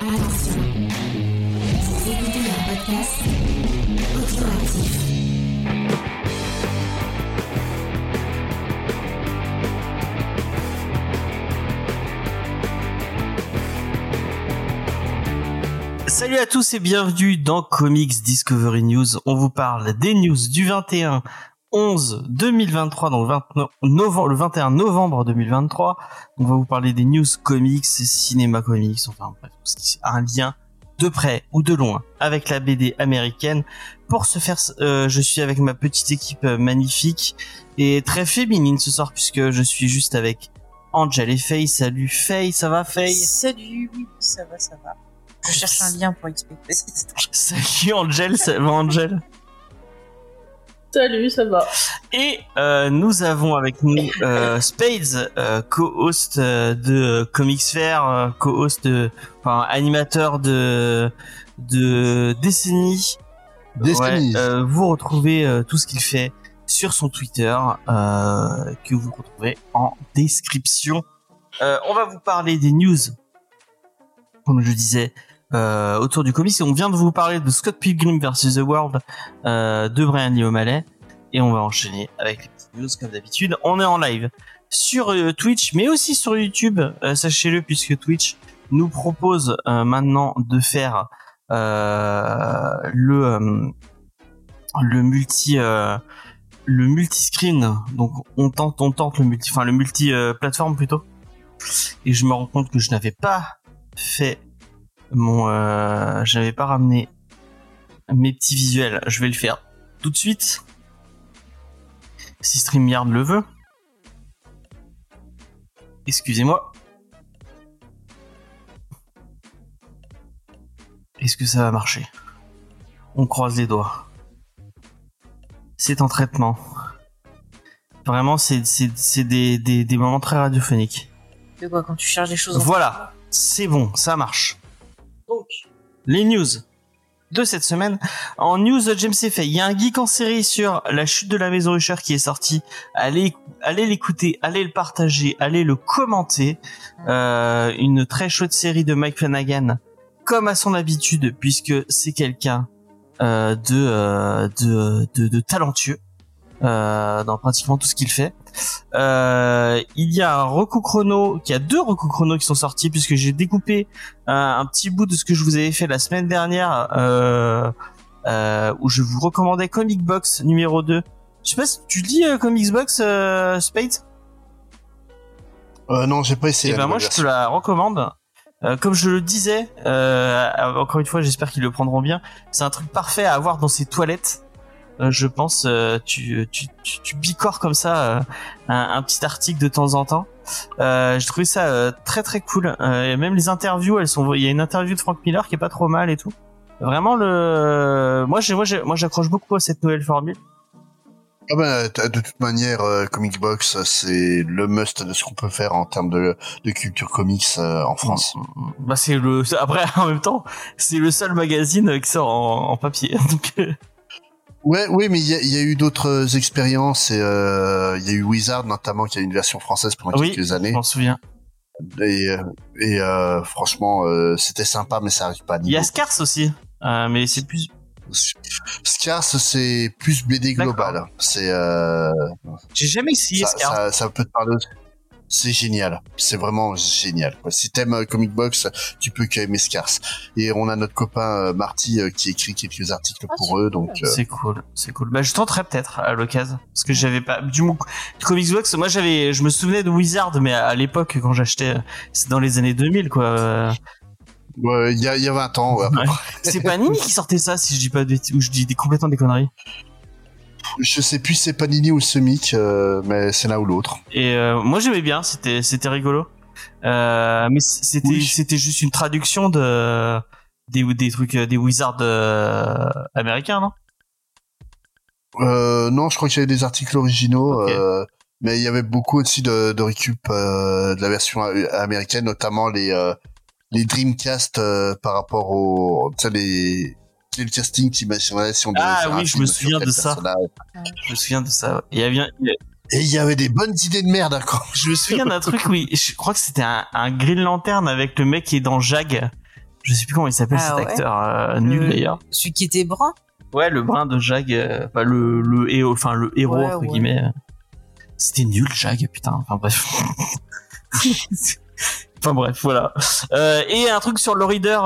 Attention, vous écoutez un podcast audioactif. Salut à tous et bienvenue dans Comics Discovery News. On vous parle des news du 21/11/2023, donc le 21 novembre 2023. On va vous parler des news comics, cinéma comics, enfin bref, tout ce qui a un lien de près ou de loin avec la BD américaine. Pour ce faire, je suis avec ma petite équipe magnifique et très féminine ce soir puisque je suis juste avec Angel et Faye. Salut Faye, ça va Faye? Salut, oui, ça va. Je cherche un lien pour expliquer. Salut Angel, ça va Angel? Salut, ça va. Et nous avons avec nous Spades, co-host de Comics Fair, animateur de Décennie. Ouais, vous retrouvez tout ce qu'il fait sur son Twitter, que vous retrouvez en description. On va vous parler des news, comme je disais, autour du comics. On vient de vous parler de Scott Pilgrim vs. The World de Brian Lee O'Malley et on va enchaîner avec les petites news comme d'habitude. On est en live sur Twitch mais aussi sur YouTube, sachez-le, puisque Twitch nous propose maintenant de faire le multi-screen. Donc on tente le multi plateforme plutôt, et je me rends compte que je n'avais pas fait j'avais pas ramené mes petits visuels. Je vais le faire tout de suite si StreamYard le veut. Excusez-moi. Est-ce que ça va marcher? On croise les doigts. C'est en traitement. Vraiment, c'est des moments très radiophoniques. De quoi, quand tu cherches des choses? Voilà, c'est bon, ça marche. Donc, les news de cette semaine. En news, James C. Faye, il y a un geek en série sur la chute de la maison Usher qui est sorti. Allez l'écouter, allez le partager, allez le commenter. Une très chouette série de Mike Flanagan, comme à son habitude, puisque c'est quelqu'un de talentueux dans pratiquement tout ce qu'il fait. Il y a un Roku Chrono, il y a 2 Roku Chrono qui sont sortis, puisque j'ai découpé un petit bout de ce que je vous avais fait la semaine dernière, où je vous recommandais Comic Box numéro 2. Je sais pas si tu lis Comic Box, Spade? Non, j'ai pas essayé. Et ben moi je te la recommande. Comme je le disais, encore une fois, j'espère qu'ils le prendront bien. C'est un truc parfait à avoir dans ses toilettes. Je pense, tu bicores comme ça un petit article de temps en temps. J'ai trouvé ça très très cool. Et même les interviews, il y a une interview de Frank Miller qui est pas trop mal et tout. Vraiment moi j'accroche beaucoup à cette nouvelle formule. Ah ben, de toute manière, Comic Box, c'est le must de ce qu'on peut faire en termes de culture comics en France. Bah après, en même temps, c'est le seul magazine qui sort en papier. Donc Ouais, mais il y a eu d'autres expériences, et il y a eu Wizard notamment qui a une version française pendant quelques années. Je m'en souviens. Et franchement, c'était sympa, mais ça arrive pas à niveau. Il y a Scars aussi, mais c'est plus. Scars, c'est plus BD global. D'accord. C'est. J'ai jamais essayé Scars. Ça peut te parler. C'est génial, c'est vraiment génial. Si t'aimes Comic Box, tu peux qu'aimer Scars. Et on a notre copain Marty qui écrit quelques articles pour eux, donc. C'est cool. Bah je tenterai peut-être à l'occasion, parce que j'avais pas du Comic Box. Moi je me souvenais de Wizard, mais à l'époque quand j'achetais, c'est dans les années 2000 quoi. Ouais, il y a 20 ans. Ouais. C'est Panini qui sortait ça, si je dis pas de bêtises, ou je dis complètement des conneries. Je sais plus si c'est Panini ou Semic, mais c'est l'un ou l'autre. Et moi j'aimais bien, c'était rigolo. Mais c'était juste une traduction des trucs des Wizards américains, non? Non, je crois qu'il y avait des articles originaux, okay. Mais il y avait beaucoup aussi de récup de la version américaine, notamment les Dreamcast par rapport au, tu sais, le casting t'imaginerais si on devait faire un oui, je film me souviens de ça. Je me souviens de ça. Et il y avait des bonnes idées de merde, quoi. Je me souviens d'un truc, oui. Je crois que c'était un Green Lantern avec le mec qui est dans Jag. Je sais plus comment il s'appelle cet acteur nul d'ailleurs. Celui qui était brun. Ouais, le brun de Jag, le héros entre guillemets. C'était nul Jag, putain. Enfin bref. Enfin bref, voilà. Et un truc sur le Reader,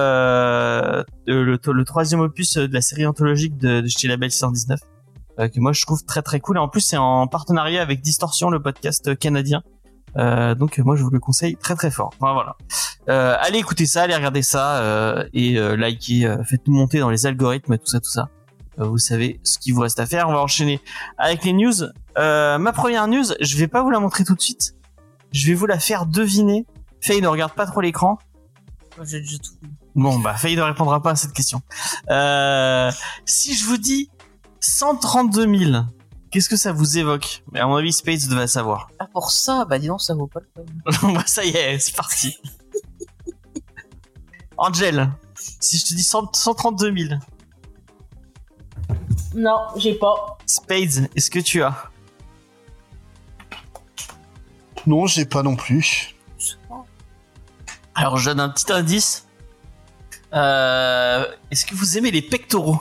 le troisième opus de la série anthologique de chez Label 619, que moi je trouve très très cool. Et en plus c'est en partenariat avec Distortion, le podcast canadien. Donc moi je vous le conseille très très fort. Enfin voilà. Allez écouter ça, allez regarder ça et likez, faites-nous monter dans les algorithmes, tout ça. Vous savez ce qu'il vous reste à faire. On va enchaîner avec les news. Ma première news, je vais pas vous la montrer tout de suite. Je vais vous la faire deviner. Faye ne regarde pas trop l'écran. J'ai déjà tout vu. Bon, bah, Faye ne répondra pas à cette question. Si je vous dis 132 000, qu'est-ce que ça vous évoque? Mais à mon avis, Space devait savoir. Ah, pour ça, bah dis donc, ça vaut pas le coup. Bah, ça y est, c'est parti. Angel, si je te dis 132 000. Non, j'ai pas. Spades, est-ce que tu as? Non, j'ai pas non plus. Alors, je donne un petit indice. Est-ce que vous aimez les pectoraux?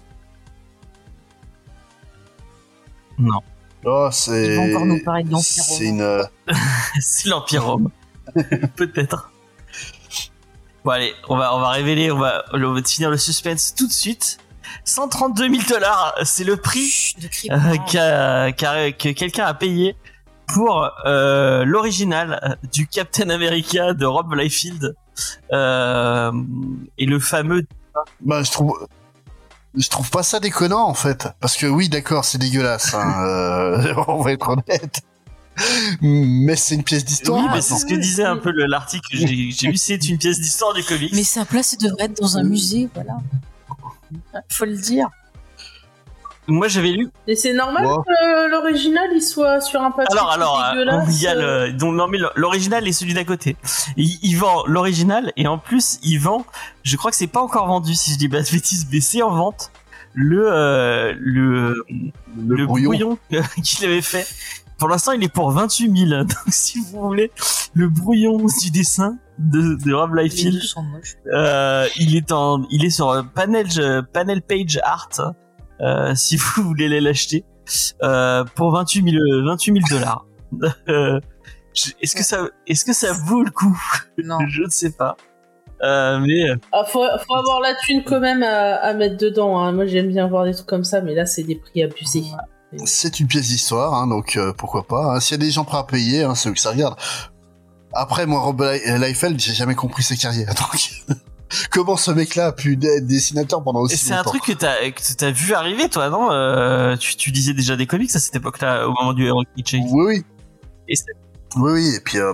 Non. Oh, c'est... Ils vont encore nous parler de l'Empire C'est une... C'est l'Empire Rome. Peut-être. Bon, allez, on va révéler, on va finir le suspense tout de suite. 132 000 $, c'est le prix que quelqu'un a payé pour l'original du Captain America de Rob Liefeld et le fameux. Bah, je trouve pas ça déconnant en fait, parce que oui, d'accord, c'est dégueulasse. Hein, on va être honnête. Mais c'est une pièce d'histoire. Oui, mais c'est ce que disait un peu l'article que j'ai lu. C'est une pièce d'histoire du comics. Mais sa place devrait être dans un musée, voilà. Faut le dire. Moi, j'avais lu. Et c'est normal que l'original il soit sur un papier dégueulasse. Il y a donc non mais l'original est celui d'à côté. Il vend l'original et en plus il vend. Je crois que c'est pas encore vendu si je dis pas de bêtises, mais c'est en vente le brouillon qu'il avait fait. Pour l'instant, il est pour 28 000. Donc, si vous voulez le brouillon du dessin de Rob Liefeld, il est sur Panel Page Art. Si vous voulez aller l'acheter pour 28 000 $. Est-ce que ça vaut le coup? Non. Je ne sais pas. Mais faut avoir la thune quand même à mettre dedans. Hein. Moi, j'aime bien voir des trucs comme ça, mais là, c'est des prix abusés. C'est une pièce d'histoire, hein, donc pourquoi pas. Hein. S'il y a des gens prêts à payer, hein, c'est eux que ça regarde. Après, moi, Rob Liefeld, j'ai jamais compris sa carrière. Donc, comment ce mec-là a pu être dessinateur pendant aussi longtemps? C'est un truc que t'as vu arriver, toi, non? Tu disais déjà des comics à cette époque-là, au moment du Heroic Chase. Oui. Oui, et puis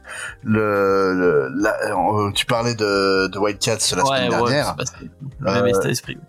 tu parlais de Wildcats la semaine dernière. Ouais, même état d'esprit.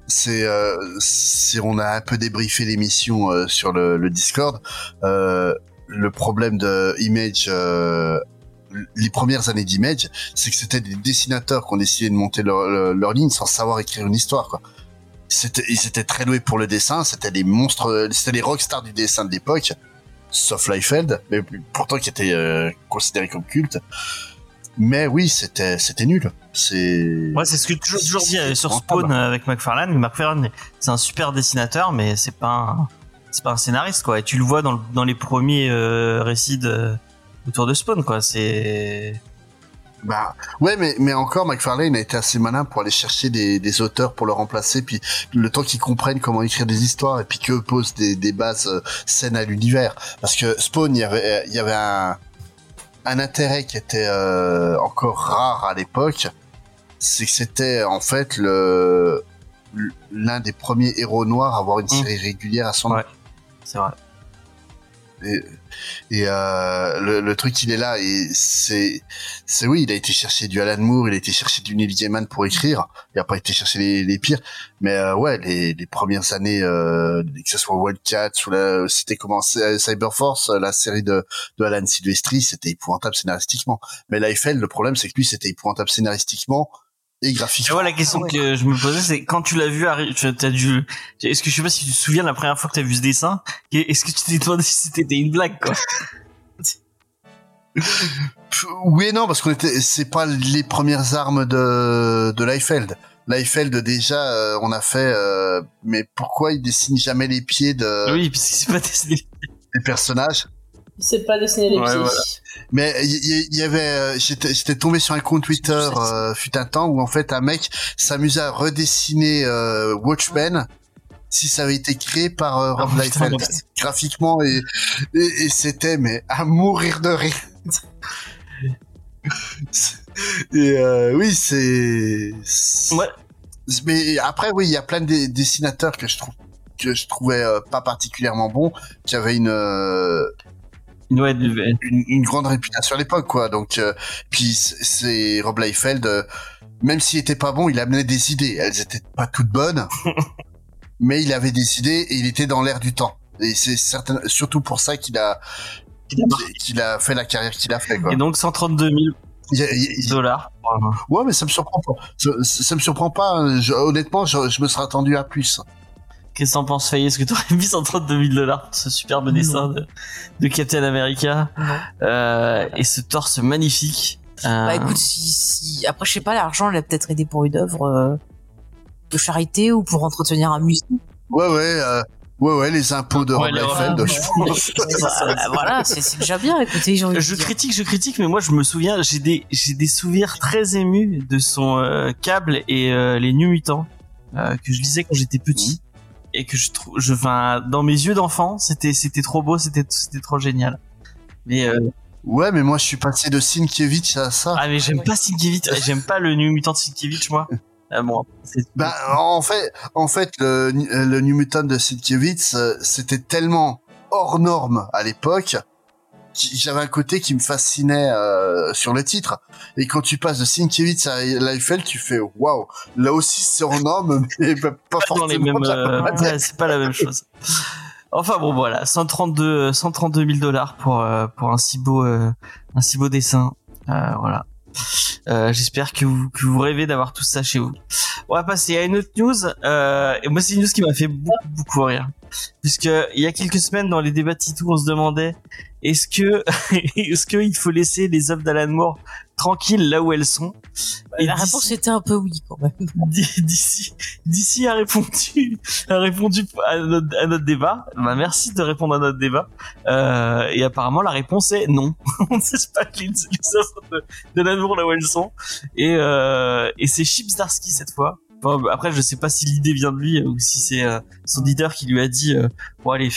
On a un peu débriefé l'émission sur le Discord. Le problème de Image, les premières années d'Image, c'est que c'était des dessinateurs qui ont décidé de monter leur ligne sans savoir écrire une histoire, quoi. Ils étaient très doués pour le dessin, c'était des monstres, c'était les rockstars du dessin de l'époque, sauf Liefeld, mais pourtant qui était considéré comme culte. Mais oui, c'était nul. Ouais, c'est ce que j'ai toujours dit sur Spawn avec McFarlane. McFarlane, c'est un super dessinateur, mais c'est pas un scénariste, quoi. Et tu le vois dans les premiers récits autour de Spawn, quoi. C'est... Bah, ouais, mais encore, McFarlane a été assez malin pour aller chercher des auteurs pour le remplacer, puis le temps qu'ils comprennent comment écrire des histoires, et puis qu'eux posent des bases saines à l'univers. Parce que Spawn, il y avait un intérêt qui était encore rare à l'époque, c'est que c'était en fait l'un des premiers héros noirs à avoir une série régulière à son nom. Ouais, c'est vrai. Et le truc, il est là, et c'est oui, il a été chercher du Alan Moore, il a été chercher du Neil Gaiman pour écrire, il a pas été chercher les pires, mais ouais, les premières années, que ce soit Wildcats ou c'était comment Cyberforce, la série de Alan Silvestri, c'était épouvantable scénaristiquement. Mais Liefeld, le problème, c'est que lui, c'était épouvantable scénaristiquement et graphiquement. Et voilà, la question que je me posais, c'est quand tu l'as vu arriver, est-ce que je sais pas si tu te souviens la première fois que t'as vu ce dessin, est-ce que tu t'es demandé si c'était une blague, quoi? Oui et non, parce c'est pas les premières armes de Liefeld. Liefeld, déjà, on a fait, mais pourquoi il dessine jamais les pieds Oui, parce qu'il s'est pas dessiné des personnages? Il sait pas dessiner les pieds. Voilà. Mais il y avait, j'étais tombé sur un compte Twitter, fut un temps où en fait un mec s'amusait à redessiner Watchmen si ça avait été créé par Rob Liefeld graphiquement et c'était mais à mourir de rire. Et oui, c'est ouais. Mais après oui, il y a plein de dessinateurs que je trouvais pas particulièrement bons, qui avaient une grande réputation à l'époque, quoi. Donc puis c'est Rob Liefeld, même s'il était pas bon, il amenait des idées. Elles étaient pas toutes bonnes, mais il avait des idées et il était dans l'air du temps. Et c'est surtout pour ça qu'il a fait la carrière qu'il a fait, quoi. Et donc 132 000 dollars. Ouais, mais ça me surprend pas. Ça me surprend pas. Honnêtement, je me serais attendu à plus. Qu'est-ce que t'en penses, Faye? Est-ce que t'aurais mis 132 000 dollars pour ce superbe dessin de Captain America et ce torse magnifique? Bah écoute, si après je sais pas, l'argent il a peut-être aidé pour une œuvre de charité ou pour entretenir un musée. Ouais, les impôts de Rob Liefeld, je pense. Voilà, c'est déjà bien. Écoutez, je critique, mais moi je me souviens, j'ai des souvenirs très émus de son Cable et les New Mutants que je lisais quand j'étais petit et que dans mes yeux d'enfant, c'était trop beau, c'était trop génial. Mais ouais, mais moi je suis passé de Sienkiewicz à ça. Ah mais j'aime pas Sienkiewicz, j'aime pas le New Mutant de Sienkiewicz, moi. Bon, en fait, le New Mutant de Sienkiewicz, c'était tellement hors norme à l'époque, j'avais un côté qui me fascinait sur le titre. Et quand tu passes de Sienkiewicz à Liefeld, tu fais waouh. Là aussi, c'est hors norme, mais pas forcément. Dans les mêmes, c'est pas la même chose. Enfin bon, voilà, 132 000 dollars pour un si beau dessin. Voilà. J'espère que vous rêvez d'avoir tout ça chez vous. On va passer à une autre news. Et moi, c'est une news qui m'a fait beaucoup rire. Puisque il y a quelques semaines, dans les débats Titou, on se demandait est-ce que il faut laisser les œuvres d'Alan Moore tranquilles là où elles sont. Et la réponse était un peu oui quand même. DC a répondu à notre débat. Bah, merci de répondre à notre débat. Et apparemment la réponse est non. On ne sait pas les œuvres d'Alan Moore là où elles sont. Et c'est Chip Zdarsky cette fois. Bon, après je sais pas si l'idée vient de lui ou si c'est son éditeur qui lui a dit bon allez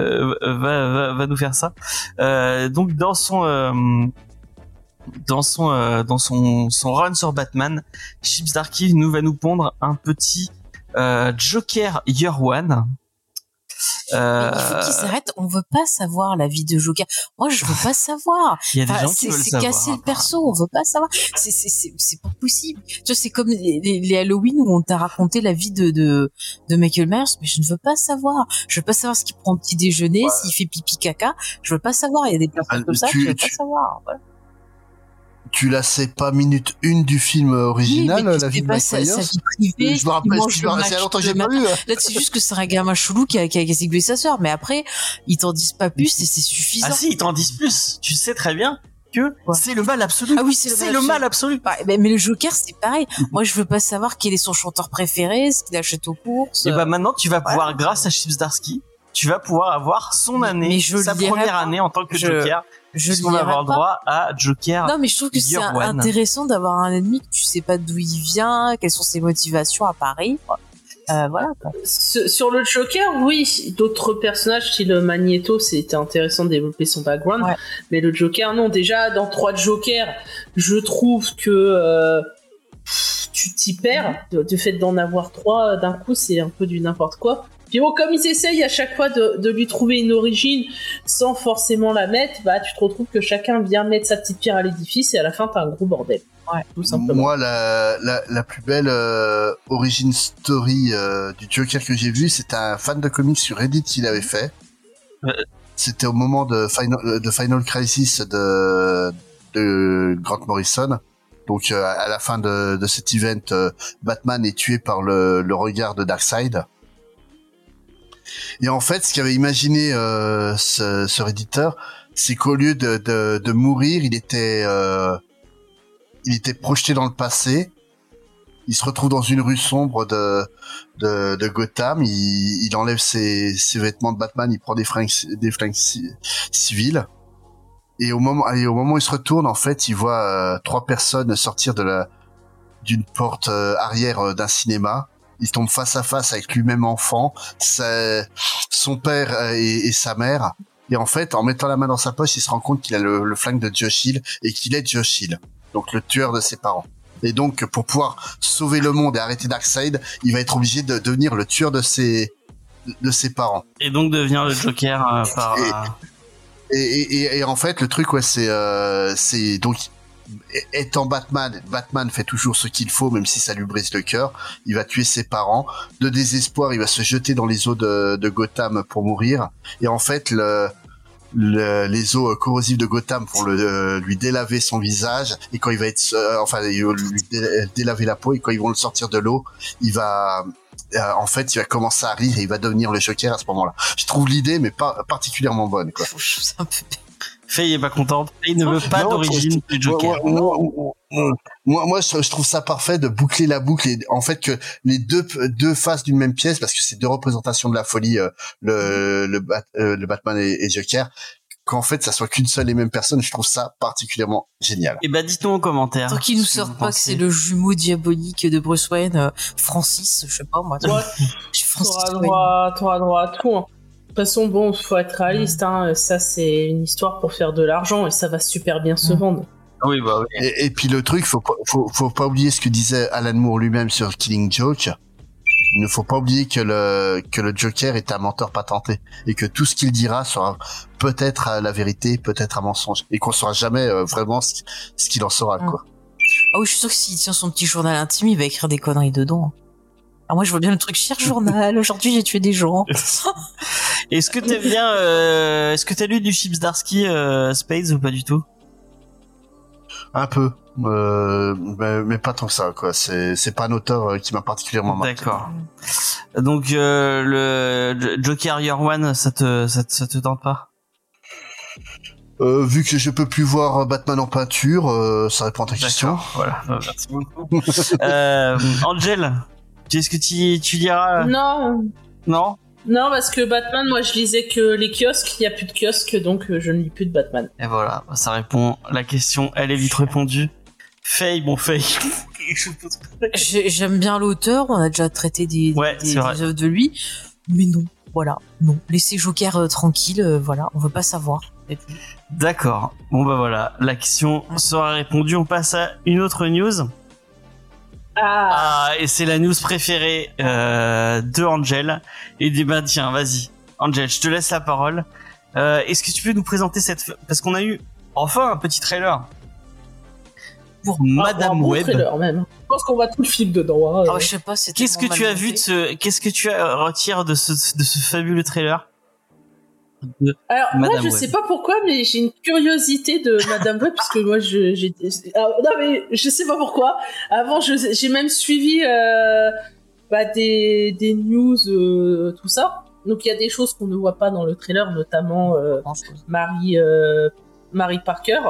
va nous faire ça. Donc dans son run sur Batman, Chip Zdarsky va nous pondre un petit Joker Year One. Il faut qu'ils s'arrêtent. On veut pas savoir la vie de Joker. Moi, je veux pas savoir. Il y a des gens qui veulent savoir. C'est casser le perso. On veut pas savoir. C'est pas possible. Tu vois, c'est comme les Halloween où on t'a raconté la vie de Michael Myers, mais je ne veux pas savoir. Je veux pas savoir ce qu'il prend au petit déjeuner, s'il fait pipi caca. Je veux pas savoir. Il y a des personnes comme ça. Je veux pas savoir. Voilà. Tu la sais pas minute 1 du film original, oui, la vie de Mike Myers. Sa vie privée. Je me rappelle, c'est longtemps que j'ai pas vu. Là, c'est juste que c'est un gamin chelou qui a sécurisé sa sœur, mais après, ils t'en disent pas plus et c'est suffisant. Ah si, ils t'en disent plus. Tu sais très bien que c'est le mal absolu. Ah oui, c'est le mal absolu. Mais le Joker, c'est pareil. Moi, je veux pas savoir quel est son chanteur préféré, ce qu'il achète aux courses. Et bah maintenant, tu vas pouvoir, grâce à Chip Zdarsky, tu vas pouvoir avoir son année, sa première année en tant que Joker. On va avoir le droit à Joker. Non, mais je trouve que c'est intéressant d'avoir un ennemi que tu sais pas d'où il vient, quelles sont ses motivations à Paris. Voilà. Sur le Joker, oui, d'autres personnages style Magneto, c'était intéressant de développer son background. Ouais. Mais le Joker, non. Déjà, dans 3 Jokers, je trouve que tu t'y perds. Du fait d'en avoir 3 d'un coup, c'est un peu du n'importe quoi. Puis bon, comme ils essayent à chaque fois de lui trouver une origine sans forcément la mettre, bah tu te retrouves que chacun vient mettre sa petite pierre à l'édifice et à la fin t'as un gros bordel. Ouais, tout simplement. Moi, la plus belle origin story du Joker que j'ai vu, c'était un fan de comics sur Reddit qui l'avait fait. C'était au moment de Final Crisis de Grant Morrison. Donc à la fin de cet event, Batman est tué par le regard de Darkseid. Et en fait, ce qu'avait imaginé ce Redditeur, c'est qu'au lieu de mourir, il était projeté dans le passé. Il se retrouve dans une rue sombre de Gotham. Il enlève ses vêtements de Batman. Il prend des flingues civiles. Et au moment où il se retourne, en fait, il voit 3 personnes sortir d'une porte arrière d'un cinéma. Il tombe face à face avec lui-même enfant, son père et sa mère. Et en fait, en mettant la main dans sa poche, il se rend compte qu'il a le flingue de Josh Hill et qu'il est Josh Hill, donc le tueur de ses parents. Et donc, pour pouvoir sauver le monde et arrêter Darkseid, il va être obligé de devenir le tueur de ses parents. Et donc devenir le Joker Et en fait, le truc, ouais, c'est donc, étant Batman fait toujours ce qu'il faut, même si ça lui brise le cœur. Il va tuer ses parents. De désespoir, il va se jeter dans les eaux de Gotham pour mourir. Et en fait, les eaux corrosives de Gotham vont lui délaver son visage, et quand il va être lui délaver la peau, et quand ils vont le sortir de l'eau, il va commencer à rire et il va devenir le Joker à ce moment-là. Je trouve l'idée mais pas particulièrement bonne, quoi. C'est un peu... Faye est pas contente. Faye ne veut pas d'origine du Joker. Moi, je trouve ça parfait de boucler la boucle, et en fait que les deux faces d'une même pièce, parce que c'est 2 représentations de la folie, le Batman et Joker, qu'en fait ça soit qu'une seule et même personne. Je trouve ça particulièrement génial. Et bah dites-nous en commentaire. Tant qu'ils nous sortent pas que c'est le jumeau diabolique de Bruce Wayne, Francis, je sais pas moi. Ouais. T'auras droit à tout. Hein. De toute façon, bon, faut être réaliste, hein. Ça c'est une histoire pour faire de l'argent et ça va super bien se vendre. Oui, bah oui. Et puis le truc, faut pas oublier ce que disait Alan Moore lui-même sur Killing Joke. Il ne faut pas oublier que le Joker est un menteur patenté, et que tout ce qu'il dira sera peut-être la vérité, peut-être un mensonge, et qu'on saura jamais vraiment ce qu'il en saura, quoi. Ah oui, je suis sûr que s'il tient son petit journal intime, il va écrire des conneries dedans. Ah, moi, je vois bien le truc cher journal. Aujourd'hui, j'ai tué des gens. Est-ce que t'aimes bien, est-ce que t'as lu du Chips Darsky, Spades, ou pas du tout? Un peu. Mais pas tant que ça, quoi. C'est pas un auteur qui m'a particulièrement marqué. D'accord. Donc, le Joker Year One, ça te tente pas? Vu que je peux plus voir Batman en peinture, ça répond à ta question. Voilà. Merci beaucoup. Angel, est-ce que tu liras? Non, parce que Batman, moi je lisais que les kiosques, il y a plus de kiosques, donc je ne lis plus de Batman. Et voilà, ça répond. La question, elle est vite répondue. Faye. J'aime bien l'auteur, on a déjà traité des œuvres de lui, mais non, voilà, non. Laissez Joker tranquille, voilà, on veut pas savoir. D'accord. Bon bah voilà, la question sera répondue. On passe à une autre news. Et c'est la news préférée de Angel. Et ben tiens, vas-y, Angel, je te laisse la parole. Est-ce que tu peux nous présenter parce qu'on a eu enfin un petit trailer pour Madame Web. Trailer, même. Je pense qu'on va tout le film dedans. Je sais pas. Qu'est-ce que tu as vu qu'est-ce que tu retires de ce fabuleux trailer? Alors moi je sais pas pourquoi, mais j'ai une curiosité de Madame Web, parce que moi non mais je sais pas pourquoi. Avant j'ai même suivi des news, tout ça. Donc il y a des choses qu'on ne voit pas dans le trailer, notamment Mary Parker.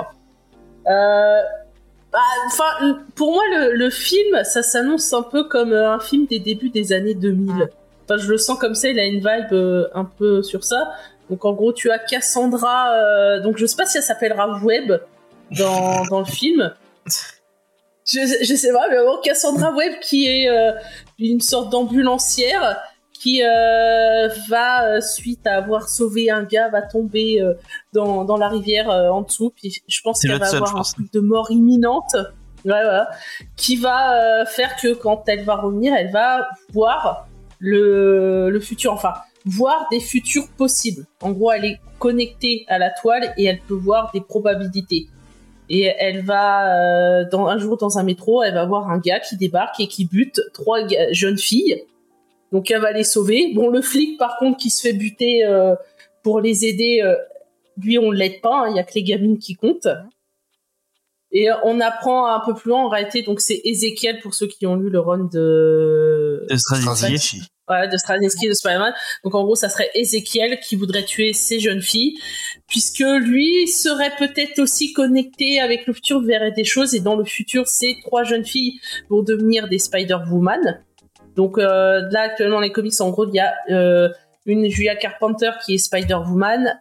Pour moi le film, ça s'annonce un peu comme un film des débuts des années 2000. Enfin je le sens comme ça, il a une vibe un peu sur ça. Donc en gros, tu as Cassandra. Donc je sais pas si elle s'appellera Webb dans le film. Je sais pas, mais bon, Cassandra Webb qui est une sorte d'ambulancière qui va, suite à avoir sauvé un gars, va tomber dans la rivière en dessous. Puis je pense qu'elle va avoir un truc de mort imminente. Ouais, voilà. Qui va faire que quand elle va revenir, elle va voir le futur. Enfin, voir des futurs possibles. En gros, elle est connectée à la toile et elle peut voir des probabilités. Et elle va, un jour dans un métro, elle va voir un gars qui débarque et qui bute 3 jeunes filles. Donc elle va les sauver. Bon, le flic, par contre, qui se fait buter pour les aider, lui, on ne l'aide pas. Il y a que les gamines qui comptent. Et on apprend un peu plus loin, en réalité, donc c'est Ezekiel, pour ceux qui ont lu le run de Straczynski. Voilà, de Straczynski de Spider-Man. Donc en gros, ça serait Ezekiel qui voudrait tuer ces jeunes filles, puisque lui serait peut-être aussi connecté avec le futur, verrait des choses, et dans le futur, ces 3 jeunes filles vont devenir des Spider-Woman. Donc là, actuellement, les comics, en gros, il y a une Julia Carpenter qui est Spider-Woman,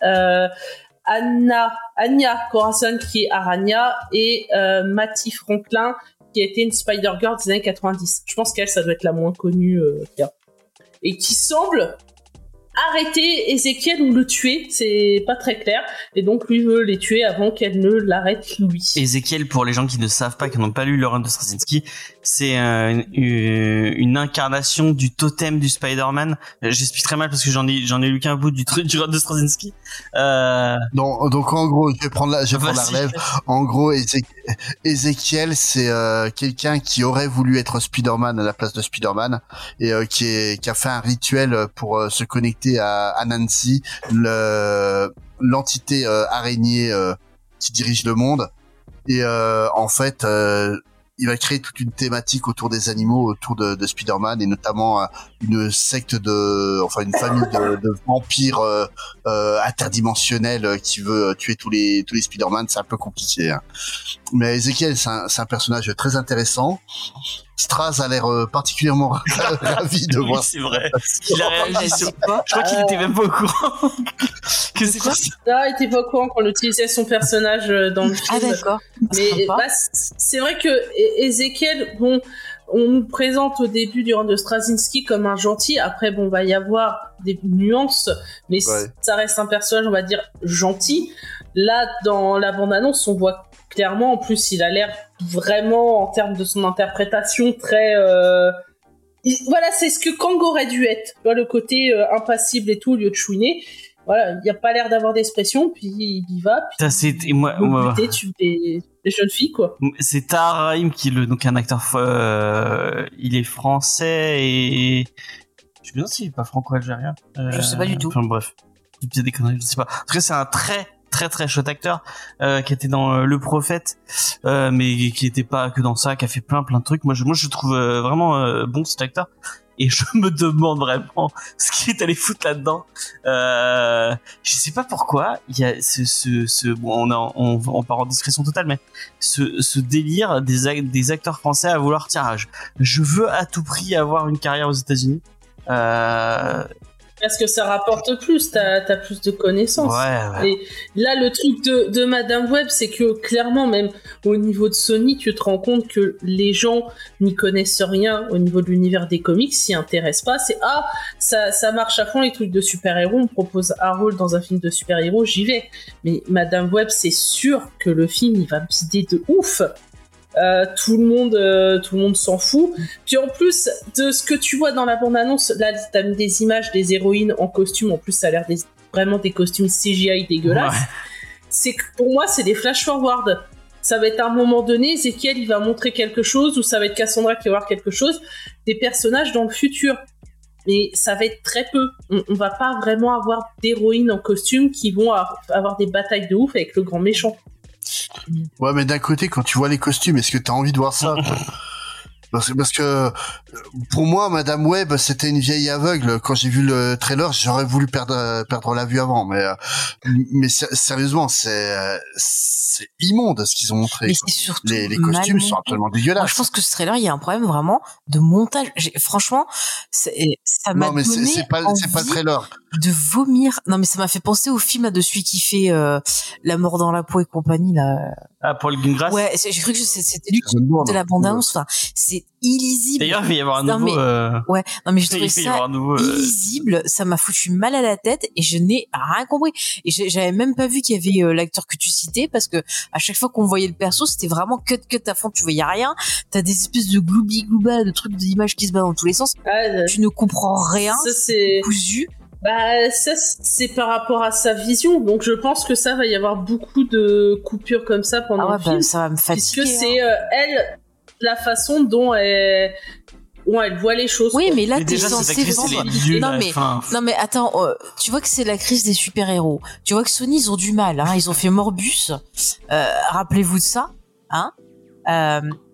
Anya Corazon qui est Aranya, et Mattie Franklin qui a été une Spider-Girl des années 90. Je pense qu'elle, ça doit être la moins connue qu'il y a. Et qui semble arrêter Ezekiel ou le tuer, c'est pas très clair, et donc lui veut les tuer avant qu'elle ne l'arrête lui. Ezekiel, pour les gens qui ne savent pas, qui n'ont pas lu le run de Straczynski, c'est une incarnation du totem du Spider-Man. J'explique très mal parce que j'en ai lu qu'un bout du run de Straczynski. Donc en gros, je vais prendre la relève. En gros, Ezekiel, c'est quelqu'un qui aurait voulu être Spider-Man à la place de Spider-Man, et qui a fait un rituel pour se connecter à Nancy, l'entité araignée qui dirige le monde. Et en fait, il va créer toute une thématique autour des animaux, autour de Spider-Man, et notamment une secte une famille de vampires interdimensionnels qui veut tuer tous les Spider-Man. C'est un peu compliqué, hein. Mais Ezekiel, c'est un personnage très intéressant. Straz a l'air particulièrement ravi de voir. C'est vrai. Il a réagi sur... Je crois qu'il était même pas au courant. Que c'est quoi? Ah, il était pas au courant qu'on utilisait son personnage dans le film. Ah d'accord. Mais c'est vrai que Ezekiel, bon, on nous présente au début du run de Straczynski comme un gentil. Après, bon, va y avoir des nuances, mais ça reste un personnage, on va dire, gentil. Là, dans la bande-annonce, on voit clairement, en plus, il a l'air vraiment, en termes de son interprétation, très... Voilà, c'est ce que Kang aurait dû être. Tu vois, le côté impassible et tout, au lieu de chouiner. Voilà, il n'y a pas l'air d'avoir d'expression, puis il y va. Puis ça, c'est... moi, tue des jeunes filles, quoi. C'est Tahar Rahim qui est donc un acteur... il est français et... Je sais bien s'il est pas franco-algérien. Je sais pas du tout. Enfin, bref. Il y a des conneries, je sais pas. En tout cas, c'est un très chouette acteur qui était dans Le Prophète, mais qui était pas que dans ça, qui a fait plein de trucs. Moi je trouve vraiment bon cet acteur, et je me demande vraiment ce qu'il est allé foutre là-dedans. Je sais pas pourquoi il y a bon, on part en discrétion totale, mais ce délire des acteurs français à vouloir je veux à tout prix avoir une carrière aux États-Unis. Parce que ça rapporte plus, t'as plus de connaissances. Ouais. Et là, le truc de Madame Web, c'est que clairement, même au niveau de Sony, tu te rends compte que les gens n'y connaissent rien au niveau de l'univers des comics, s'y intéressent pas. C'est ça marche à fond les trucs de super-héros. On me propose un rôle dans un film de super-héros, j'y vais. Mais Madame Web, c'est sûr que le film, il va bider de ouf. Tout le monde s'en fout. Puis en plus de ce que tu vois dans la bande-annonce, là t'as mis des images des héroïnes en costume. En plus ça a l'air vraiment des costumes CGI dégueulasses. Ouais. C'est que pour moi c'est des flash-forward. Ça va être à un moment donné, Ezekiel il va montrer quelque chose, ou ça va être Cassandra qui va voir quelque chose, des personnages dans le futur. Mais ça va être très peu. On va pas vraiment avoir d'héroïnes en costume qui vont avoir des batailles de ouf avec le grand méchant. Ouais, mais d'un côté, quand tu vois les costumes, est-ce que t'as envie de voir ça? Parce que pour moi, Madame Web, c'était une vieille aveugle. Quand j'ai vu le trailer, j'aurais voulu perdre la vue avant. Mais sérieusement, c'est immonde ce qu'ils ont montré. Mais c'est surtout les costumes sont absolument dégueulasses. Moi, je pense que ce trailer, il y a un problème vraiment de montage. Franchement, ça m'a donné c'est pas le trailer. De vomir. Non, mais ça m'a fait penser au film là de celui qui fait La mort dans la peau et compagnie là. Ah, Paul Greengrass. Ouais, j'ai cru que c'était lui de la bande-annonce. Enfin, c'est illisible. D'ailleurs, il va y avoir un nouveau. Ouais, non mais je trouvais ça illisible. Ça m'a foutu mal à la tête et je n'ai rien compris. Et j'avais même pas vu qu'il y avait l'acteur que tu citais, parce que à chaque fois qu'on voyait le perso, c'était vraiment cut à fond. Tu voyais rien. T'as des espèces de gloubi-glouba, de trucs d'images qui se battent dans tous les sens. Tu ne comprends rien. Ça c'est cousu. Bah ça c'est par rapport à sa vision, donc je pense que ça va y avoir beaucoup de coupures comme ça pendant le film. Ça va me fatiguer. Puisque c'est elle, la façon dont elle voit les choses. Oui, mais là t'es déjà, censé vendre. Non mais attends, tu vois que c'est la crise des super-héros. Tu vois que Sony ils ont du mal, hein. Ils ont fait Morbus. Rappelez-vous de ça, hein.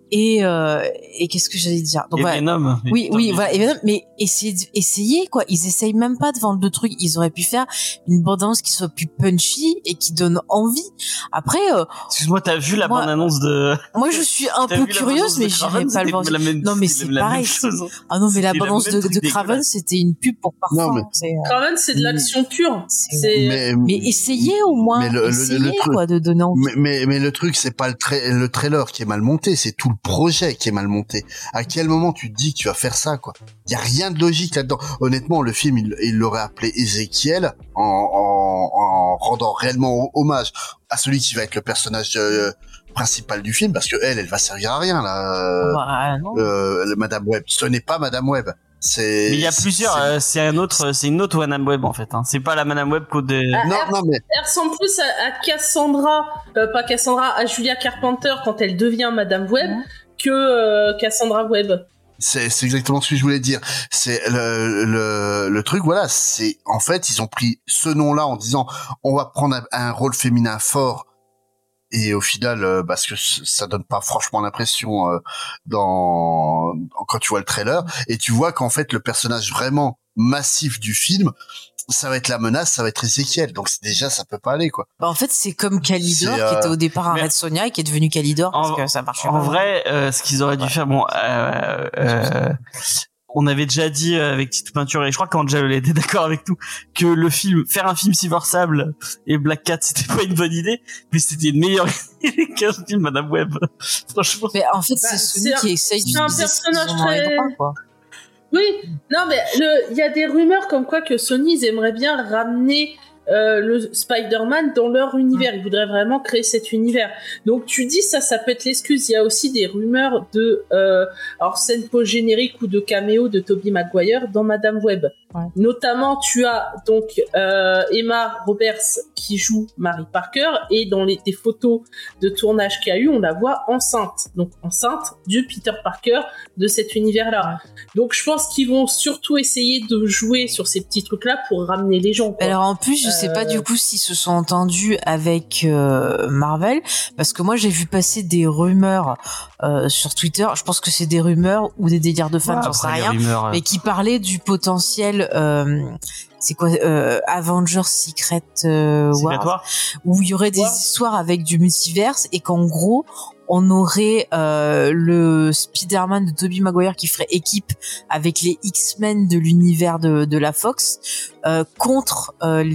Et qu'est-ce que j'allais dire? Donc, et voilà. Venom. Oui, voilà. Et Venom, mais essayez, quoi. Ils essayent même pas de vendre le truc. Ils auraient pu faire une bande-annonce qui soit plus punchy et qui donne envie. Après, excuse-moi, t'as vu la bande-annonce de... Moi, je suis un peu curieuse, mais j'irai pas le voir. Non, mais c'est pareil. Ah non, mais la bande-annonce de Craven, c'était une pub pour parfum. Non, Craven, c'est de l'action pure. Mais essayez au moins. Essayez, quoi, de donner envie. Mais le truc, c'est pas le trailer qui est mal monté, c'est tout le projet qui est mal monté. À quel moment tu te dis que tu vas faire ça, quoi? Il y a rien de logique là-dedans. Honnêtement, le film, il l'aurait appelé Ezekiel en rendant réellement hommage à celui qui va être le personnage principal du film, parce que elle va servir à rien là. Madame Web, ce n'est pas Madame Web. Mais il y a plusieurs. C'est une autre Madame Web en fait. Hein. C'est pas la Madame Web mais elle ressemble plus à Cassandra, pas Cassandra, à Julia Carpenter quand elle devient Madame Web que Cassandra Webb. C'est exactement ce que je voulais dire. C'est le truc, voilà. C'est en fait ils ont pris ce nom-là en disant on va prendre un rôle féminin fort. Et au final, parce que ça donne pas franchement l'impression quand tu vois le trailer, et tu vois qu'en fait le personnage vraiment massif du film, ça va être la menace, ça va être Ezekiel. Donc déjà ça peut pas aller, quoi. En fait c'est comme Kalidor qui était au départ un Red Sonja et qui est devenu Kalidor parce que ça marche pas. En vrai, ce qu'ils auraient dû faire, on avait déjà dit avec Tite Peinture, et je crois qu'Angel était d'accord avec nous, que faire un film Silver Sable et Black Cat, c'était pas une bonne idée, mais c'était une meilleure idée qu'un film Madame Web. Franchement. Mais en fait, c'est Sony qui essaye d'utiliser un personnage très... quoi. Oui, non, mais il y a des rumeurs comme quoi que Sony, ils aimeraient bien ramener le Spider-Man dans leur univers. Ils voudraient vraiment créer cet univers. Donc tu dis ça peut être l'excuse. Il y a aussi des rumeurs de scène post-générique ou de caméo de Tobey Maguire dans Madame Web. Ouais. Notamment, tu as donc Emma Roberts qui joue Mary Parker, et dans des photos de tournage qu'il y a eu, on la voit enceinte. Donc enceinte du Peter Parker de cet univers-là. Ouais. Donc je pense qu'ils vont surtout essayer de jouer sur ces petits trucs-là pour ramener les gens, quoi. Alors en plus, je sais pas du coup s'ils se sont entendus avec Marvel, parce que moi j'ai vu passer des rumeurs sur Twitter. Je pense que c'est des rumeurs ou des délires de fans, j'en sais rien, mais qui parlaient du potentiel c'est quoi Avengers Secret Wars, où il y aurait des histoires avec du multiverse, et qu'en gros on aurait le Spider-Man de Tobey Maguire qui ferait équipe avec les X-Men de l'univers de la Fox contre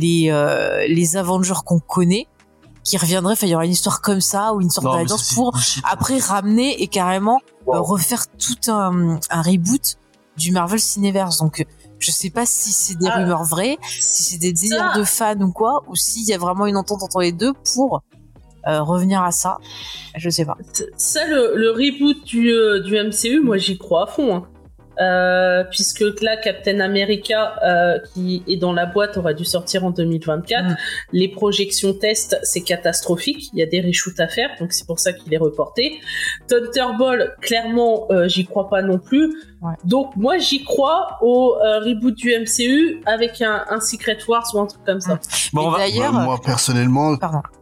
les Avengers qu'on connaît, qui reviendraient. Enfin, il y aurait une histoire comme ça, ou une sorte d'alliance pour après ramener et carrément refaire tout un reboot du Marvel Cineverse. Donc je sais pas si c'est des rumeurs vraies, si c'est des délires de fans ou quoi, ou s'il y a vraiment une entente entre les deux pour revenir à ça. Je sais pas. Ça, le reboot du MCU, moi j'y crois à fond, hein. Puisque là Captain America qui est dans la boîte aurait dû sortir en 2024. Les projections test, c'est catastrophique, il y a des reshoots à faire, donc c'est pour ça qu'il est reporté. Thunderbolt, clairement j'y crois pas non plus. Donc moi j'y crois au reboot du MCU avec un Secret Wars ou un truc comme ça. Bon, d'ailleurs, moi personnellement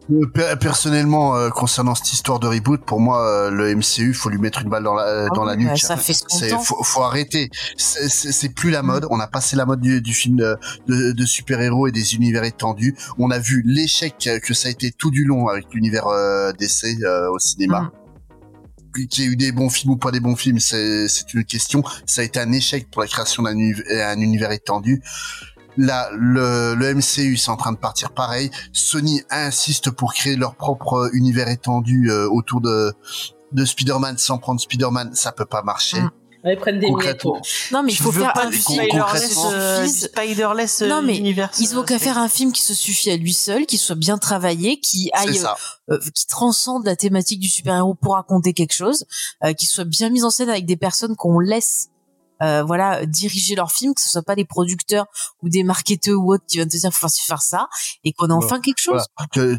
concernant cette histoire de reboot, pour moi le MCU faut lui mettre une balle dans la nuque. Ça fait faut arrêter. C'est plus la mode. On a passé la mode du film de super-héros et des univers étendus. On a vu l'échec que ça a été tout du long avec l'univers DC au cinéma. Qu'il y ait eu des bons films ou pas des bons films, c'est une question. Ça a été un échec pour la création d'un univers étendu. Là, le MCU, c'est en train de partir pareil. Sony insiste pour créer leur propre univers étendu autour de Spider-Man. Sans prendre Spider-Man, ça peut pas marcher. Ils prennent des miettes. Non, mais il faut faire un film Spider-less. Non, mais univers, ils ont qu'à faire un film qui se suffit à lui seul, qui soit bien travaillé, qui aille, qui transcende la thématique du super-héros pour raconter quelque chose, qui soit bien mis en scène avec des personnes qu'on laisse diriger leur film, que ce soit pas des producteurs ou des marketeurs ou autres qui viennent te dire faut faire ça, et qu'on a enfin quelque chose. Voilà.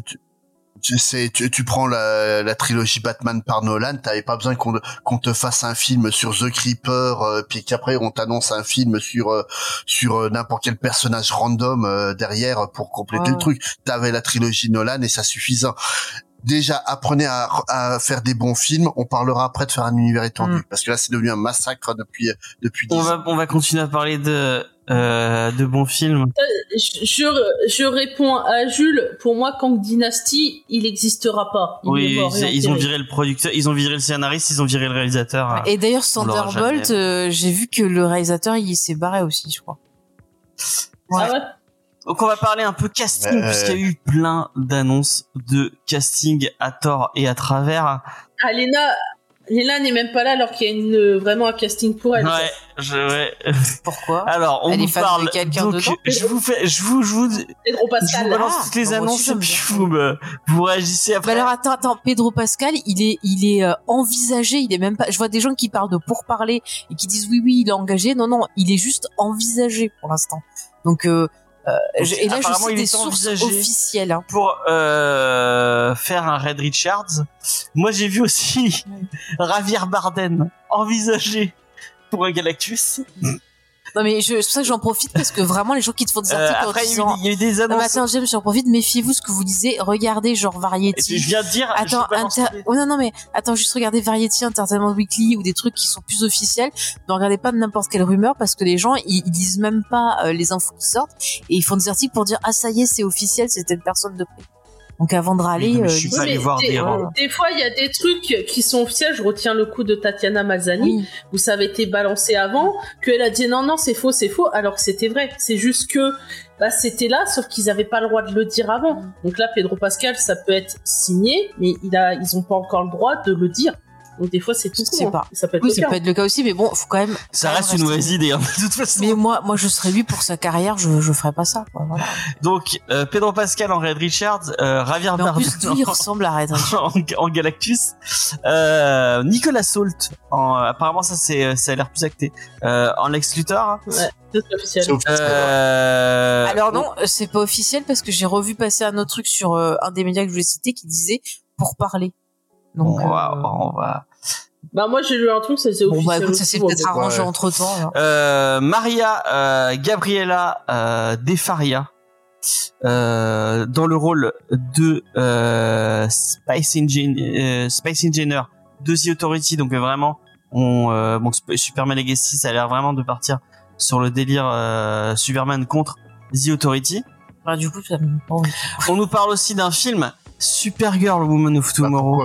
Tu prends la trilogie Batman par Nolan, t'avais pas besoin qu'on te fasse un film sur The Creeper, puis qu'après on t'annonce un film sur n'importe quel personnage random derrière pour compléter le truc. T'avais la trilogie Nolan et ça suffisait. déjà apprenez à faire des bons films, on parlera après de faire un univers étendu, parce que là c'est devenu un massacre depuis 10 ans. On va continuer à parler de bons films. Je réponds à Jules. Pour moi, Kang Dynasty, il n'existera pas. Ils ont viré le producteur, ils ont viré le scénariste, ils ont viré le réalisateur. Et d'ailleurs, Thunderbolt, j'ai vu que le réalisateur, il s'est barré aussi, je crois. Ouais. Ah ouais. Donc on va parler un peu casting, puisqu'il y a eu plein d'annonces de casting à tort et à travers. Ah, Léna n'est même pas là alors qu'il y a vraiment un casting pour elle. Ouais. Pourquoi? Alors, on vous parle. De quelqu'un donc, dedans, je vous Pedro Pascal. Je vous balance toutes les annonces et puis vous réagissez après. Alors attends, Pedro Pascal, il est envisagé, il est même pas. Je vois des gens qui parlent de pourparler et qui disent oui, il est engagé. Non, il est juste envisagé pour l'instant. Donc et là, je cite des sources officielles. Hein. Pour faire un Red Richards. Moi, j'ai vu aussi Javier Bardem envisagé pour un Galactus. Non mais c'est pour ça que j'en profite parce que vraiment les gens qui te font des articles après il y a eu des annonces. Attends, j'en profite, méfiez-vous ce que vous lisez, regardez genre Variety. Et je viens de dire attends, juste regardez Variety, Entertainment Weekly ou des trucs qui sont plus officiels. Ne regardez pas n'importe quelle rumeur parce que les gens ils disent même pas les infos qui sortent et ils font des articles pour dire ah ça y est, c'est officiel, c'est telle personne de prix. Donc avant de râler, je suis pas allé voir des fois il y a des trucs qui sont officiels. Je retiens le coup de Tatiana Maslany où ça avait été balancé avant, qu'elle a dit non c'est faux, alors que c'était vrai. C'est juste que c'était là, sauf qu'ils avaient pas le droit de le dire avant. Donc là Pedro Pascal ça peut être signé, mais ils ont pas encore le droit de le dire. Donc des fois c'est tout court. Pas. Ça peut être le cas aussi, mais bon, faut quand même. Ça reste une mauvaise idée, hein, de toute façon. Mais moi, je serais lui pour sa carrière, je ferais pas ça. Quoi, voilà. Donc Pedro Pascal en Red Richards, Javier Bardem. En plus, lui, il ressemble à Red Richards. en Galactus. Nicolas Hoult apparemment ça a l'air plus acté. En Lex Luthor. Ouais, c'est officiel. Alors non, c'est pas officiel parce que j'ai revu passer un autre truc sur un des médias que je voulais citer qui disait pour parler. Donc, on va. Moi j'ai lu un truc, ça c'est officiel. Bon écoute, ça s'est peut-être arrangé entre temps. Maria Gabriela De Faria dans le rôle de Space Engineer de The Authority. Donc vraiment, Superman Legacy, ça a l'air vraiment de partir sur le délire Superman contre The Authority. Du coup, ça me... On nous parle aussi d'un film Supergirl Woman of Tomorrow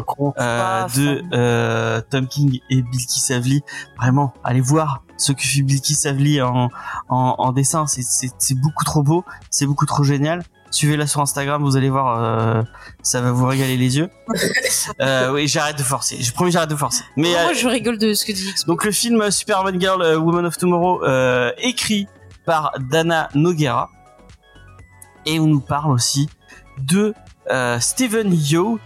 de Tom King et Bilky Savly. Vraiment, allez voir ce que fait Bilky Savly en dessin, c'est beaucoup trop beau, c'est beaucoup trop génial. Suivez-la sur Instagram, vous allez voir, ça va vous régaler les yeux. Oui, j'arrête de forcer. J'ai promis, j'arrête de forcer. Mais moi, je rigole de ce que tu dis. Donc le film Superman Girl Woman of Tomorrow, écrit par Dana Noguera, et on nous parle aussi de Steven Yeun,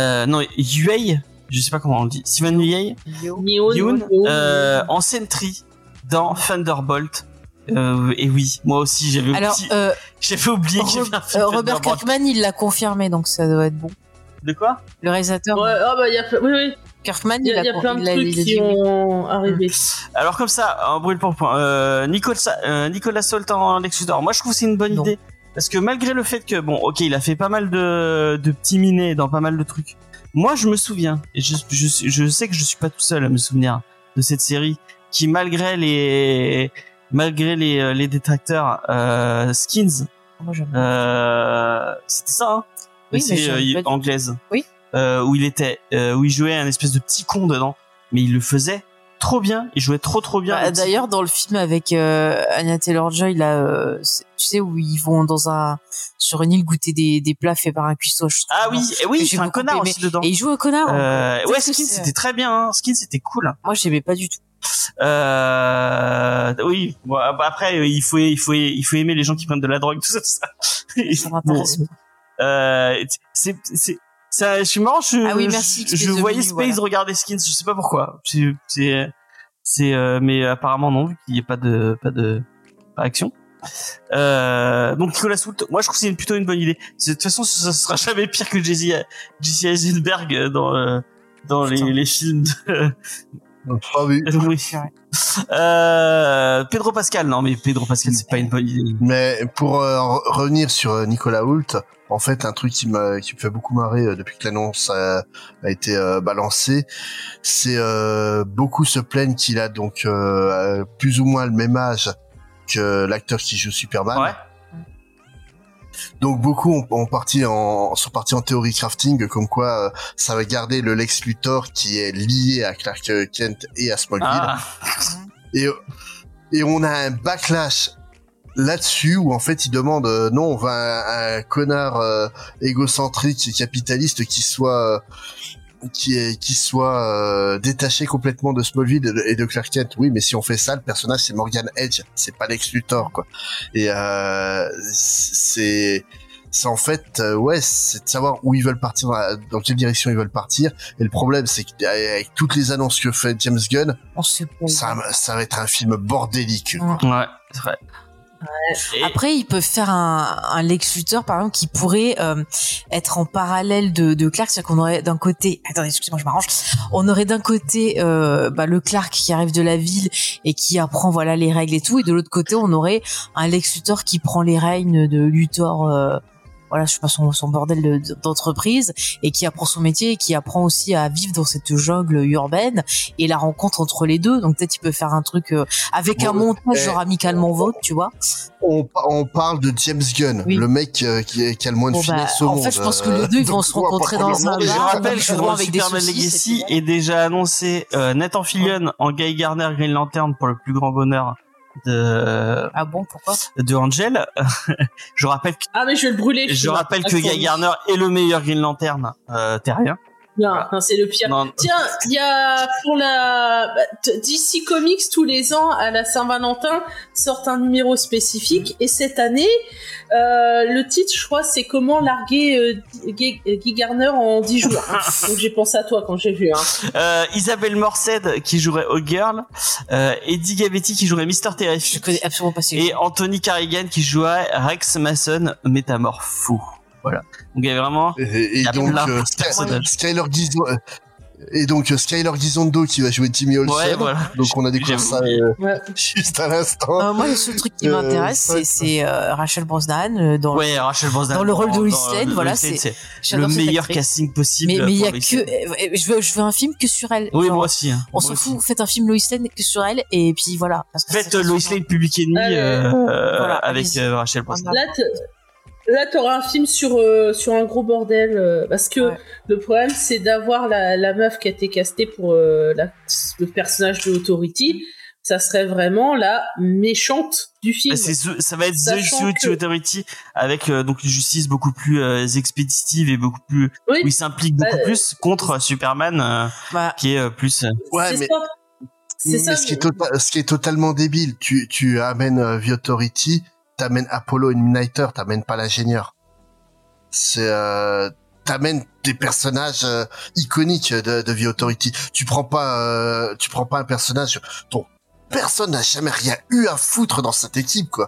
je sais pas comment on le dit. Steven Yeun, en Sentry dans Thunderbolt. Et oui, moi aussi j'avais oublié qu'il y avait un film. Robert Kirkman, il l'a confirmé, donc ça doit être bon. De quoi? Le réalisateur. Ouais, oui. Kirkman, il y a plein de trucs qui ont arrivé. Alors comme ça, en brûle pour point, Nicolas Hoult en Lex Luthor. Moi je trouve que c'est une bonne idée. Parce que malgré le fait que, il a fait pas mal de petits minets dans pas mal de trucs. Moi, je me souviens, et je sais que je suis pas tout seul à me souvenir de cette série, qui malgré les détracteurs, Skins, c'était ça, hein? Oui, c'est anglaise. Oui. Où il jouait un espèce de petit con dedans, mais il le faisait trop bien, il jouait trop bien. D'ailleurs, dans le film avec Anya Taylor-Joy, là, tu sais, où ils vont sur une île goûter des plats faits par un cuistot. Ah oui, il fait un connard aussi dedans. Et il joue un connard. Ouais, Skin, c'était très bien, hein. Skin, c'était cool. Moi, j'aimais pas du tout. Oui. Bon, après, il faut aimer les gens qui prennent de la drogue, tout ça. Ça m'intéresse pas. Ça, je suis marrant, merci, je voyais Space regarder Skins, je sais pas pourquoi. Mais apparemment non, vu qu'il n'y a pas de réaction. Donc Nicolas Hoult, moi je trouve que c'est plutôt une bonne idée. De toute façon, ça sera jamais pire que Jesse Eisenberg dans les films Pas vu. Oui. Pedro Pascal, non mais Pedro Pascal c'est pas une bonne idée. Mais pour revenir sur Nicolas Hoult, en fait un truc qui me fait beaucoup marrer depuis que l'annonce a été balancée, c'est beaucoup se plaignent qu'il a donc plus ou moins le même âge que l'acteur qui joue Superman. Ouais. Donc beaucoup sont partis en théorie crafting comme quoi ça va garder le Lex Luthor qui est lié à Clark Kent et à Smallville. Ah. Et on a un backlash là-dessus où en fait ils demandent non, on veut un connard égocentrique et capitaliste qui soit détaché complètement de Smallville et de Clark Kent. Oui, mais si on fait ça, le personnage c'est Morgan Edge, c'est pas Lex Luthor quoi. Et c'est en fait c'est de savoir où ils veulent partir, dans quelle direction ils veulent partir. Et le problème c'est qu'avec toutes les annonces que fait James Gunn, ça va être un film bordélique. Ouais, c'est vrai. Ouais. Après, ils peuvent faire un Lex Luthor, par exemple, qui pourrait être en parallèle de Clark, c'est-à-dire qu'on aurait d'un côté, attendez, excusez-moi, je m'arrange. On aurait d'un côté le Clark qui arrive de la ville et qui apprend voilà les règles et tout, et de l'autre côté, on aurait un Lex Luthor qui prend les rênes de Luthor. Voilà, je sais pas, son bordel d'entreprise, et qui apprend son métier et qui apprend aussi à vivre dans cette jungle urbaine, et la rencontre entre les deux. Donc peut-être il peut faire un truc avec un montage genre amicalement vote, tu vois. On parle de James Gunn, oui. Le mec qui a le moins de finesse au monde. En fait, je pense que les deux ils vont se rencontrer dans un bar. Je rappelle que dans Superman Legacy est déjà annoncé Nathan Fillion en Guy Gardner Green Lantern pour le plus grand bonheur ah bon, pourquoi de Angel. Je rappelle que mais je vais le brûler. Je rappelle que Guy Gardner est le meilleur Green Lantern terrien. Non, c'est le pire. Non. Tiens, il y a pour la DC Comics tous les ans à la Saint-Valentin sortent un numéro spécifique, et cette année le titre, je crois, c'est comment larguer Guy Gardner en 10 jours. Donc j'ai pensé à toi quand j'ai vu. Isabelle Morced qui jouerait Hawkgirl, Eddie Gavetti qui jouerait Mister Terrific. Je connais absolument pas ces Et Anthony Carrigan qui jouerait Rex Mason, métamorpho. Voilà. Donc il y a vraiment. Et donc Skyler Gisondo qui va jouer Jimmy Olsen. Ouais, voilà. Donc on a découvert ça juste à l'instant. Moi, le seul truc qui m'intéresse, c'est Rachel Brosnahan dans le rôle de Lois Lane. Voilà, c'est le meilleur casting possible. Mais il y a que je veux un film que sur elle. Oui, moi aussi. On s'en fout. Faites un film Lois Lane que sur elle, et puis voilà. Faites Lois Lane Public Enemy avec Rachel Brosnahan. Là, t'auras un film sur un gros bordel, parce que le problème, c'est d'avoir la meuf qui a été castée pour le personnage de Authority. Ça serait vraiment la méchante du film. Ça va être The Authority avec donc une justice beaucoup plus expéditive et beaucoup plus où il s'implique beaucoup plus contre Superman qui est plus. C'est ça. Ce qui est totalement débile, tu amènes The Authority. T'amènes Apollo et Midnighter, t'amènes pas l'ingénieur. T'amènes des personnages iconiques de The Authority. Tu prends pas un personnage dont personne n'a jamais rien eu à foutre dans cette équipe, quoi.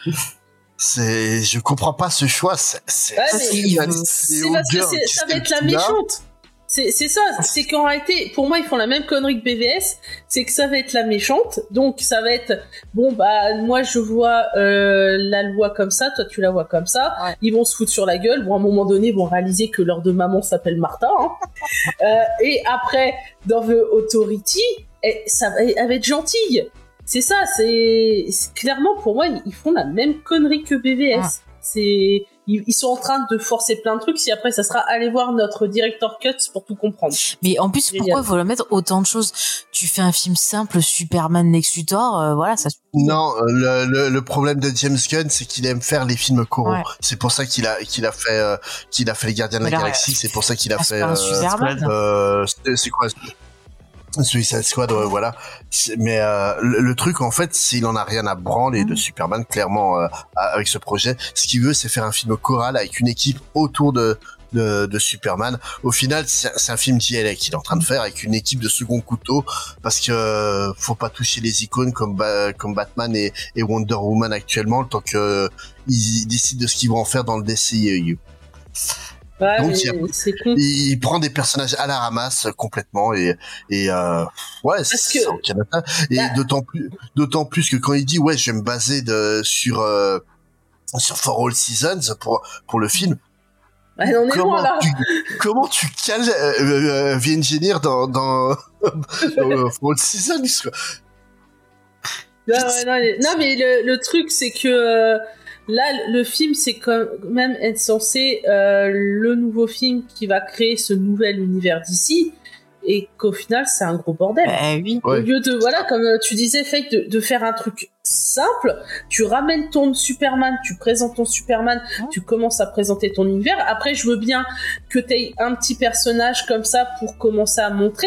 Je comprends pas ce choix. C'est parce que ça va être la méchante. C'est ça, c'est qu'en réalité, pour moi, ils font la même connerie que BVS, c'est que ça va être la méchante, donc ça va être, moi je vois la loi comme ça, toi tu la vois comme ça, ils vont se foutre sur la gueule, à un moment donné, ils vont réaliser que leur de maman s'appelle Martha, et après, dans The Authority, elle va être gentille. C'est ça, c'est clairement, pour moi, ils font la même connerie que BVS. Ils sont en train de forcer plein de trucs. Si après ça sera aller voir notre director cuts pour tout comprendre. Mais en plus, pourquoi il faut mettre autant de choses? Tu fais un film simple, Superman Lex Luthor, voilà, ça suffit. Non, le problème de James Gunn, c'est qu'il aime faire les films coraux. Ouais. C'est pour ça qu'il a fait les Gardiens de la Galaxie. C'est pour ça qu'il a fait c'est quoi? Suicide Squad, voilà. Mais le truc, en fait, c'est qu'il en a rien à branler de Superman, clairement, avec ce projet. Ce qu'il veut, c'est faire un film choral avec une équipe autour de Superman. Au final, c'est un film JLA qu'il est en train de faire avec une équipe de second couteau, parce que faut pas toucher les icônes comme Batman et Wonder Woman actuellement, le temps que ils décident de ce qu'ils vont en faire dans le DCEU. Ouais, Donc c'est con. il prend des personnages à la ramasse complètement ouais, c'est au Canada. Et d'autant plus que quand il dit ouais, je vais me baser sur For All Seasons pour le film. Ouais, on est loin là. Comment tu cales The Engineer dans For All Seasons quoi. Non, mais le truc c'est que là le film c'est quand même être censé le nouveau film qui va créer ce nouvel univers d'ici, et qu'au final c'est un gros bordel. Oui. Au lieu de comme tu disais Faith, de faire un truc simple, tu ramènes ton Superman, tu présentes ton Superman, tu commences à présenter ton univers. Après je veux bien que t'aies un petit personnage comme ça pour commencer à montrer.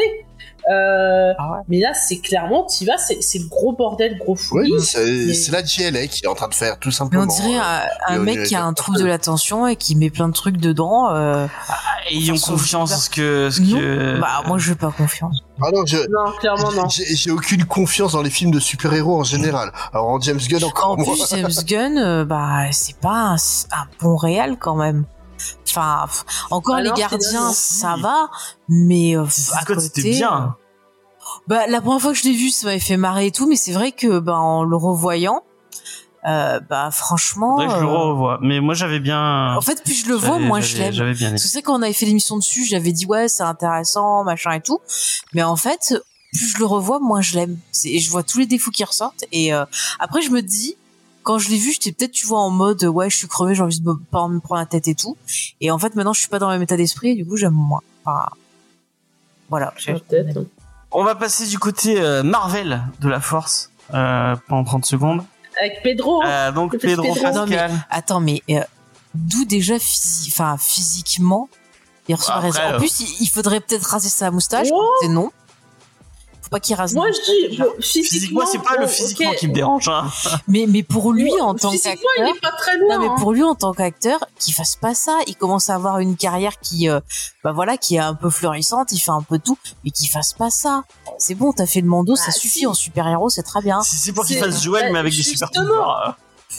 Mais là c'est clairement t'y vas, c'est le gros bordel, gros fouillis. Oui, c'est la JLA qui est en train de faire tout simplement. Mais on dirait un mec qui a un trouble de l'attention et qui met plein de trucs dedans. Ayons confiance en ce que... Bah moi je veux pas confiance. Ah non, non, clairement non. J'ai aucune confiance dans les films de super-héros en général. Alors en James Gunn encore en plus James Gunn, c'est pas un bon réal quand même. Enfin, encore les gardiens, ça va, mais à côté, c'était bien. Bah la première fois que je l'ai vu, ça m'avait fait marrer et tout, mais c'est vrai que en le revoyant, franchement. Je le revois, mais moi j'avais bien. En fait, plus je le vois, moins je l'aime. J'avais bien aimé. C'est vrai quand on avait fait l'émission dessus, j'avais dit ouais, c'est intéressant, machin et tout, mais en fait, plus je le revois, moins je l'aime. Et je vois tous les défauts qui ressortent. Et après, je me dis. Quand je l'ai vu, j'étais peut-être, tu vois, en mode, ouais, je suis crevé, j'ai envie de pas me prendre la tête et tout. Et en fait, maintenant, je suis pas dans le même état d'esprit, et du coup, j'aime moins. Enfin, voilà. Peut-être. On va passer du côté Marvel de la Force, pendant 30 secondes. Avec Pedro. Donc, Pedro Pascal. Attends, mais, d'où déjà physiquement, il ressemble à... En plus, il faudrait peut-être raser sa moustache. C'est non. Pas qu'il rase. Moi je dis physiquement c'est pas le physiquement qui me dérange hein. mais pour lui en tant qu'acteur, il est pas très loin. Non mais pour lui en tant qu'acteur, qu'il fasse pas ça, il commence à avoir une carrière qui qui est un peu florissante, il fait un peu tout, mais qu'il fasse pas ça. C'est bon, t'as fait le Mando, ça suffit en super-héros, c'est très bien. C'est pour qu'il fasse Joël mais avec des super pouvoirs.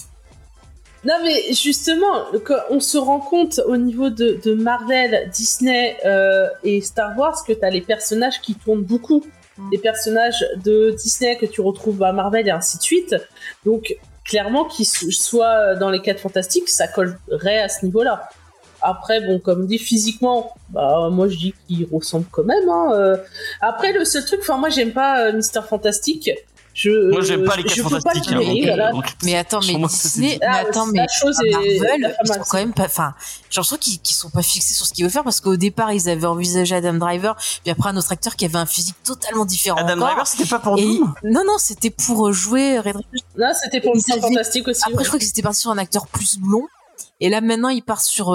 Non mais justement, on se rend compte au niveau de Marvel, Disney et Star Wars que t'as les personnages qui tournent beaucoup. Des personnages de Disney que tu retrouves à Marvel et ainsi de suite. Donc, clairement, qu'ils soient dans les 4 Fantastiques, ça collerait à ce niveau-là. Après, bon, comme dit physiquement, moi je dis qu'il ressemble quand même. Hein. Après, le seul truc, moi j'aime pas Mr. Fantastic. Moi j'aime pas les 4 Fantastiques. Mais attends, mais Disney, Marvel, ils sont quand même pas. Enfin, j'ai l'impression qu'ils sont pas fixés sur ce qu'ils veulent faire parce qu'au départ ils avaient envisagé Adam Driver, puis après un autre acteur qui avait un physique totalement différent. Adam Driver, c'était pas pour nous. Non, c'était pour jouer Red Richards. Non, c'était pour Mr. Fantastic aussi. Après, je crois que c'était parti sur un acteur plus blond. Et là maintenant ils partent sur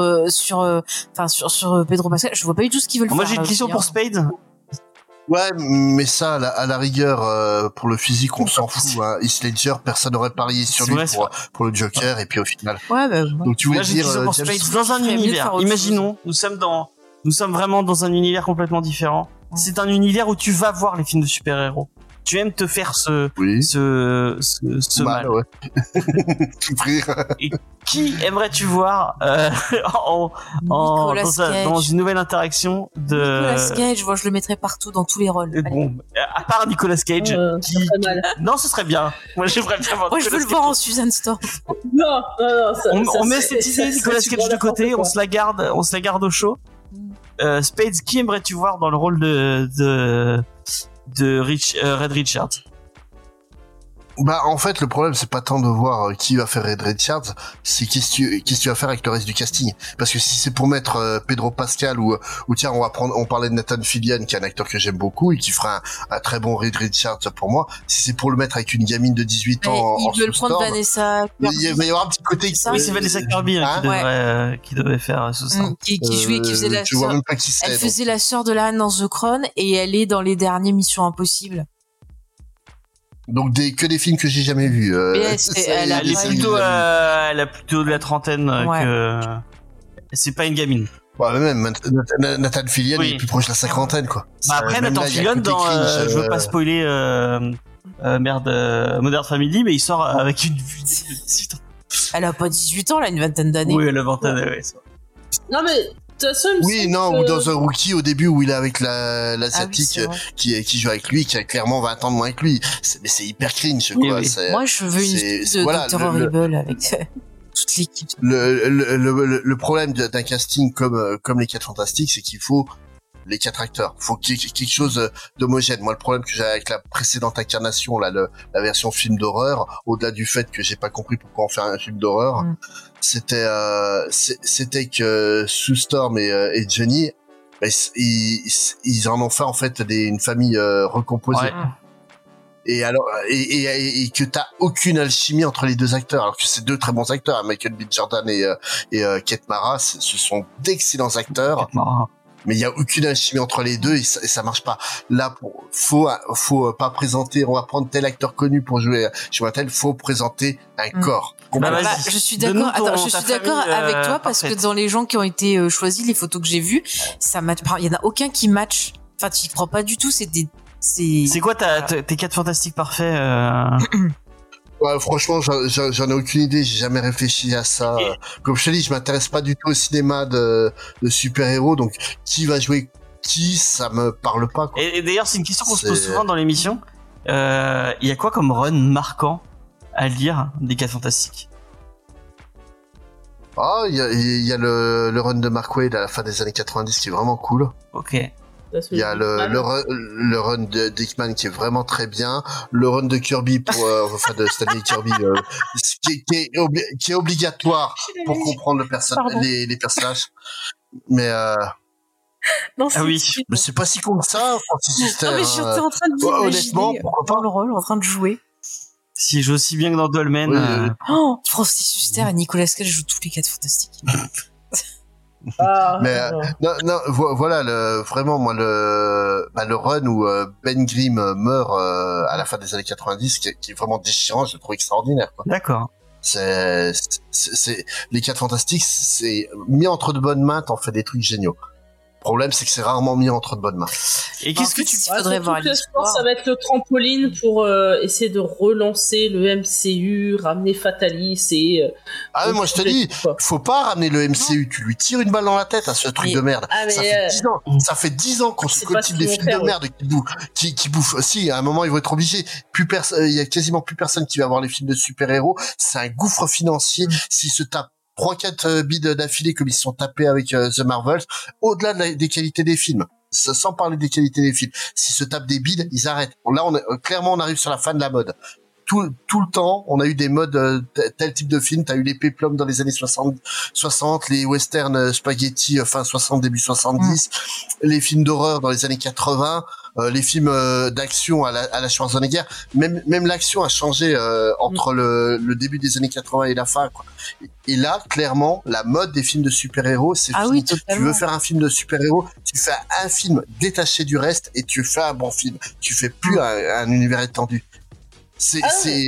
Pedro Pascal. Je vois pas du tout ce qu'ils veulent faire. Moi j'ai une question pour Spade. Ouais, mais ça, à la rigueur, pour le physique, on s'en fout. Hein. Heath Ledger, personne n'aurait parié sur lui pour le Joker, et puis au final. Ouais, donc tu voulais dire dans un univers. Imaginons, nous sommes vraiment dans un univers complètement différent. C'est un univers où tu vas voir les films de super-héros. Tu aimes te faire ce mal. Ouais. Souffrir. Et qui aimerais-tu voir dans une nouvelle interaction de Nicolas Cage? Moi, je le mettrais partout dans tous les rôles. Bon, à part Nicolas Cage, non, ce serait bien. Moi, j'aimerais bien voir. Moi, je veux le voir en Susan Storm. Non. On met cette idée Nicolas Cage de côté, on se la garde au chaud. Spades, qui aimerais-tu voir dans le rôle de Red Richards? En fait, le problème, c'est pas tant de voir qui va faire Red Richards, c'est qu'est-ce que tu vas faire avec le reste du casting. Parce que si c'est pour mettre Pedro Pascal ou tiens, on parlait de Nathan Fillion, qui est un acteur que j'aime beaucoup et qui fera un très bon Red Richards pour moi. Si c'est pour le mettre avec une gamine de 18 ans ils veulent prendre Vanessa Kirby. Il va y avoir un petit côté. Oui, c'est Vanessa Kirby qui devait faire ce sein. Qui faisait la tu vois même pas qui c'est. Elle faisait la sœur de Lana dans The Crown et elle est dans les derniers Missions Impossibles. Donc que des films que j'ai jamais vus. Elle a plutôt de la trentaine que. C'est pas une gamine. Ouais, même Nathan Fillion est plus proche de la cinquantaine, quoi. Après Nathan Fillion dans je veux pas spoiler Modern Family, mais il sort avec une vue de 18 ans. Elle a pas 18 ans là, une vingtaine d'années. Oui, elle a 20 années, ouais. Non mais toute façon, ou dans un Rookie au début où il est avec l'asiatique qui joue avec lui, qui a clairement 20 ans de moins que lui. Mais c'est hyper cringe, quoi. Oui. Moi, je veux une espèce de Dr. Horrible avec toute l'équipe. Le problème d'un casting comme les 4 Fantastiques, c'est qu'il faut les 4 acteurs. Faut qu'il y ait quelque chose d'homogène. Moi, le problème que j'avais avec la précédente incarnation, là, la version film d'horreur, au-delà du fait que j'ai pas compris pourquoi on fait un film d'horreur, c'était que Sue Storm et Johnny, ils en ont fait en fait une famille recomposée. Ouais. Et alors, et que t'as aucune alchimie entre les deux acteurs, alors que c'est 2 très bons acteurs, Michael B. Jordan et Kate Mara, ce sont d'excellents acteurs. Mais il y a aucune alchimie entre les deux et ça marche pas. Là, faut pas présenter, on va prendre tel acteur connu pour jouer un tel, faut présenter un corps. Je suis d'accord. Je suis d'accord avec toi parce que dans les gens qui ont été choisis, les photos que j'ai vues, il y en a aucun qui match. Enfin, tu y crois pas du tout. C'est quoi tes 4 fantastiques parfaits Ouais, franchement, j'en ai aucune idée. J'ai jamais réfléchi à ça. Comme je te dis, je m'intéresse pas du tout au cinéma de super-héros. Donc, qui va jouer qui, ça me parle pas, quoi. Et d'ailleurs, c'est une question qu'on se pose souvent dans l'émission. Il y a quoi comme run marquant à lire des 4 fantastiques? Il y a le run de Mark Waid à la fin des années 90 qui est vraiment cool. Ok. Il y a le run de Dickman qui est vraiment très bien, le run de Kirby de Stanley Kirby qui est obligatoire pour comprendre les personnages. Mais non, mais c'est pas si con que ça, Francis Huster. Non, mais j'étais en train de dire, honnêtement, pourquoi pas le rôle, en train de jouer. S'il joue aussi bien que dans Dolmen. Francis Huster et Nicolas Cage jouent tous les 4 fantastiques. Mais non, voilà vraiment moi le run où Ben Grimm meurt à la fin des années 90 qui est vraiment déchirant, je le trouve extraordinaire, quoi. D'accord. C'est les 4 fantastiques, c'est mis entre de bonnes mains, t'en fais des trucs géniaux. Le problème, c'est que c'est rarement mis entre de bonnes mains. Et qu'est-ce que tu faudrait voir? Je pense que ça va être le trampoline pour essayer de relancer le MCU, ramener Fatalis et... moi je te dis, faut pas ramener le MCU, tu lui tires une balle dans la tête à ce truc de merde. Ça fait 10 ans qu'on se coltine des films de merde qui bouffent. Si, à un moment ils vont être obligés. Il y a quasiment plus personne qui va voir les films de super-héros. C'est un gouffre financier. S'ils se tapent 3-4 bides d'affilée comme ils se sont tapés avec The Marvels, au-delà des qualités des films, sans parler des qualités des films, s'ils se tapent des bides, ils arrêtent. Là, clairement, on arrive sur la fin de la mode. Tout le temps, on a eu des modes tel type de film. T'as eu les péplums dans les années 60, les westerns spaghetti fin 60, début 70, les films d'horreur dans les années 80, les films d'action à la Schwarzenegger. Même l'action a changé entre le début des années 80 et la fin, quoi. Et là, clairement, la mode des films de super-héros, c'est fini. Oui, tu veux faire un film de super-héros, tu fais un film détaché du reste et tu fais un bon film. Tu fais plus un univers étendu. C'est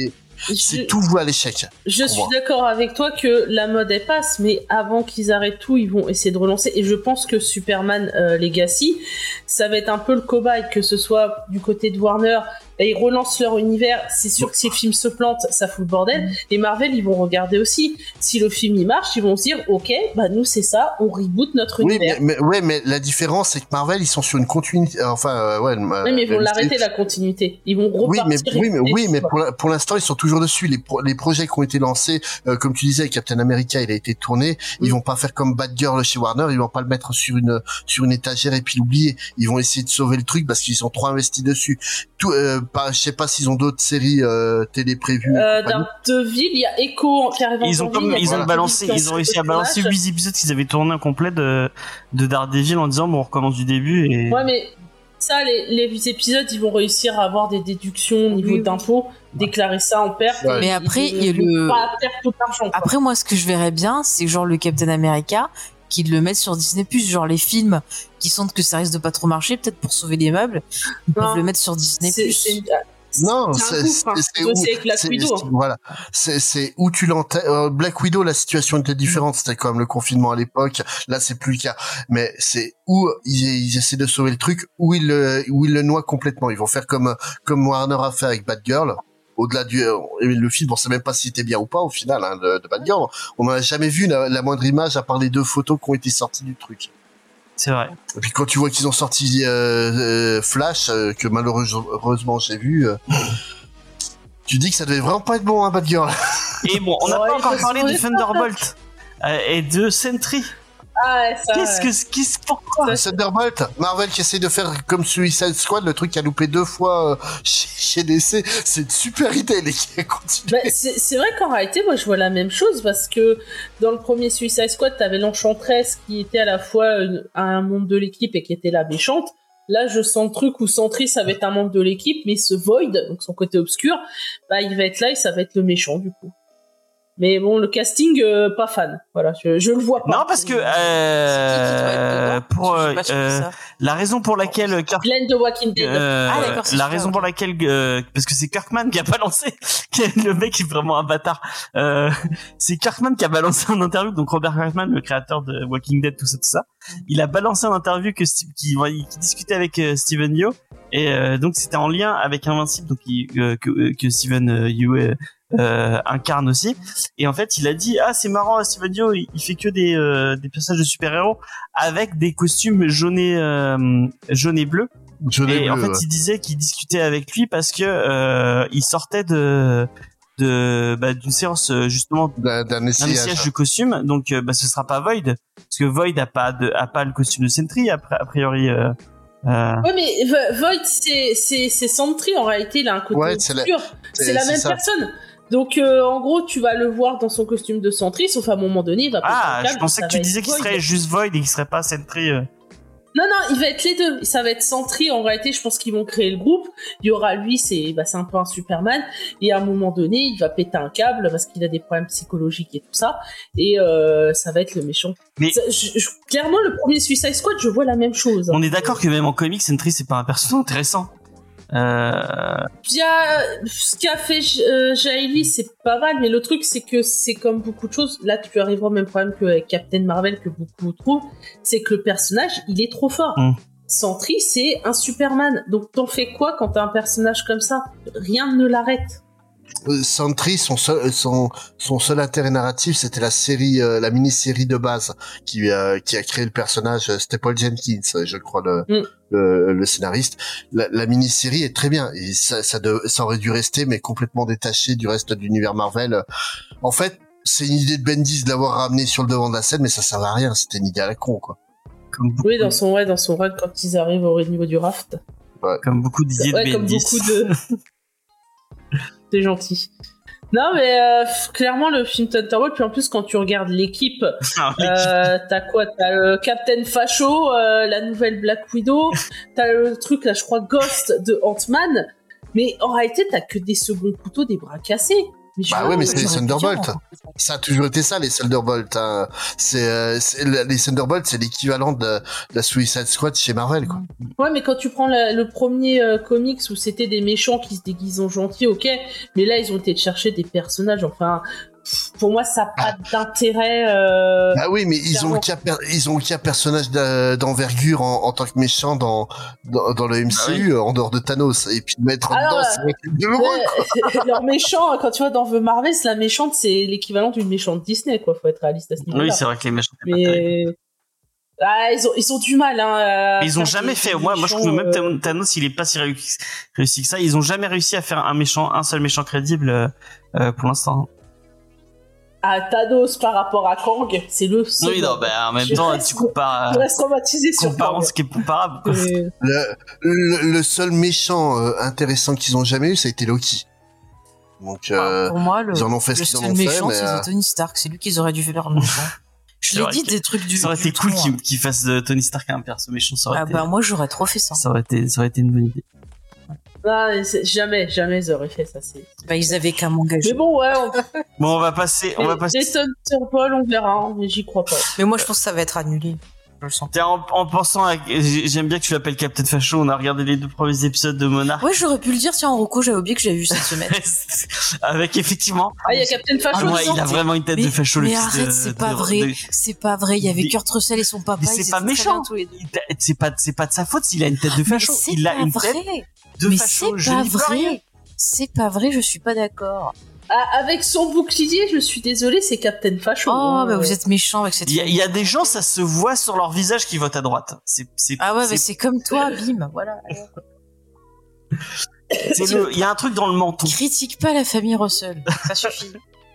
tout voué à l'échec. Je suis d'accord avec toi que la mode elle passe, mais avant qu'ils arrêtent tout, ils vont essayer de relancer. Et je pense que Superman Legacy, ça va être un peu le cobaye, que ce soit du côté de Warner. Ils relancent leur univers, c'est sûr que si le film se plante, ça fout le bordel. Et Marvel, ils vont regarder aussi. Si le film il marche, ils vont se dire, ok, nous c'est ça, on reboot notre univers. Mais la différence, c'est que Marvel, ils sont sur une continuité. Mais ils vont l'arrêter la continuité. Ils vont repartir. Mais pour l'instant, ils sont toujours dessus. Les projets qui ont été lancés, comme tu disais, Captain America, il a été tourné. Ils vont pas faire comme Batgirl chez Warner. Ils vont pas le mettre sur une étagère et puis l'oublier. Ils vont essayer de sauver le truc parce qu'ils sont trop investis dessus. Je sais pas s'ils ont d'autres séries télé prévues. Daredevil, il y a Echo qui arrive en janvier. Ils ont réussi à balancer 8 épisodes qu'ils avaient tourné en complet de Daredevil en disant on recommence du début. Ouais, mais ça, les épisodes, ils vont réussir à avoir des déductions au niveau d'impôts, déclarer ça en perte. Ouais. Mais après, il y a pas perdre tout l'argent. Après, moi, ce que je verrais bien, c'est genre le Captain America, qu'ils le mettent sur Disney+, genre les films qui sentent que ça risque de pas trop marcher, peut-être pour sauver les meubles, ils peuvent le mettre sur Disney+. Non, c'est avec Black Widow. Voilà, c'est où tu l'enterres. Black Widow, la situation était différente. C'était quand même le confinement à l'époque. Là, c'est plus le cas. Mais c'est où ils essaient de sauver le truc, où ils le noient complètement. Ils vont faire comme Warner a fait avec Batgirl. Au-delà le film, on sait même pas si c'était bien ou pas au final de Batgirl. On n'a jamais vu la moindre image à part les 2 photos qui ont été sorties du truc. C'est vrai. Et puis quand tu vois qu'ils ont sorti Flash, que malheureusement j'ai vu, tu dis que ça devait vraiment pas être bon, hein, Batgirl. Et bon, on n'a pas encore parlé de Thunderbolt et de Sentry. Ah, ça. Pourquoi Thunderbolt, Marvel qui essaie de faire comme Suicide Squad, le truc qui a loupé 2 fois chez DC, c'est une super idée, les gars, continuez. Bah, c'est vrai qu'en réalité, moi je vois la même chose parce que dans le premier Suicide Squad, t'avais l'Enchantress qui était à la fois un membre de l'équipe et qui était la méchante. Là, je sens le truc où Sentry, ça va être un membre de l'équipe, mais ce Void, donc son côté obscur, bah il va être là et ça va être le méchant du coup. Mais bon, le casting, pas fan. Voilà, je le vois pas. Non, parce que pour la raison pour laquelle Glenn de Walking Dead. La raison pour laquelle parce que c'est Kirkman qui a balancé, le mec est vraiment un bâtard. C'est Kirkman qui a balancé un interview, donc Robert Kirkman, le créateur de Walking Dead, tout ça. Il a balancé un interview qui discutait avec Steven Yeun et donc c'était en lien avec Invincible, donc que Steven Yeun incarne aussi, et en fait il a dit c'est marrant, Steven Yeun il fait que des personnages de super-héros avec des costumes jaune et bleu. Et en fait il disait qu'il discutait avec lui parce que il sortait d'une séance justement d'un essayage de costume, donc ce sera pas Void parce que Void a pas le costume de Sentry a priori. Ouais, mais Void c'est Sentry en réalité, il a un côté obscur, c'est la même personne. Donc en gros tu vas le voir dans son costume de Sentry, sauf à un moment donné il va je pensais que tu disais qu'il serait juste Void et qu'il serait pas Sentry. Non, il va être les deux. Ça va être Sentry. En réalité, je pense qu'ils vont créer le groupe. Il y aura lui, c'est un peu un Superman. Et à un moment donné, il va péter un câble parce qu'il a des problèmes psychologiques et tout ça. Et ça va être le méchant. Mais clairement, le premier Suicide Squad, je vois la même chose. On est d'accord que même en comics, Sentry, c'est pas un personnage intéressant. Ce qu'a fait Jaili, c'est pas mal, mais le truc c'est que c'est comme beaucoup de choses. Là, tu arriveras au même problème qu'avec Captain Marvel, que beaucoup trouvent, c'est que le personnage, il est trop fort. Sentry, c'est un Superman. Donc t'en fais quoi quand t'as un personnage comme ça? Rien ne l'arrête. Sentry, son seul intérêt narratif, c'était la mini-série de base qui a créé le personnage. C'était Paul Jenkins, je crois, le scénariste. La mini-série est très bien et ça aurait dû rester, mais complètement détaché du reste de l'univers Marvel. En fait, c'est une idée de Bendis de l'avoir ramené sur le devant de la scène, mais ça servait à rien. C'était une idée à la con, quoi. Oui, dans son run quand ils arrivent au niveau du raft. Ouais. Comme beaucoup d'idées de Bendis. Comme beaucoup de. C'est gentil. Non, mais clairement, le film Thunderbolt, puis en plus, quand tu regardes l'équipe, t'as quoi? T'as le Captain Facho, la nouvelle Black Widow, t'as le truc, là, je crois, Ghost de Ant-Man, mais en réalité, t'as que des seconds couteaux, des bras cassés. Mais c'est les Thunderbolts. Ça a toujours été ça, les Thunderbolts. Hein. Les Thunderbolts, c'est l'équivalent de la Suicide Squad chez Marvel, quoi. Ouais, mais quand tu prends le premier comics où c'était des méchants qui se déguisent en gentils, ok, mais là, ils ont été chercher des personnages, enfin... Pour moi, ça n'a pas d'intérêt. Oui, mais ils ont aucun personnage d'envergure en tant que méchant dans le MCU en dehors de Thanos. Et puis mettre en dedans, c'est douloureux. Leur méchant, quand tu vois dans The Marvel, la méchante, c'est l'équivalent d'une méchante Disney, quoi. Faut être réaliste à ce niveau-là. Oui, c'est vrai que les méchants. Mais ils ont du mal. Hein, ils ont jamais fait. Moi, je trouve que même Thanos, il est pas si réussi que ça. Ils ont jamais réussi à faire un seul méchant crédible pour l'instant. Thanos par rapport à Kang, c'est le seul. Oui, non, en même temps, tu compares. Je reste traumatisé sur Kang. Ce qui est comparable. Quoi. Le seul méchant intéressant qu'ils ont jamais eu, ça a été Loki. Donc, pour moi, ils en ont fait ce qu'ils en ont fait. Le fait, méchant, mais c'est Tony Stark. C'est lui qu'ils auraient dû faire le méchant. Je l'ai dit, des trucs du. Ça aurait été cool qu'il fasse Tony Stark un perso méchant. Moi, j'aurais trop fait ça. Ça aurait été une bonne idée. Jamais ils auraient fait ça. Ils avaient qu'à m'engager. Mais bon, ouais. On va passer. Jason Paul, on verra. Mais j'y crois pas. Mais moi, je pense que ça va être annulé. Je le sens. En pensant j'aime bien que tu l'appelles Captain Facho. On a regardé les 2 premiers épisodes de Monarch. Ouais, j'aurais pu le dire. Tiens, en reco, j'avais oublié que j'avais vu cette semaine. Avec effectivement. Il y a Captain Facho. Il a vraiment une tête de Facho. Mais arrête, c'est pas vrai. C'est pas vrai. Il y avait Kurt Russell et son papa. Mais c'est pas méchant. C'est pas de sa faute s'il a une tête de Facho. Il a une tête. Mais c'est pas vrai. C'est pas vrai, je suis pas d'accord. Avec son bouclier, je suis désolée, c'est Captain Facho. Oh, bah vous êtes méchant avec cette. Il y a des gens, ça se voit sur leur visage qui votent à droite. Ah ouais, mais c'est comme toi, bim, voilà. Il y a un truc dans le menton. Critique pas la famille Russell, ça suffit.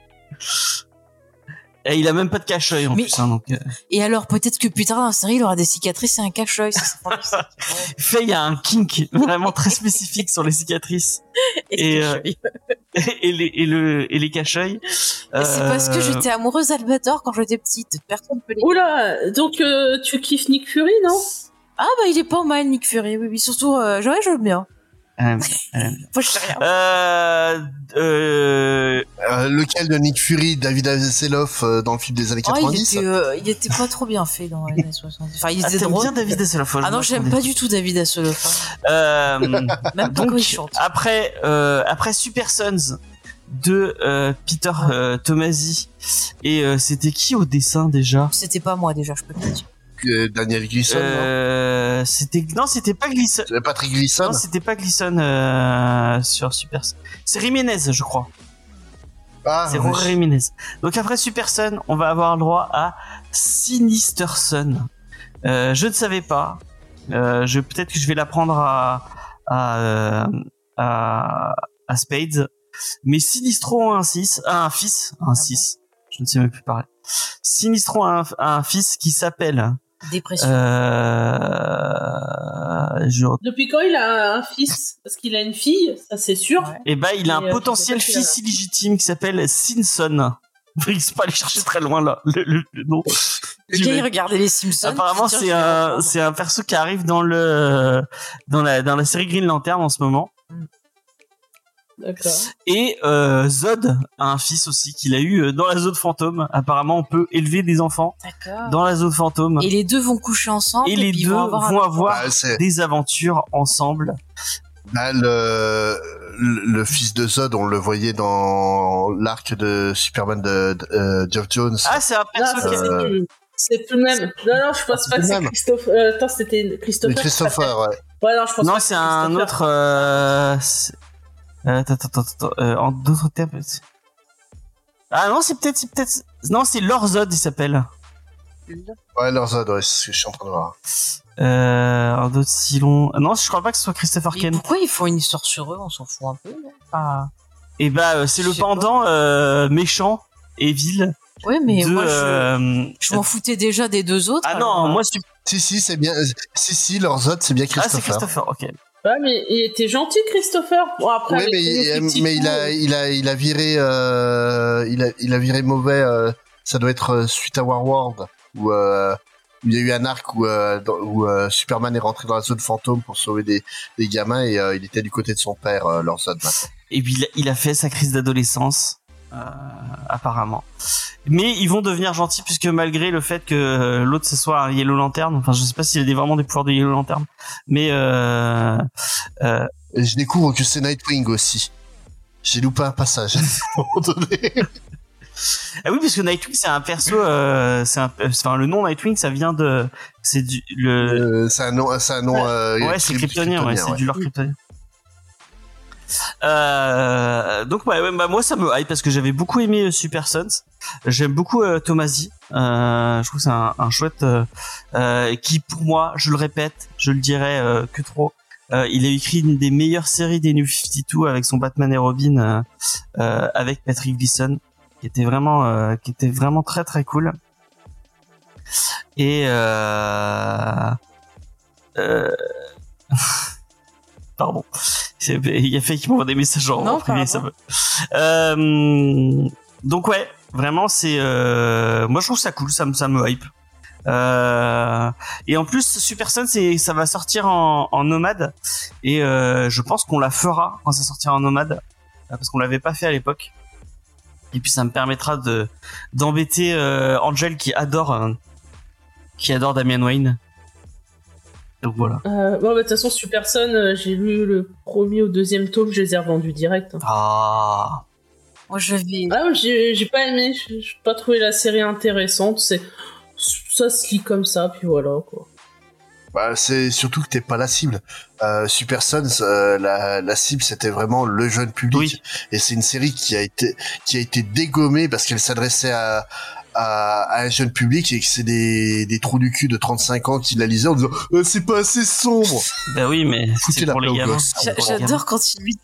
Et il a même pas de cache-œil en plus. Hein, donc, Et alors, peut-être que plus tard dans la série, il aura des cicatrices et un cache-œil. Faye, il y a un kink vraiment très spécifique sur les cicatrices et les cache-œils. C'est parce que j'étais amoureuse d'Albator quand j'étais petite. Personne peut les. Oula, donc tu kiffes Nick Fury, non? Ah bah il est pas mal Nick Fury, oui. Surtout, j'aime bien. Moi, je sais rien. Lequel de Nick Fury, David Hasselhoff dans le film des années 90? Il était pas trop bien fait dans les années 60. Enfin, il était drôle. Bien David Hasselhoff. Ah non, j'aime pas du tout David Hasselhoff. Même pas donc, quand il chante. Après Super Sons de Peter Tomasi, et c'était qui au dessin déjà? C'était pas moi déjà, je peux te le dire. Daniel Gleason, c'était pas Gleason. C'était Patrick Gleason. Non, c'était pas Gleason sur Super Son. C'est Jiménez, je crois. Ah, c'est Rory Jiménez. Donc après Super Son, on va avoir le droit à Sinister Son. Je ne savais pas. Peut-être que je vais l'apprendre à Spades. Mais Sinistro a un fils. Je ne sais même plus parler. Sinistro a un fils qui s'appelle Dépression. Depuis quand il a un fils? Parce qu'il a une fille, ça c'est sûr. Ouais. Et bah il a un potentiel fils illégitime qui s'appelle Simpson. Il faut pas aller chercher très loin là. Le nom. J'ai regardé les Simpsons. Apparemment c'est un perso qui arrive dans la série Green Lantern en ce moment. D'accord. Et Zod a un fils aussi qu'il a eu dans la zone fantôme. Apparemment, on peut élever des enfants dans la zone fantôme. Et les deux vont coucher ensemble. Et les deux vont avoir des aventures ensemble. Là, le fils de Zod, on le voyait dans l'arc de Superman de Geoff Jones. Ah, c'est un perso c'est plus le même. Non, je pense pas que c'est Christophe. Attends, c'était Christopher. Christopher, ouais. Ouais, non, je pense non, pas. C'est un autre. Attends, en d'autres termes. Ah non, c'est peut-être. Non, c'est Lord Zod, il s'appelle. Ouais, Lord Zod, ouais, c'est ce que je suis en train de voir. En d'autres silons. Non, je crois pas que ce soit Christopher Kent. Pourquoi ils font une histoire sur eux? On s'en fout un peu, non? Enfin... Et bah, c'est le pendant méchant et vil. Ouais, mais moi, je m'en foutais déjà des deux autres. Ah non, moi, Si, c'est bien. Si, Lord Zod, c'est bien Christopher. Ah, c'est Christopher, ok. Ouais, mais il était gentil, Christopher. Bon, après. Oui, mais il a viré, il a viré mauvais. Ça doit être suite à Warworld où il y a eu un arc où Superman est rentré dans la zone fantôme pour sauver des gamins et il était du côté de son père, Lord Zod. Et puis il a fait sa crise d'adolescence, apparemment. Mais ils vont devenir gentils puisque malgré le fait que l'autre ce soit un Yellow Lantern, enfin je sais pas s'il a vraiment des pouvoirs de Yellow Lantern, mais et je découvre que c'est Nightwing aussi. J'ai loupé un passage à un moment donné. Ah oui, parce que Nightwing c'est un perso, enfin le nom Nightwing ça vient de, c'est un nom. Ouais, c'est kryptonien, ouais, c'est du lore kryptonien. Donc bah, moi ça me hype parce que j'avais beaucoup aimé Super Sons. J'aime beaucoup Tomasi. Je trouve que c'est un chouette qui pour moi, je le répète, je le dirais que trop. Il a écrit une des meilleures séries des New 52 avec son Batman et Robin avec Patrick Gleason qui était vraiment très très cool. Et pardon. Il y a fait qui m'envoie des messages en privé, ça me... Donc ouais, vraiment c'est moi je trouve ça cool, ça me hype. Et en plus Super Son ça va sortir en nomade et je pense qu'on la fera quand ça sortira en nomade parce qu'on l'avait pas fait à l'époque. Et puis ça me permettra d'embêter Angel qui adore Damian Wayne. Donc voilà. Bon, bah, de toute façon, Super Son, j'ai lu le premier ou deuxième tome, je les ai revendus direct. Ah. Moi, je vais. Ah, j'ai pas aimé, j'ai pas trouvé la série intéressante. Ça se lit comme ça, puis voilà, quoi. Bah, c'est surtout que t'es pas la cible. Super Sons, la cible c'était vraiment le jeune public. Oui. Et c'est une série qui a été dégommée parce qu'elle s'adressait à un jeune public et que c'est des trous du cul de 35 ans qui la lisaient en disant c'est pas assez sombre. Bah oui, mais c'est pour les gamins. J'adore quand il lui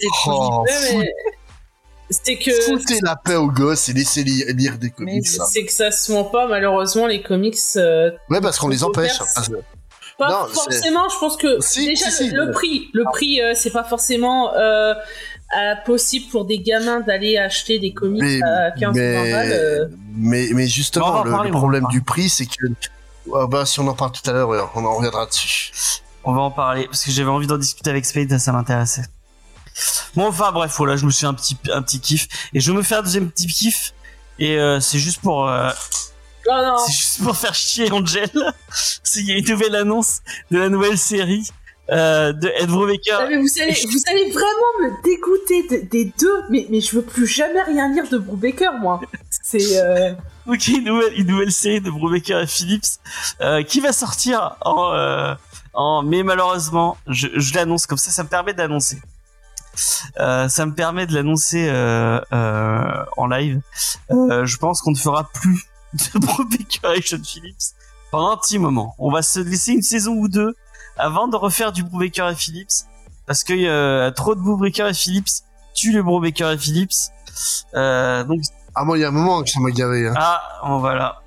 c'était que foutez la paix aux gosses et laissez lire des comics. C'est que ça se vend pas malheureusement les comics. Ouais, parce qu'on les empêche. Pas forcément, je pense que le prix c'est pas forcément possible pour des gamins d'aller acheter des comics à 15 balles. Mais justement, le problème du prix, c'est que si on en parle tout à l'heure, on en reviendra dessus. On va en parler parce que j'avais envie d'en discuter avec Spade, ça m'intéressait. Bon, enfin bref, voilà, je me suis un petit kiff et je vais me faire un deuxième petit kiff et c'est juste pour c'est juste pour faire chier Angel. Il y a une nouvelle annonce de la nouvelle série de Ed Brubaker. Ah, mais vous allez vraiment me dégoûter des deux, mais je veux plus jamais rien lire de Brubaker, moi. C'est Ok, une nouvelle série de Brubaker et Phillips qui va sortir mais malheureusement, je l'annonce comme ça me permet d'annoncer. Ça me permet de l'annoncer en live. Je pense qu'on ne fera plus de Brubaker et Sean Phillips pendant un petit moment. On va se laisser une saison ou deux avant de refaire du Brubaker et Phillips parce que trop de Brubaker et Phillips tue les Brubaker et Phillips. Donc moi il y a un moment que ça m'a gavé. Hein. Bon, voilà.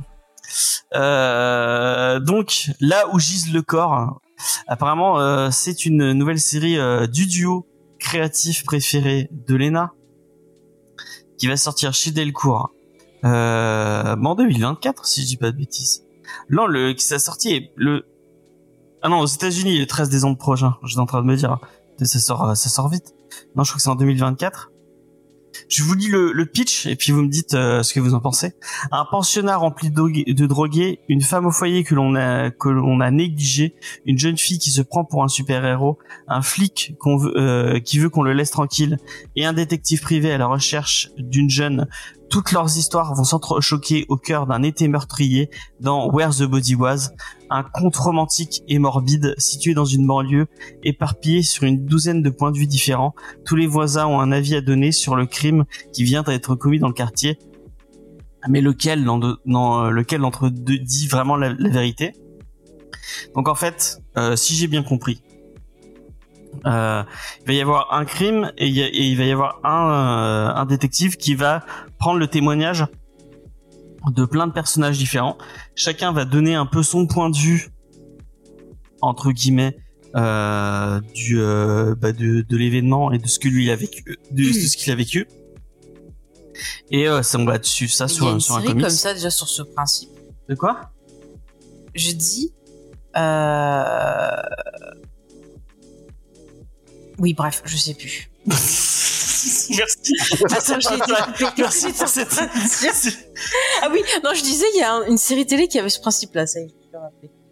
Donc là où gise le corps, apparemment c'est une nouvelle série du duo créatif préféré de Lena qui va sortir chez Delcourt en 2024 si je dis pas de bêtises. Non, sa sortie est aux États-Unis le 13 décembre prochain. J'étais en train de me dire ça sort vite. Non, je crois que c'est en 2024. Je vous lis le pitch et puis vous me dites ce que vous en pensez. Un pensionnat rempli de drogués, une femme au foyer que l'on a négligée, une jeune fille qui se prend pour un super-héros, un flic qui veut qu'on le laisse tranquille et un détective privé à la recherche d'une jeune. Toutes leurs histoires vont s'entrechoquer au cœur d'un été meurtrier dans Where the Body Was, un conte romantique et morbide situé dans une banlieue éparpillé sur une douzaine de points de vue différents. Tous les voisins ont un avis à donner sur le crime qui vient d'être commis dans le quartier, mais lequel d'entre deux dit vraiment la vérité. Donc en fait, si j'ai bien compris, il va y avoir un crime et il va y avoir un détective qui va prendre le témoignage de plein de personnages différents. Chacun va donner un peu son point de vue entre guillemets de l'événement et de ce que lui a vécu, de ce qu'il a vécu. Et ça on va dessus ça sur un comics. Comme ça déjà sur ce principe. De quoi ? Je dis oui, bref, je sais plus. Merci. Attends, j'ai été coupée. Merci pour cette transition. Ah oui, non, je disais, il y a une série télé qui avait ce principe-là, ça y est, je peux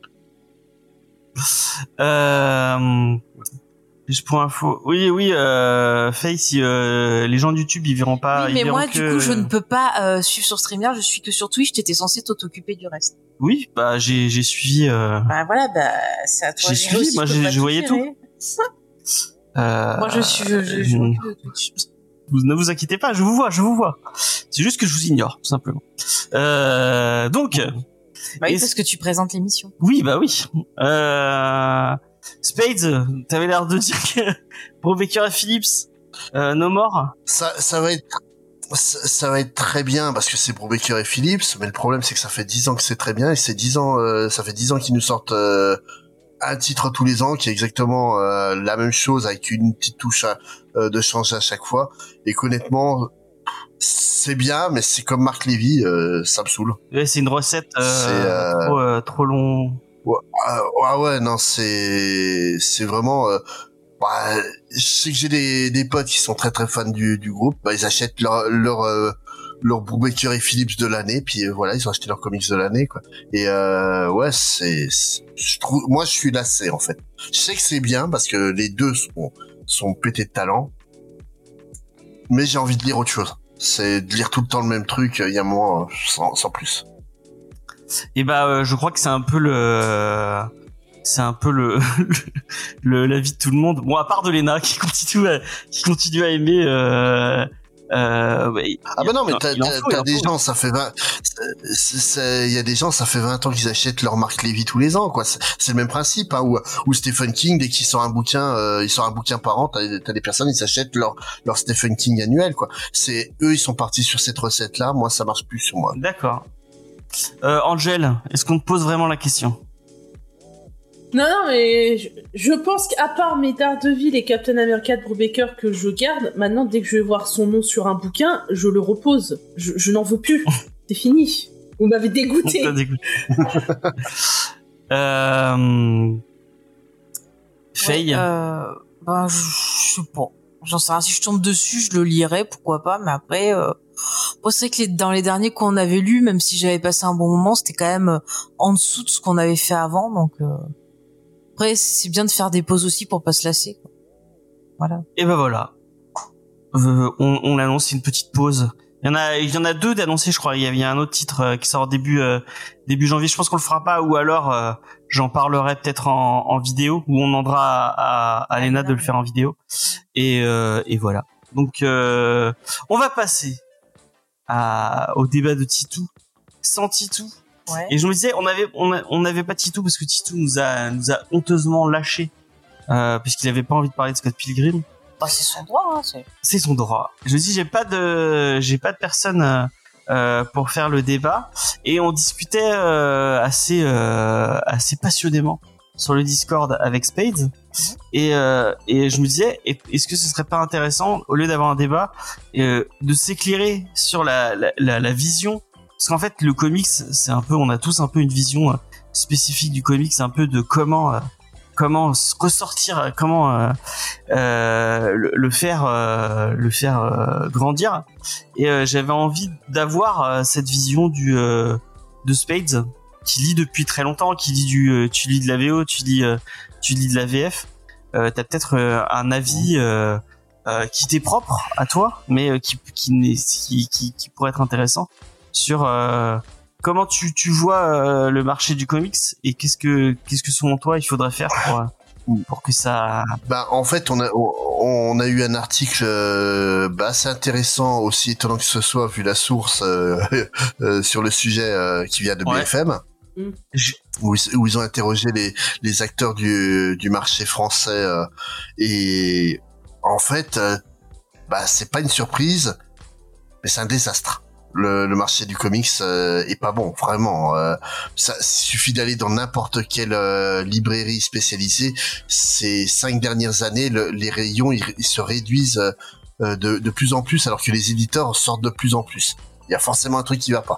rappeler. Juste pour info. Oui, Face, les gens de YouTube, ils verront pas. Oui, mais moi, du coup, je ne peux pas suivre sur StreamYard, je suis que sur Twitch, t'étais censé t'occuper du reste. Oui, j'ai suivi. Bah voilà, c'est à toi. J'ai suivi, moi, je voyais tout. Moi, je m'occupe de Twitch. Ne vous inquiétez pas, je vous vois. C'est juste que je vous ignore, tout simplement. Donc. Bah oui, parce que tu présentes l'émission. Oui, bah oui. Spades, t'avais l'air de dire que Brubaker et Phillips, No More. Ça va être très bien parce que c'est Brubaker et Phillips, mais le problème c'est que ça fait 10 ans que c'est très bien et ça fait 10 ans qu'ils nous sortent un titre tous les ans qui est exactement la même chose avec une petite touche de changer à chaque fois et qu'honnêtement c'est bien mais c'est comme Marc Lévy, ça me saoule. Ouais, c'est une recette trop long. Ouais, non, c'est vraiment je sais que j'ai des potes qui sont très très fans du groupe, ils achètent leur Brubaker et Phillips de l'année, puis voilà, ils ont acheté leur comics de l'année, quoi. Et ouais, moi je suis lassé en fait. Je sais que c'est bien parce que les deux sont pétés de talent, mais j'ai envie de lire autre chose. C'est de lire tout le temps le même truc, il y a un moment sans plus. Et je crois que c'est un peu c'est un peu la vie de tout le monde. Bon, à part de Lena qui continue à aimer. Non, mais t'as des gens, ça fait 20, il y a des gens, ça fait 20 ans qu'ils achètent leur Marc Levy tous les ans, quoi. C'est le même principe, hein, ou Stephen King, dès qu'il sort un bouquin, il sort un bouquin par an, t'as des personnes, ils s'achètent leur Stephen King annuel, quoi. Eux, ils sont partis sur cette recette-là, moi, ça marche plus sur moi. D'accord. Angel, est-ce qu'on te pose vraiment la question? Non, mais je pense qu'à part mes Daredevil et Captain America de Brubaker que je garde, maintenant, dès que je vais voir son nom sur un bouquin, je le repose. Je n'en veux plus. C'est fini. Vous m'avez dégoûté. Faye. Je sais pas. J'en sais rien. Si je tombe dessus, je le lirai, pourquoi pas. Mais après, c'est vrai que dans les derniers qu'on avait lus, même si j'avais passé un bon moment, c'était quand même en dessous de ce qu'on avait fait avant. Donc après, c'est bien de faire des pauses aussi pour pas se lasser, quoi. Voilà. Et ben voilà. On annonce une petite pause. Il y en a deux d'annoncés, je crois. Il y a un autre titre qui sort début janvier. Je pense qu'on le fera pas, ou alors j'en parlerai peut-être en vidéo, ou on demandera à Lena de le faire en vidéo. Et voilà. Donc on va passer au débat de Titou, sans Titou. Ouais. Et je me disais, on n'avait pas Titou parce que Titou nous a honteusement lâché puisqu'il avait pas envie de parler de Scott Pilgrim. Bah, c'est son droit, hein, c'est son droit. Je me dis, j'ai pas de personne pour faire le débat, et on discutait assez passionnément sur le Discord avec Spades. Et je me disais, est-ce que ce serait pas intéressant, au lieu d'avoir un débat, de s'éclairer sur la vision, parce qu'en fait le comics, c'est un peu, on a tous un peu une vision spécifique du comics, un peu de comment ressortir, comment le faire grandir. Et j'avais envie d'avoir cette vision de Spades, qui lit depuis très longtemps, tu lis de la VO, tu lis de la VF. T'as peut-être un avis qui t'est propre à toi, mais qui pourrait être intéressant sur comment tu vois le marché du comics, et qu'est-ce que selon toi il faudrait faire pour que ça... En fait, on a eu un article assez intéressant, aussi étonnant que ce soit vu la source sur le sujet qui vient de BFM. Où ils ont interrogé les acteurs du marché français, et en fait c'est pas une surprise, mais c'est un désastre. Le marché du comics est pas bon, vraiment. Ça suffit d'aller dans n'importe quelle librairie spécialisée. Ces 5 dernières années, les rayons ils se réduisent de plus en plus, alors que les éditeurs sortent de plus en plus. Il y a forcément un truc qui va pas.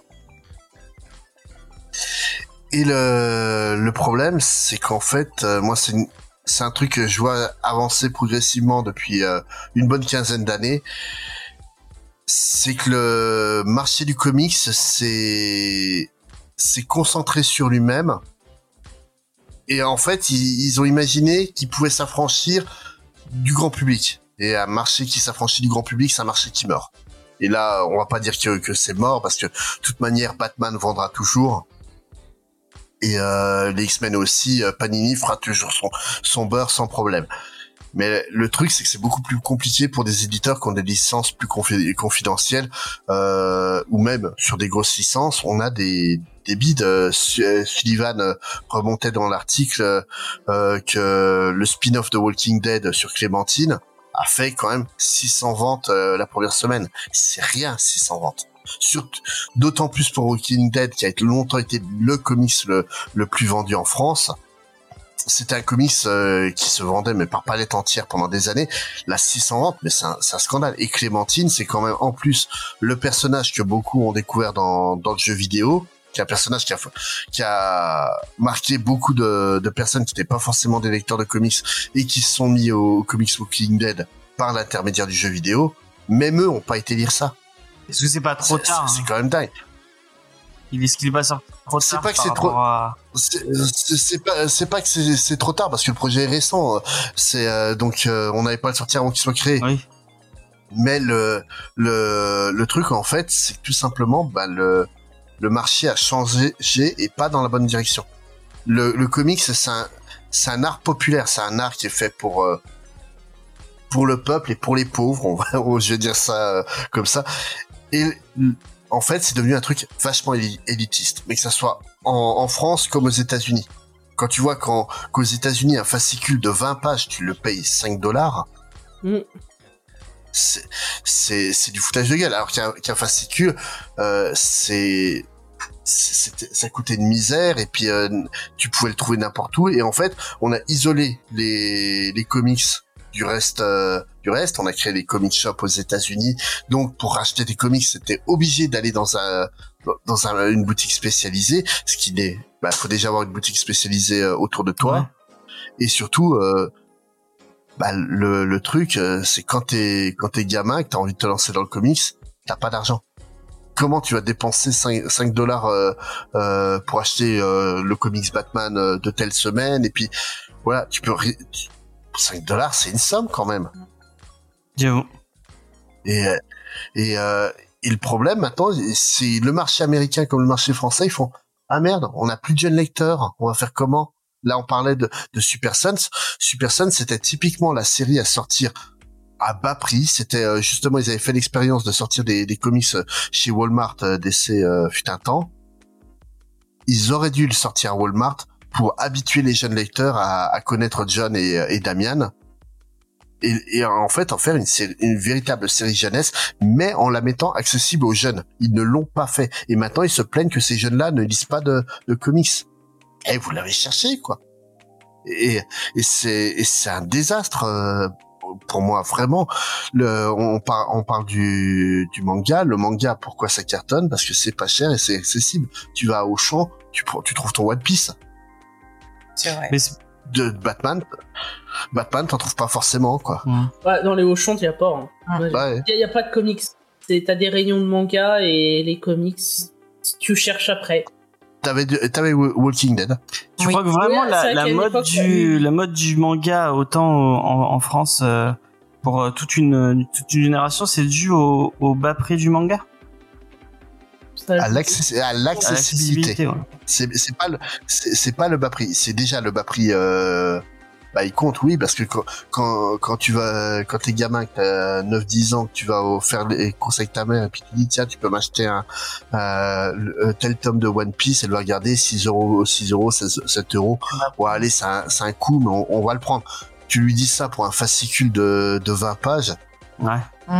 Et le problème, c'est qu'en fait, moi, c'est un truc que je vois avancer progressivement depuis une bonne quinzaine d'années. C'est que le marché du comics c'est concentré sur lui-même. Et en fait, ils ont imaginé qu'ils pouvaient s'affranchir du grand public. Et un marché qui s'affranchit du grand public, c'est un marché qui meurt. Et là, on va pas dire que c'est mort, parce que de toute manière, Batman vendra toujours. Et les X-Men aussi, Panini fera toujours son beurre sans problème. Mais le truc, c'est que c'est beaucoup plus compliqué pour des éditeurs qui ont des licences plus confidentielles, ou même sur des grosses licences. On a des bids. Sullivan remontait dans l'article que le spin-off de Walking Dead sur Clémentine a fait quand même 600 ventes la première semaine. C'est rien, 600 ventes. D'autant plus pour Walking Dead, qui a longtemps été le comics le plus vendu en France. C'était un comics qui se vendait mais par palette entière pendant des années. Là, 600 ventes, mais c'est un scandale. Et Clémentine, c'est quand même en plus le personnage que beaucoup ont découvert dans le jeu vidéo, qui est un personnage qui a marqué beaucoup de personnes qui n'étaient pas forcément des lecteurs de comics et qui se sont mis au comics Walking Dead par l'intermédiaire du jeu vidéo. Même eux ont pas été lire ça. Est-ce que c'est pas trop tard? C'est quand même dingue. Est-ce qu'il va sortir trop tard? C'est pas que c'est trop. C'est pas que c'est trop tard, parce que le projet est récent. Donc on n'avait pas à le sortir avant qu'il soit créé. Oui. Mais le truc en fait, c'est que tout simplement, le c'est un art populaire, c'est un art qui est fait pour le peuple et pour les pauvres, je vais dire ça comme ça. Et en fait, c'est devenu un truc vachement élitiste, mais que ça soit en France comme aux États-Unis. Quand tu vois qu'aux États-Unis, un fascicule de 20 pages, tu le payes $5, c'est du foutage de gueule. Alors qu'un fascicule, ça coûtait une misère, et puis tu pouvais le trouver n'importe où. Et en fait, on a isolé les comics du reste. On a créé les comic shops aux États-Unis. Donc, pour acheter des comics, c'était obligé d'aller dans une boutique spécialisée, ce qui n'est, faut déjà avoir une boutique spécialisée autour de toi. Ouais. Et surtout, le truc, c'est quand t'es gamin, que t'as envie de te lancer dans le comics, t'as pas d'argent. Comment tu vas dépenser $5 pour acheter le comics Batman de telle semaine, et puis voilà, $5, c'est une somme quand même. J'avoue. Et le problème maintenant, c'est le marché américain comme le marché français, ils font ah merde, on n'a plus de jeunes lecteurs, on va faire comment? Là, on parlait de Super Sons. Super Sons, c'était typiquement la série à sortir à bas prix. C'était justement, ils avaient fait l'expérience de sortir des comics chez Walmart DC fut un temps. Ils auraient dû le sortir à Walmart pour habituer les jeunes lecteurs à connaître John et Damian. Et en fait, en faire une véritable série jeunesse, mais en la mettant accessible aux jeunes. Ils ne l'ont pas fait. Et maintenant, ils se plaignent que ces jeunes-là ne lisent pas de comics. Eh, vous l'avez cherché, quoi. Et c'est un désastre pour moi, vraiment. On parle du manga. Le manga, pourquoi ça cartonne? Parce que c'est pas cher et c'est accessible. Tu vas au Auchan, tu trouves ton One Piece. C'est vrai. Mais de Batman, t'en trouves pas forcément, quoi. Ouais, dans les Auchan, y a pas. Ouais. Y a pas de comics. T'as des rayons de manga et les comics, tu cherches après. T'avais Walking Dead. Tu crois que vraiment la mode du manga, autant en France, pour toute une génération, c'est dû au bas prix du manga? À l'accessibilité. Ouais. C'est pas le bas prix, c'est déjà le bas prix. Il compte, oui, parce que quand t'es gamin, que t'as 9-10 ans, que tu vas faire les conseils de ta mère, et puis tu dis, tiens, tu peux m'acheter tel tome de One Piece, elle va regarder 6 €, 7 €. Ouais, allez, c'est un coup, mais on va le prendre. Tu lui dis ça pour un fascicule de 20 pages. Ouais.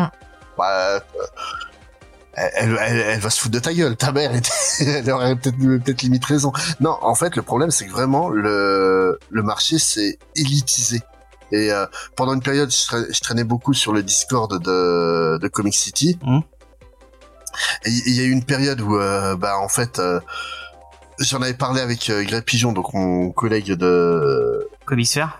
Elle va se foutre de ta gueule. Ta mère, elle aurait peut-être limite raison. Non, en fait, le problème, c'est que vraiment, le marché s'est élitisé. Et pendant une période, je traînais beaucoup sur le Discord de Comic City. Et il y a eu une période où, en fait, j'en avais parlé avec Greg Pigeon, donc mon collègue de Comicsphère,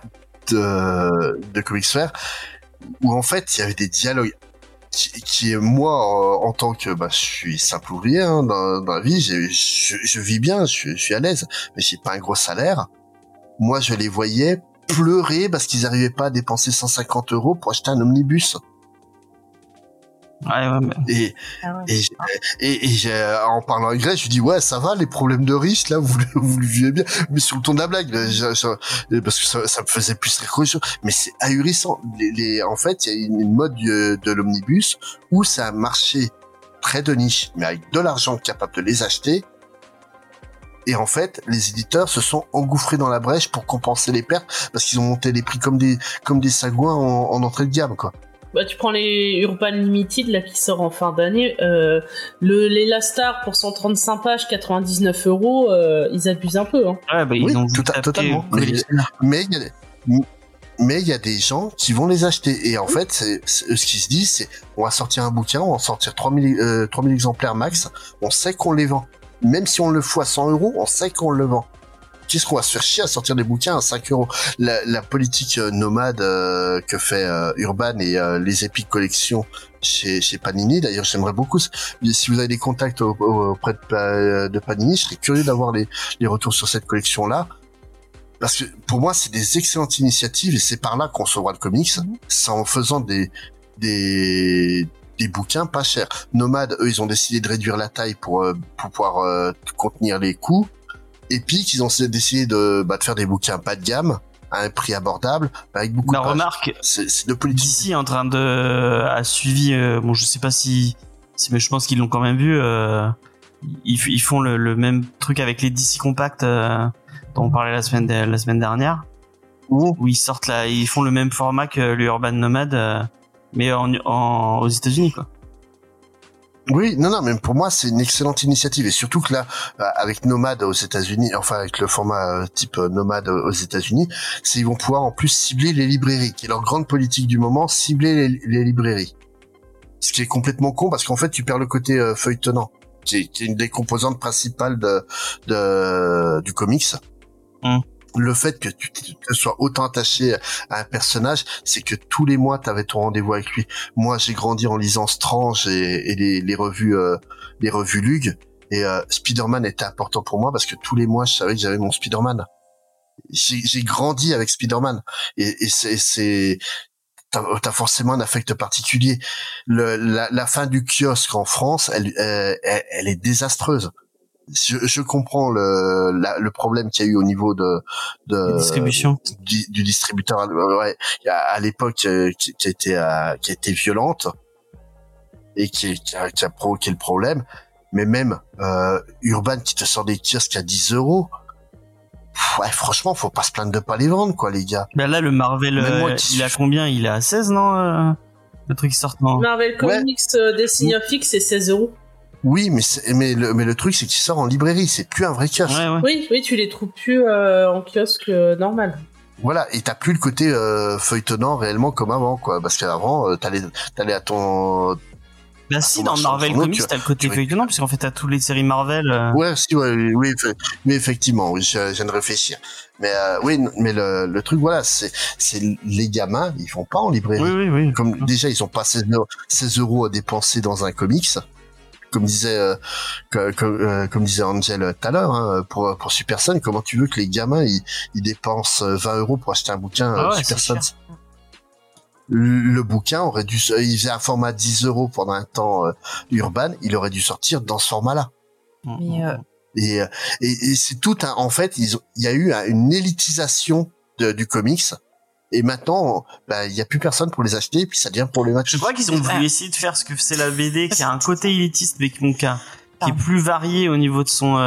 de Comicsphère, où en fait, il y avait des dialogues qui est moi en tant que je suis simple ouvrier dans la vie, je vis bien, je suis à l'aise, mais j'ai pas un gros salaire. Moi, je les voyais pleurer parce qu'ils arrivaient pas à dépenser 150 € pour acheter un omnibus. Ouais, mais... Et en parlant avec Greg, je lui dis ouais, ça va, les problèmes de riches là, vous le vivez bien, mais sur le ton de la blague, parce que ça me faisait plus rire qu'autre chose. Mais c'est ahurissant. En fait, il y a une mode de l'omnibus où c'est un marché très de niche, mais avec de l'argent capable de les acheter. Et en fait, les éditeurs se sont engouffrés dans la brèche pour compenser les pertes parce qu'ils ont monté les prix comme des sagouins en entrée de gamme, quoi. Tu prends les Urban Limited là qui sort en fin d'année, les Last Star pour 135 pages, 99 €, ils abusent un peu. Hein. Ouais, ils ont totalement. Mais il y a des gens qui vont les acheter et en fait, ce qui se dit, c'est on va sortir un bouquin, on va sortir 3000 exemplaires max, on sait qu'on les vend. Même si on le fout à 100 €, on sait qu'on le vend. Qu'est-ce qu'on va se faire chier à sortir des bouquins à 5 €? La politique nomade que fait Urban et les Epic Collections chez Panini, d'ailleurs j'aimerais beaucoup, si vous avez des contacts auprès de Panini, je serais curieux d'avoir les retours sur cette collection-là, parce que pour moi c'est des excellentes initiatives et c'est par là qu'on sauvera le comics, c'est en faisant des bouquins pas chers. Nomade, eux, ils ont décidé de réduire la taille pour pouvoir contenir les coûts. Epic, ils ont décidé de faire des bouquins pas de gamme, à un prix abordable, avec beaucoup de pages. Remarque, c'est de politique. DC est en train a suivi, bon, je sais pas si mais je pense qu'ils l'ont quand même vu, ils font le même truc avec les DC Compact, dont on parlait la semaine dernière, où ils font le même format que l'Urban Nomad, mais aux États-Unis, quoi. Oui, non, mais pour moi, c'est une excellente initiative. Et surtout que là, avec Nomad aux États-Unis, enfin, avec le format type Nomad aux États-Unis, ils vont pouvoir en plus cibler les librairies, qui est leur grande politique du moment, cibler les librairies. Ce qui est complètement con, parce qu'en fait, tu perds le côté feuilletonnant, qui est une des composantes principales du comics. Le fait que tu te sois autant attaché à un personnage, c'est que tous les mois, tu avais ton rendez-vous avec lui. Moi, j'ai grandi en lisant Strange et les revues Lug, et Spider-Man était important pour moi parce que tous les mois, je savais que j'avais mon Spider-Man. J'ai grandi avec Spider-Man, et t'as forcément un affect particulier. La fin du kiosque en France, elle est désastreuse. Je comprends le problème qu'il y a eu au niveau de distribution du distributeur, ouais, à l'époque, qui a été violente et qui a provoqué le problème. Mais même Urban qui te sort des kiosques à 10 €, ouais, franchement, faut pas se plaindre de pas les vendre, quoi, les gars. Ben là, le Marvel, il a combien? Il est à 16, non? Le truc qui sort en... Marvel Comics Destiny of X, c'est 16 €. Oui, mais le truc, c'est qu'il sort en librairie, c'est plus un vrai kiosque. Ouais. Oui, tu les trouves plus en kiosque normal. Voilà, et t'as plus le côté feuilletonnant réellement comme avant, quoi, parce qu'avant, t'allais à ton... Bah si, dans Marvel Comics, t'as le côté feuilletonnant, puisqu'en fait, t'as toutes les séries Marvel. Ouais, si, oui, mais effectivement, oui, je viens de réfléchir. Mais oui, mais le truc, voilà, c'est les gamins, ils vont pas en librairie. Oui. Comme déjà, ils ont pas 16 € à dépenser dans un comics. Comme disait Angel tout à l'heure, hein, pour Super Sun, comment tu veux que les gamins ils dépensent 20 € pour acheter un bouquin Super Sun? Le bouquin aurait dû, il faisait un format 10 € pendant un temps Urban, il aurait dû sortir dans ce format-là. Et c'est tout en fait, il y a eu une élitisation du comics. Et maintenant, il y a plus personne pour les acheter, et puis ça devient problématique. Je crois qu'ils ont voulu essayer de faire ce que c'est la BD, qui a un côté élitiste, mais qui est plus varié au niveau de son,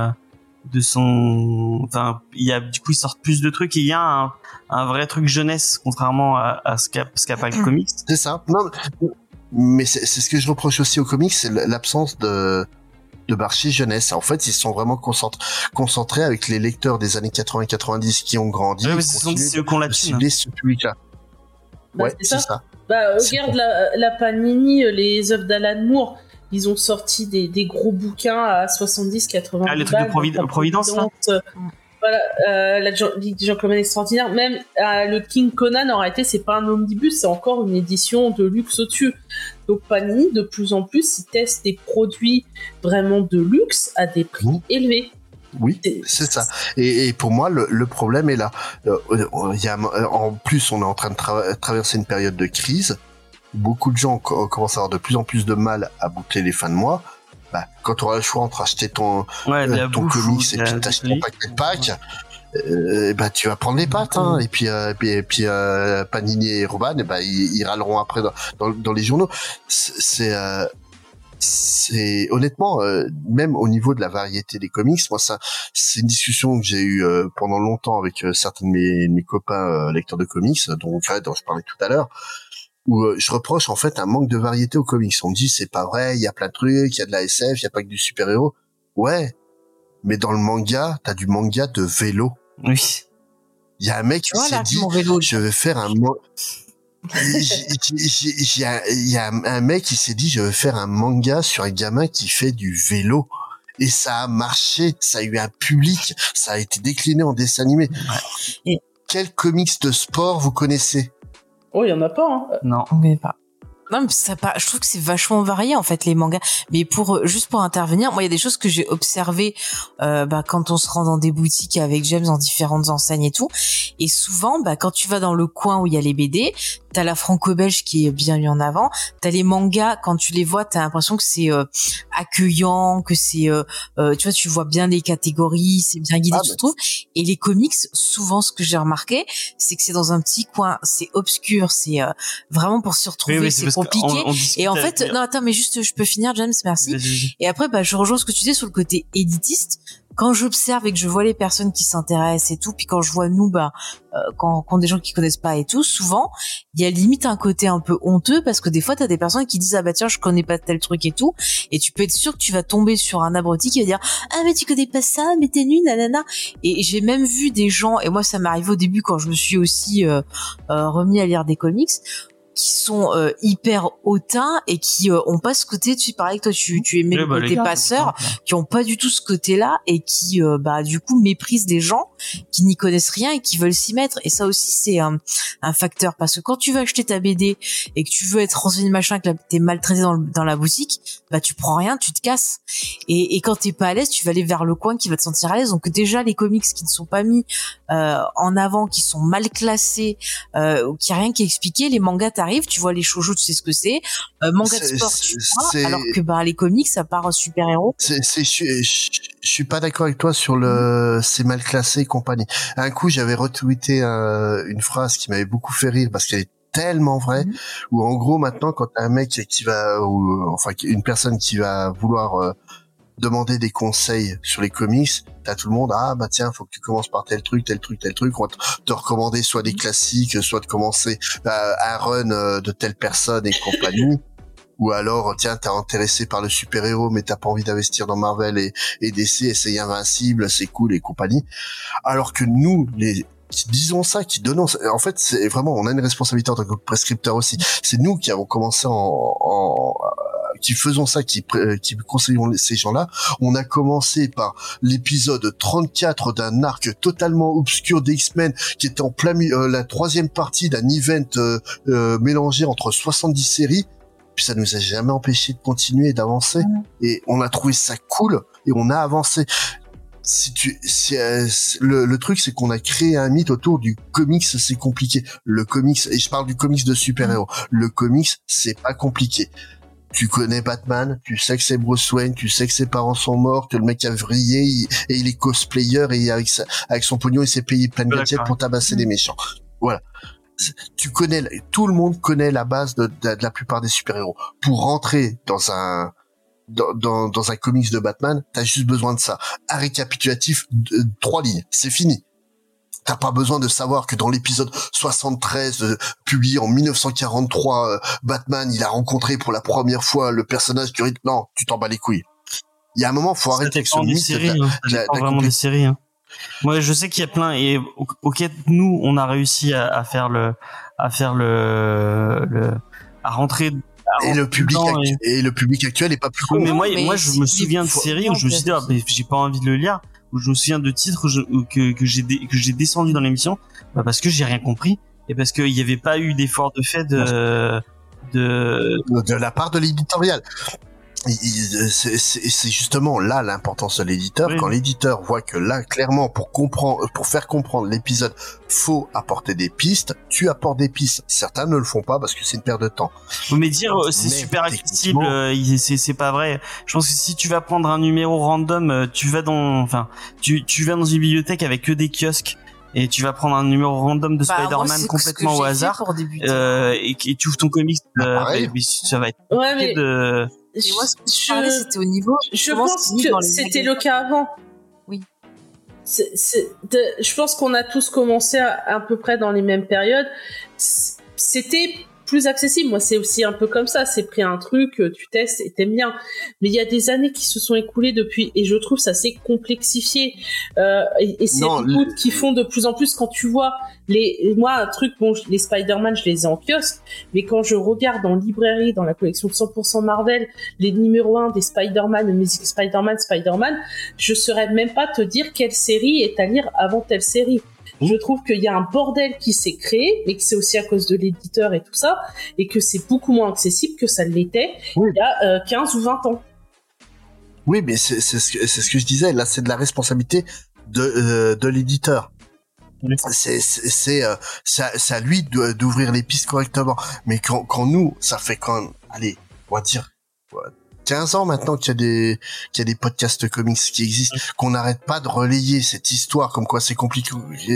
enfin, du coup, ils sortent plus de trucs, et il y a un vrai truc jeunesse, contrairement à ce qu'a pas le comics. C'est ça. Non, mais c'est ce que je reproche aussi aux comics, c'est l'absence de marché jeunesse. En fait, ils sont vraiment concentrés avec les lecteurs des années 80-90 qui ont grandi. Ouais, mais c'est eux qu'on l'a ciblé ce public-là. Ouais, c'est ça. Regarde la Panini, les œuvres d'Alan Moore, ils ont sorti des gros bouquins à 70-80 les trucs de Providence, là. Voilà, la Gentleman extraordinaire. Même le King Conan, en réalité, c'est pas un omnibus, c'est encore une édition de luxe au-dessus. Donc Panini, de plus en plus, ils testent des produits vraiment de luxe à des prix élevés. Oui, c'est ça. Et pour moi, le problème est là. En plus, on est en train de traverser une période de crise. Beaucoup de gens commencent à avoir de plus en plus de mal à boucler les fins de mois. Quand tu auras le choix entre acheter ton comics et puis t'acheter ton pack, tu vas prendre les pattes, hein. Et puis Panini et Urban, ils râleront après dans les journaux. C'est honnêtement, même au niveau de la variété des comics, moi c'est une discussion que j'ai eue pendant longtemps avec certains de mes copains lecteurs de comics, dont je parlais tout à l'heure, où je reproche en fait un manque de variété aux comics. On me dit c'est pas vrai, il y a plein de trucs, il y a de la SF, il y a pas que du super-héros. Ouais, mais dans le manga, t'as du manga de vélo. Oui. Il y a un mec qui s'est dit je vais faire un il y a un mec qui s'est dit je vais faire un manga sur un gamin qui fait du vélo. Et ça a marché, ça a eu un public, ça a été décliné en dessin animé. Ouais. Et quel comics de sport vous connaissez? Oh, il y en a pas, hein. Non, mais pas. Non, mais je trouve que c'est vachement varié en fait les mangas. Mais juste pour intervenir, moi il y a des choses que j'ai observées quand on se rend dans des boutiques avec James dans différentes enseignes et tout. Et souvent, quand tu vas dans le coin où il y a les BD, t'as la franco-belge qui est bien mis en avant, t'as les mangas, quand tu les vois, t'as l'impression que c'est accueillant, que c'est tu vois, tu vois bien les catégories, c'est bien guidé, tu trouves. Et les comics, souvent, ce que j'ai remarqué, c'est que c'est dans un petit coin, c'est obscur, c'est vraiment pour s'y retrouver, c'est compliqué. Et en fait, non, attends, mais juste, je peux finir, James, merci. Vas-y. Et après, je rejoins ce que tu dis sur le côté éditiste. Quand j'observe et que je vois les personnes qui s'intéressent et tout, puis quand je vois nous, quand des gens qui connaissent pas et tout, souvent, il y a limite un côté un peu honteux parce que des fois, t'as des personnes qui disent, ah bah tiens, je connais pas tel truc et tout, et tu peux être sûr que tu vas tomber sur un abruti qui va dire, ah mais tu connais pas ça, mais t'es nul, nanana. Et j'ai même vu des gens, et moi ça m'est arrivé au début quand je me suis aussi remis à lire des comics, qui sont hyper hautains et qui ont pas ce côté, tu parlais que toi tu aimais le côté passeur, qui ont pas du tout ce côté-là et qui du coup méprisent des gens qui n'y connaissent rien et qui veulent s'y mettre. Et ça aussi c'est un facteur, parce que quand tu veux acheter ta BD et que tu veux être renseigné machin, que t'es maltraité dans la boutique, tu prends rien, tu te casses. Et quand t'es pas à l'aise, tu vas aller vers le coin qui va te sentir à l'aise. Donc déjà les comics qui ne sont pas mis en avant, qui sont mal classés, qui a rien qui est expliqué, les mangas t'arrives, tu vois les shoujo, tu sais ce que c'est, manga de sport, tu vois, alors que les comics, ça part super-héros. Je suis pas d'accord avec toi sur le c'est mal classé et compagnie. Un coup, j'avais retweeté une phrase qui m'avait beaucoup fait rire parce qu'elle est tellement vraie, où en gros maintenant quand t'as un mec qui va, une personne qui va vouloir demander des conseils sur les comics, t'as tout le monde, tiens, faut que tu commences par tel truc, on va te recommander soit des classiques, soit de commencer un run de telle personne et compagnie, ou alors, tiens, t'es intéressé par le super-héros, mais t'as pas envie d'investir dans Marvel et DC, essaye Invincible, c'est cool et compagnie. Alors que nous, qui disons ça, qui donnons, en fait, c'est vraiment, on a une responsabilité en tant que prescripteur aussi. C'est nous qui avons commencé qui faisons ça, qui conseillons ces gens-là. On a commencé par l'épisode 34 d'un arc totalement obscur des X-Men, qui était en plein la troisième partie d'un event mélangé entre 70 séries. Puis ça nous a jamais empêché de continuer et d'avancer. Et on a trouvé ça cool et on a avancé. Le truc, c'est qu'on a créé un mythe autour du comics, c'est compliqué. Le comics, et je parle du comics de super-héros. Le comics, c'est pas compliqué. Tu connais Batman, tu sais que c'est Bruce Wayne, tu sais que ses parents sont morts, que le mec a vrillé et il est cosplayer et avec son pognon, il s'est payé plein de gadgets pour tabasser des méchants. Voilà. Tout le monde connaît la base de la plupart des super-héros. Pour rentrer dans un comics de Batman, t'as juste besoin de ça. Un récapitulatif, 3 lignes, c'est fini. T'as pas besoin de savoir que dans l'épisode 73, publié en 1943, Batman, il a rencontré pour la première fois le personnage du rythme. Non, tu t'en bats les couilles. Il y a un moment, faut arrêter avec ce mythe. Ça dépend vraiment des séries. Moi, je sais qu'il y a plein, et nous, on a réussi à rentrer. Et le public actuel est pas plus con. Mais moi, je me souviens de séries où je me suis dit, j'ai pas envie de le lire, où je me souviens de titres que j'ai descendu dans l'émission, parce que j'ai rien compris, et parce qu'il y avait pas eu d'effort de fait de la part de l'éditorial. C'est justement là l'importance de l'éditeur. Quand l'éditeur voit que là, clairement, pour faire comprendre l'épisode, faut apporter des pistes, tu apportes des pistes. Certains ne le font pas parce que c'est une perte de temps. Mais dire c'est super accessible, c'est pas vrai. Je pense que si tu vas prendre un numéro random, tu vas dans une bibliothèque avec que des kiosques, et tu vas prendre un numéro random de Spider-Man complètement au hasard, et tu ouvres ton comics, ça va être de... Et moi, ce que je parlais, c'était au niveau. Je pense que c'était le cas avant. Oui. Je pense qu'on a tous commencé à peu près dans les mêmes périodes. C'était plus accessible. Moi, c'est aussi un peu comme ça. C'est pris un truc, tu testes et t'aimes bien. Mais il y a des années qui se sont écoulées depuis, et je trouve ça s'est complexifié. Et c'est beaucoup qui font de plus en plus, quand tu vois moi, un truc, les Spider-Man, je les ai en kiosque, mais quand je regarde en librairie, dans la collection 100% Marvel, les numéros 1 des Spider-Man, Music Spider-Man, je saurais même pas te dire quelle série est à lire avant telle série. Je trouve qu'il y a un bordel qui s'est créé, mais que c'est aussi à cause de l'éditeur et tout ça, et que c'est beaucoup moins accessible que ça l'était il y a 15 ou 20 ans. Oui, mais c'est ce que je disais. Là, c'est de la responsabilité de l'éditeur. c'est à lui d'ouvrir les pistes correctement. Mais quand nous, ça fait quand même, allez, on va dire 15 ans maintenant qu'il y a des podcasts comics qui existent, qu'on n'arrête pas de relayer cette histoire comme quoi c'est compliqué,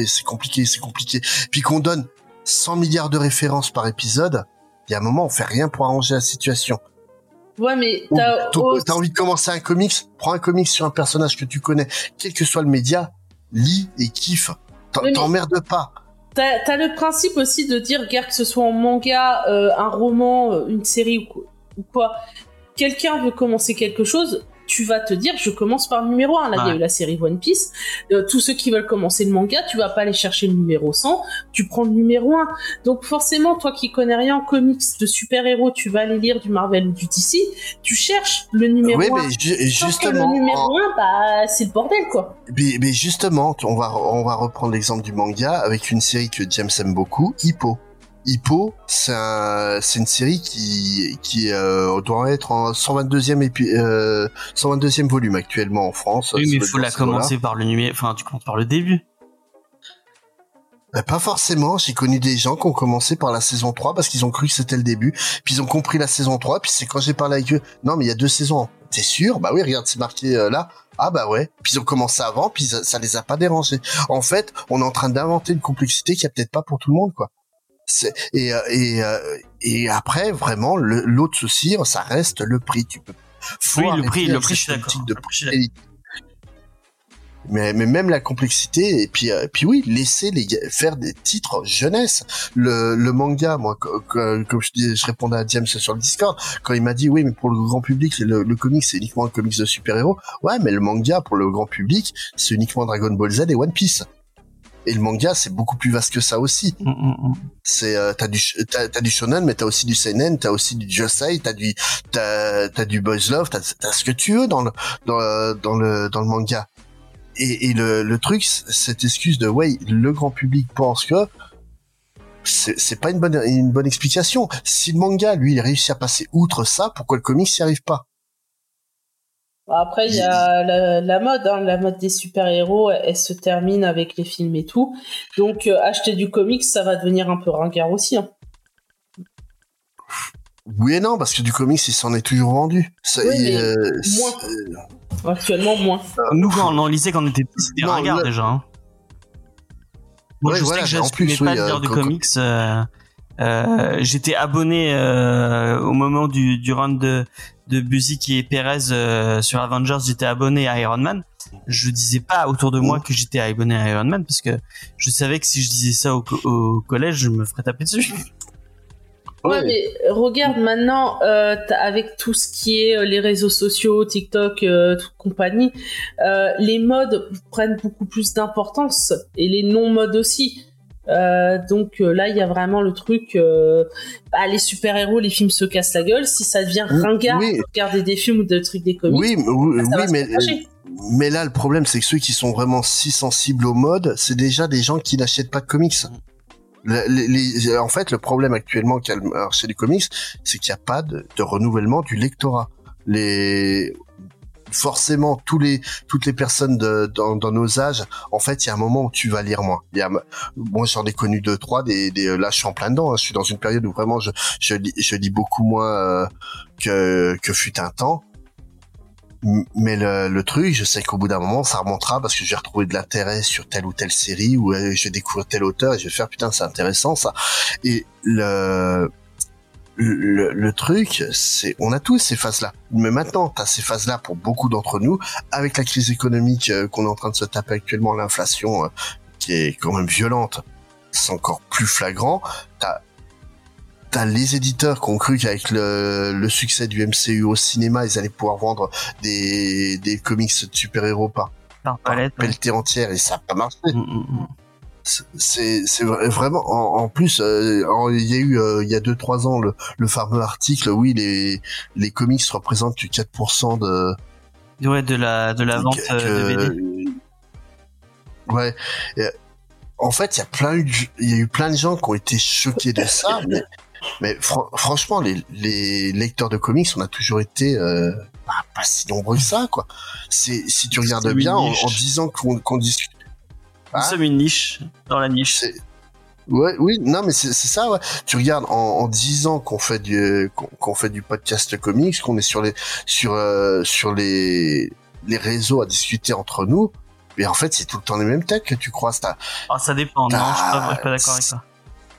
puis qu'on donne 100 milliards de références par épisode. Il y a un moment, on fait rien pour arranger la situation. Ouais, mais t'as envie de commencer un comics, prends un comics sur un personnage que tu connais, quel que soit le média, lis et kiffe. T'emmerdes pas. T'as le principe aussi de dire, regarde, que ce soit en manga, un roman, une série ou quoi, quelqu'un veut commencer quelque chose, tu vas te dire, je commence par le numéro 1. Là, il y a eu la série One Piece. Tous ceux qui veulent commencer le manga, tu vas pas aller chercher le numéro 100, tu prends le numéro 1. Donc forcément, toi qui connais rien en comics de super-héros, tu vas aller lire du Marvel ou du DC, tu cherches le numéro 1. Oui, mais justement... le numéro 1, c'est le bordel, quoi. Mais justement, on va reprendre l'exemple du manga avec une série que James aime beaucoup, Hippo. Hippo, c'est une série qui doit être en 122e volume actuellement en France. Oui, mais il faut la commencer par le numéro, enfin, tu commences par le début. Bah, pas forcément, j'ai connu des gens qui ont commencé par la saison 3 parce qu'ils ont cru que c'était le début, puis ils ont compris la saison 3, puis c'est quand j'ai parlé avec eux, non mais il y a 2 saisons, t'es sûr? Bah oui, regarde, c'est marqué là. Ah bah ouais, puis ils ont commencé avant, puis ça les a pas dérangés. En fait, on est en train d'inventer une complexité qu'il y a peut-être pas pour tout le monde, quoi. Et après vraiment l'autre souci, ça reste le prix. Oui, le prix, je suis d'accord. Mais même la complexité et puis oui, laisser faire des titres jeunesse. Le manga, moi, comme je répondais à James sur le Discord quand il m'a dit oui, mais pour le grand public, le comics c'est uniquement un comics de super-héros. Ouais, mais le manga pour le grand public, c'est uniquement Dragon Ball Z et One Piece. Et le manga, c'est beaucoup plus vaste que ça aussi. C'est t'as du shonen, mais t'as aussi du seinen, t'as aussi du josei, t'as du boys love, t'as ce que tu veux dans le manga. Et le truc, cette excuse de ouais, le grand public pense que c'est pas une bonne explication. Si le manga, lui, il réussit à passer outre ça, pourquoi le comics s'y arrive pas? Après, il y a la mode, la mode des super-héros, elle se termine avec les films et tout. Donc, acheter du comics, ça va devenir un peu ringard aussi. Hein. Oui et non, parce que du comics, il s'en est toujours vendu. Mais moins. Actuellement, moins. Nous, quand on lisait quand on était petits, c'était ringard déjà. Hein. Moi, je sais que j'assumais pas de lire de comics. J'étais abonné au moment du run de Buzik et Perez sur Avengers, j'étais abonné à Iron Man. Je disais pas autour de moi que j'étais abonné à Iron Man parce que je savais que si je disais ça au collège, je me ferais taper dessus. Ouais, mais regarde maintenant, avec tout ce qui est les réseaux sociaux, TikTok, toute compagnie, les modes prennent beaucoup plus d'importance et les non-modes aussi. Donc là, il y a vraiment le truc, les super-héros, les films se cassent la gueule. Si ça devient ringard, regarder des films ou des trucs des comics, mais là, le problème, c'est que ceux qui sont vraiment si sensibles aux modes, c'est déjà des gens qui n'achètent pas de comics. En fait, le problème actuellement qu'il y a le marché des comics, c'est qu'il n'y a pas de renouvellement du lectorat. Forcément, toutes les personnes dans nos âges, en fait, il y a un moment où tu vas lire moins. Moi, j'en ai connu 2-3, là, je suis en plein dedans. Hein. Je suis dans une période où vraiment je lis beaucoup moins que fut un temps. Mais le truc, je sais qu'au bout d'un moment, ça remontera parce que je vais retrouver de l'intérêt sur telle ou telle série ou je vais découvrir tel auteur et je vais faire putain, c'est intéressant ça. Et le truc, c'est, on a tous ces phases-là. Mais maintenant, t'as ces phases-là pour beaucoup d'entre nous, avec la crise économique qu'on est en train de se taper actuellement, l'inflation qui est quand même violente, c'est encore plus flagrant. T'as les éditeurs qui ont cru qu'avec le succès du MCU au cinéma, ils allaient pouvoir vendre des comics de super-héros par pelletée entière et ça n'a pas marché. C'est vraiment en plus il y a eu il y a 2-3 ans le fameux article les comics représentent que 4% de la vente de BD. Ouais. En fait, il y a eu plein de gens qui ont été choqués de ça, mais franchement les lecteurs de comics, on a toujours été pas si nombreux que ça, quoi. Si tu regardes bien en disant qu'on discute. Nous sommes une niche dans la niche. Ouais, oui, non, mais c'est ça, ouais. Tu regardes, en 10 ans qu'on fait du podcast comics, qu'on est sur les réseaux à discuter entre nous, mais en fait, c'est tout le temps les mêmes têtes que tu croises. Ça dépend, non, je suis pas d'accord avec ça.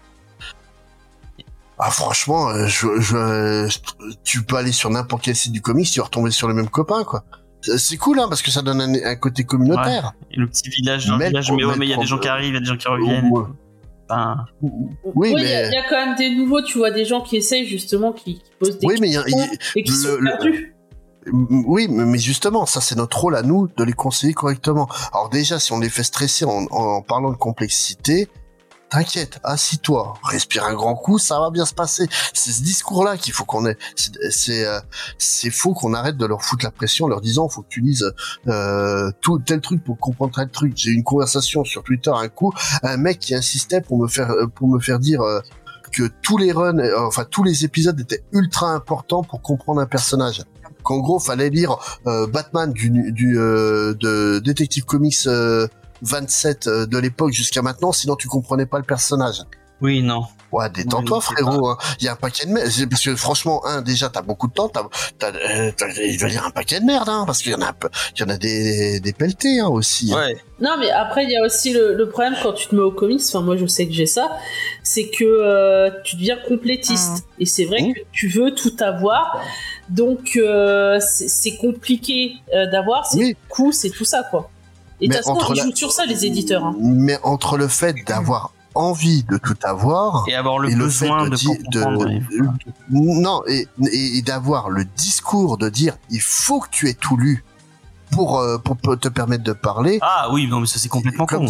Ah, franchement, tu peux aller sur n'importe quel site du comics, tu vas retomber sur les mêmes copains, quoi. C'est cool, hein, parce que ça donne un côté communautaire. Ouais. Et le petit village dans le village, mais il y a des gens qui arrivent, il y a des gens qui reviennent. Ouais. Enfin... Oui, mais il y a quand même des nouveaux, tu vois, des gens qui essayent justement, qui posent des questions et qui sont perdus. Oui, mais justement, ça c'est notre rôle à nous de les conseiller correctement. Alors déjà, si on les fait stresser en parlant de complexité, t'inquiète, assis-toi, respire un grand coup, ça va bien se passer. C'est ce discours-là qu'il faut qu'on ait. C'est faux qu'on arrête de leur foutre la pression en leur disant faut que tu lises tel truc pour comprendre tel truc. J'ai eu une conversation sur Twitter un coup, un mec qui insistait pour me faire dire que tous les runs, tous les épisodes étaient ultra importants pour comprendre un personnage. Qu'en gros, fallait lire Batman de Detective Comics 27 de l'époque jusqu'à maintenant, sinon tu comprenais pas le personnage. Oui, non. Ouais, détends-toi, frérot. Il y a un paquet de merde. Parce que franchement, déjà, t'as beaucoup de temps. Il va y avoir un paquet de merde, hein, parce qu'il y en a des pelletés, hein, aussi. Ouais. Non, mais après, il y a aussi le problème quand tu te mets au comics. Enfin, moi, je sais que j'ai ça. C'est que tu deviens complétiste. Et c'est vrai que tu veux tout avoir. Donc, c'est compliqué d'avoir. C'est cool, c'est tout ça, quoi. Et de toute façon, ils jouent sur ça, les éditeurs. Hein. Mais entre le fait d'avoir envie de tout avoir et avoir le besoin et d'avoir le discours de dire il faut que tu aies tout lu pour te permettre de parler. Ah oui, non, mais ça c'est complètement con.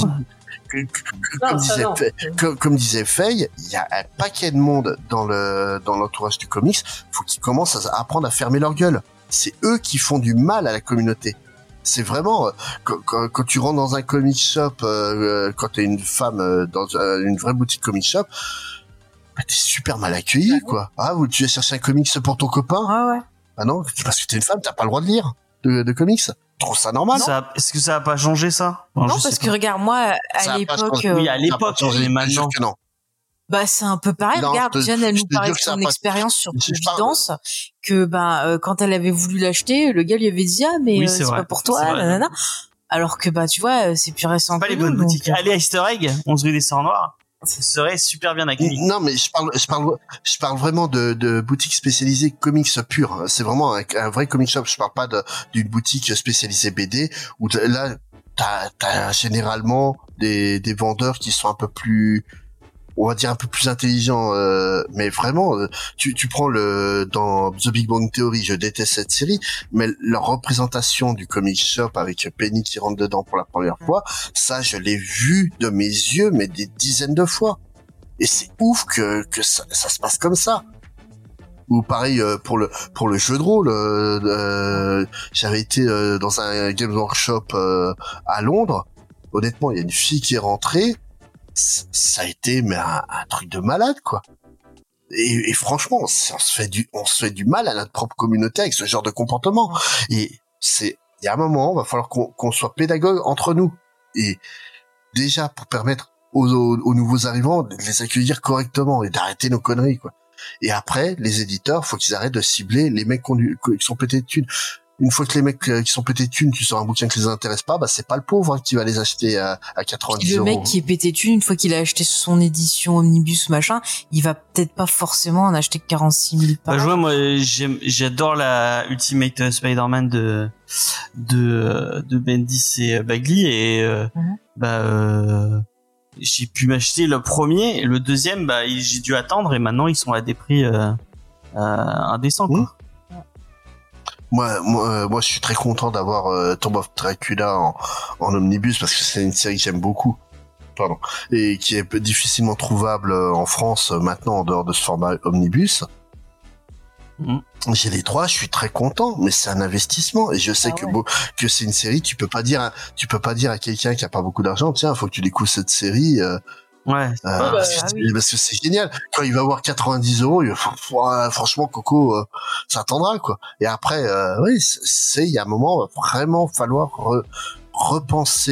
Comme disait Faye, il y a un paquet de monde dans l'entourage du comics, faut qu'ils commencent à apprendre à fermer leur gueule. C'est eux qui font du mal à la communauté. C'est vraiment quand tu rentres dans un comic shop, quand t'es une femme dans une vraie boutique comic shop, bah, t'es super mal accueilli, quoi. Ah, tu vas chercher un comics pour ton copain? Ah ouais. Ah non, parce que t'es une femme, t'as pas le droit de lire de comics. Tu trouves ça normal? Est-ce que ça a pas changé ça? Non, parce que regarde, moi, à l'époque, oui, à l'époque, mais maintenant. Que non. Bah, c'est un peu pareil. Non, regarde, Diane, elle nous parlait de son expérience sur Providence, que, quand elle avait voulu l'acheter, le gars lui avait dit, ah, mais c'est pas pour toi, nanana. Alors que, tu vois, c'est plus récent. C'est pas les bonnes boutiques. Allez à Easter Egg, 11 rue des Sœurs Noires. Ce serait super bien accueilli. Non, mais je parle vraiment de boutiques spécialisées comics purs. C'est vraiment un vrai comic shop. Je parle pas d'une boutique spécialisée BD où là, t'as généralement des vendeurs qui sont un peu plus, on va dire un peu plus intelligent, mais vraiment, tu prends dans The Big Bang Theory, je déteste cette série, mais leur représentation du comic shop avec Penny qui rentre dedans pour la première fois, ça, je l'ai vu de mes yeux, mais des dizaines de fois. Et c'est ouf que ça se passe comme ça. Ou pareil pour le jeu de rôle, j'avais été dans un Games Workshop à Londres. Honnêtement, il y a une fille qui est rentrée. Ça a été un truc de malade, quoi. Et franchement, on se fait du mal à notre propre communauté avec ce genre de comportement. Et il y a un moment, il va falloir qu'on soit pédagogue entre nous. Et déjà, pour permettre aux nouveaux arrivants de les accueillir correctement et d'arrêter nos conneries, quoi. Et après, les éditeurs, faut qu'ils arrêtent de cibler les mecs qui sont pétés de thunes. Une fois que les mecs qui sont pétés de thunes, tu sors un bouquin qui les intéresse pas, c'est pas le pauvre qui va les acheter à 90 euros. Le mec qui est pété de thunes, une fois qu'il a acheté son édition omnibus machin, il va peut-être pas forcément en acheter 46 000 par an. Moi, j'adore la Ultimate Spider-Man de Bendis et Bagley et j'ai pu m'acheter le premier et le deuxième, j'ai dû attendre et maintenant ils sont à des prix indécents, quoi. Moi, je suis très content d'avoir Tomb of Dracula en omnibus parce que c'est une série que j'aime beaucoup. Pardon. Et qui est difficilement trouvable en France maintenant en dehors de ce format omnibus. J'ai les 3, je suis très content, mais c'est un investissement et je sais que c'est une série. Tu peux pas dire à quelqu'un qui a pas beaucoup d'argent, tiens, faut que tu découvres cette série. Parce que c'est génial. Quand il va avoir 90 euros, franchement, Coco, ça attendra, quoi. Et après, il y a un moment, il va vraiment falloir repenser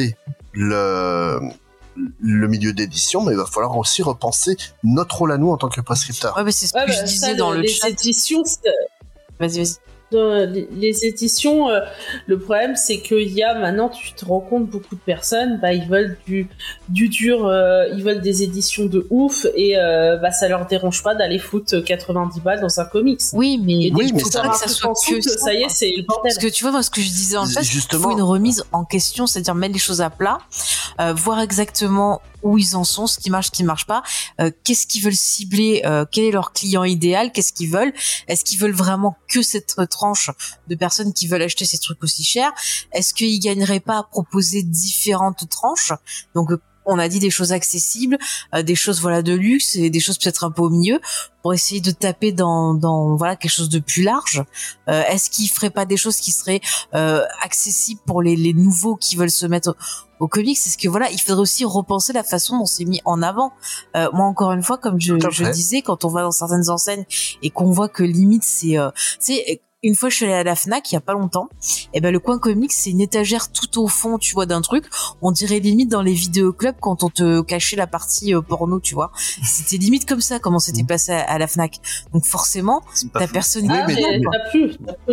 le milieu d'édition, mais il va falloir aussi repenser notre rôle à nous en tant que prescripteurs. Ouais, mais c'est ce que je disais dans le chat. Les éditions, vas-y. Les éditions, le problème c'est qu'il y a maintenant, tu te rends compte, beaucoup de personnes, ils veulent du dur, ils veulent des éditions de ouf et ça leur dérange pas d'aller foutre 90 balles dans un comics. Oui, mais faut pas que ça soit que ça y est, c'est le bordel. Parce que tu vois, moi, ce que je disais en fait, il faut une remise en question, c'est-à-dire mettre les choses à plat, voir exactement où ils en sont, ce qui marche pas, qu'est-ce qu'ils veulent cibler, quel est leur client idéal, qu'est-ce qu'ils veulent, est-ce qu'ils veulent vraiment que cette tranche de personnes qui veulent acheter ces trucs aussi chers, est-ce qu'ils gagneraient pas à proposer différentes tranches, donc on a dit des choses accessibles, des choses de luxe et des choses peut-être un peu au milieu pour essayer de taper dans quelque chose de plus large. Est-ce qu'ils feraient pas des choses qui seraient accessibles pour les nouveaux qui veulent se mettre au comics? C'est ce que il faudrait aussi repenser la façon dont c'est mis en avant. Moi encore une fois, comme je disais, quand on va dans certaines enseignes et qu'on voit que limite c'est une fois je suis allée à la Fnac il y a pas longtemps, et le coin comics c'est une étagère tout au fond, tu vois, d'un truc, on dirait limite dans les vidéoclubs quand on te cachait la partie porno, tu vois. C'était limite comme ça comment c'était placé à la Fnac. Donc forcément, t'as personne t'as plus.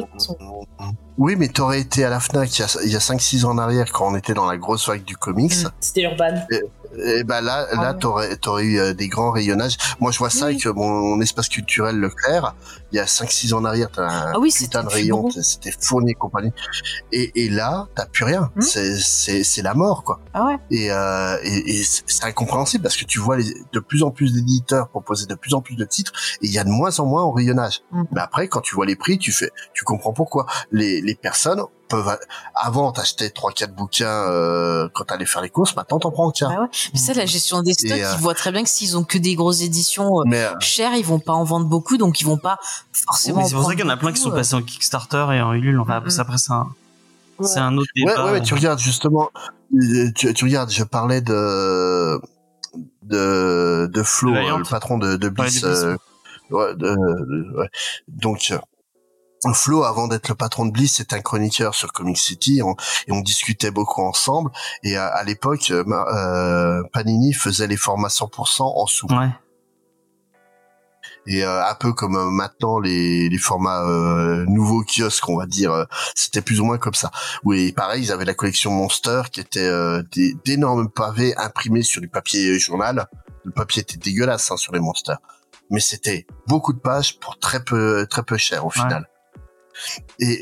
Oui, mais t'aurais été à la Fnac il y a 5-6 ans en arrière quand on était dans la grosse vague du comics. C'était Urban. Et là, t'aurais eu des grands rayonnages. Moi, je vois ça avec mon espace culturel Leclerc. Il y a 5-6 ans en arrière, t'as un putain de rayon, c'était fourni et compagnie. Et là, t'as plus rien. C'est la mort, quoi. Ah ouais. Et c'est incompréhensible parce que tu vois de plus en plus d'éditeurs proposer de plus en plus de titres et il y a de moins en moins en rayonnage. Mais après, quand tu vois les prix, tu comprends pourquoi. Les personnes peuvent, avant, t'achetais 3-4 bouquins, quand t'allais faire les courses, maintenant t'en prends qu'un. Ah ouais. Mais ça, la gestion des stocks, ils voient très bien que s'ils ont que des grosses éditions chères, ils vont pas en vendre beaucoup, donc ils vont pas forcément. C'est pour ça qu'il y en a plein qui sont passés en Kickstarter et en Ulule. Après, c'est un autre débat. Ouais, tu regardes justement, tu regardes, je parlais de Flo, le patron de Bliss. Donc, Flo, avant d'être le patron de Bliss, c'était un chroniqueur sur Comic City et on discutait beaucoup ensemble. Et à l'époque, Panini faisait les formats 100% en souple. Ouais. Et un peu comme maintenant les formats nouveaux kiosques, on va dire, c'était plus ou moins comme ça. Oui, pareil, ils avaient la collection Monster qui était d'énormes pavés imprimés sur du papier journal. Le papier était dégueulasse sur les Monsters, mais c'était beaucoup de pages pour très peu cher au final. Et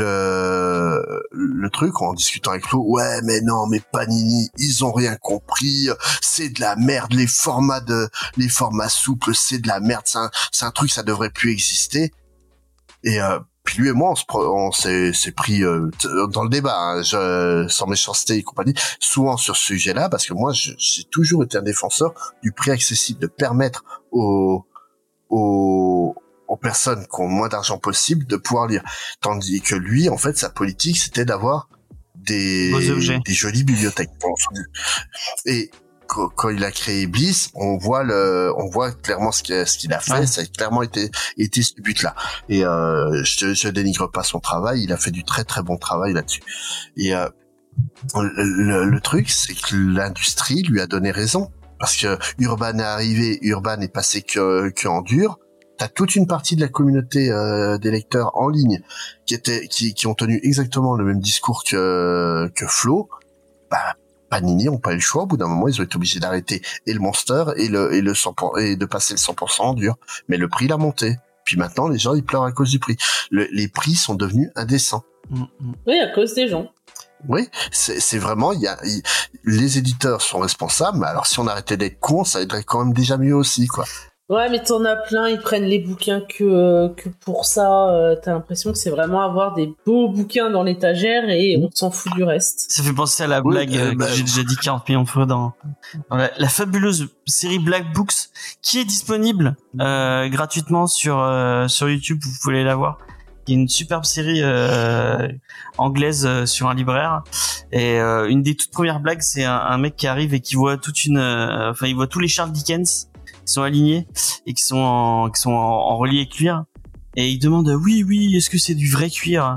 le truc, en discutant avec Flo, ouais, mais non, mais Panini, ils ont rien compris, c'est de la merde, les formats souples, c'est de la merde, c'est un truc, ça devrait plus exister. Et puis lui et moi, on s'est pris dans le débat, sans méchanceté et compagnie, souvent sur ce sujet-là, parce que moi, j'ai toujours été un défenseur du prix accessible, de permettre aux personnes qui ont le moins d'argent possible de pouvoir lire. Tandis que lui, en fait, sa politique, c'était d'avoir des jolies bibliothèques. Et quand il a créé Bliss, on voit clairement ce qu'il a fait. Ouais. Ça a clairement été ce but-là. Et je dénigre pas son travail. Il a fait du très très bon travail là-dessus. Et le truc, c'est que l'industrie lui a donné raison. Parce que Urban est arrivé, Urban est passé que en dur. T'as toute une partie de la communauté des lecteurs en ligne qui ont tenu exactement le même discours que Flo. Panini ont pas eu le choix. Au bout d'un moment, ils ont été obligés d'arrêter et le Monster et le 100% et de passer le 100% en dur. Mais le prix l'a monté. Puis maintenant, les gens ils pleurent à cause du prix. Les prix sont devenus indécents. Oui, à cause des gens. Oui, c'est vraiment, les éditeurs sont responsables. Alors si on arrêtait d'être cons, ça aiderait quand même déjà mieux aussi, quoi. Ouais, mais t'en as plein, ils prennent les bouquins que pour ça. T'as l'impression que c'est vraiment avoir des beaux bouquins dans l'étagère et on s'en fout du reste. Ça fait penser à la blague que j'ai déjà dit 40 millions de fois dans la fabuleuse série Black Books qui est disponible gratuitement sur YouTube. Vous pouvez la voir. Il y a une superbe série anglaise sur un libraire et une des toutes premières blagues, c'est un mec qui arrive et qui voit il voit tous les Charles Dickens qui sont alignés et qui sont en relié cuir et il demande oui, est-ce que c'est du vrai cuir?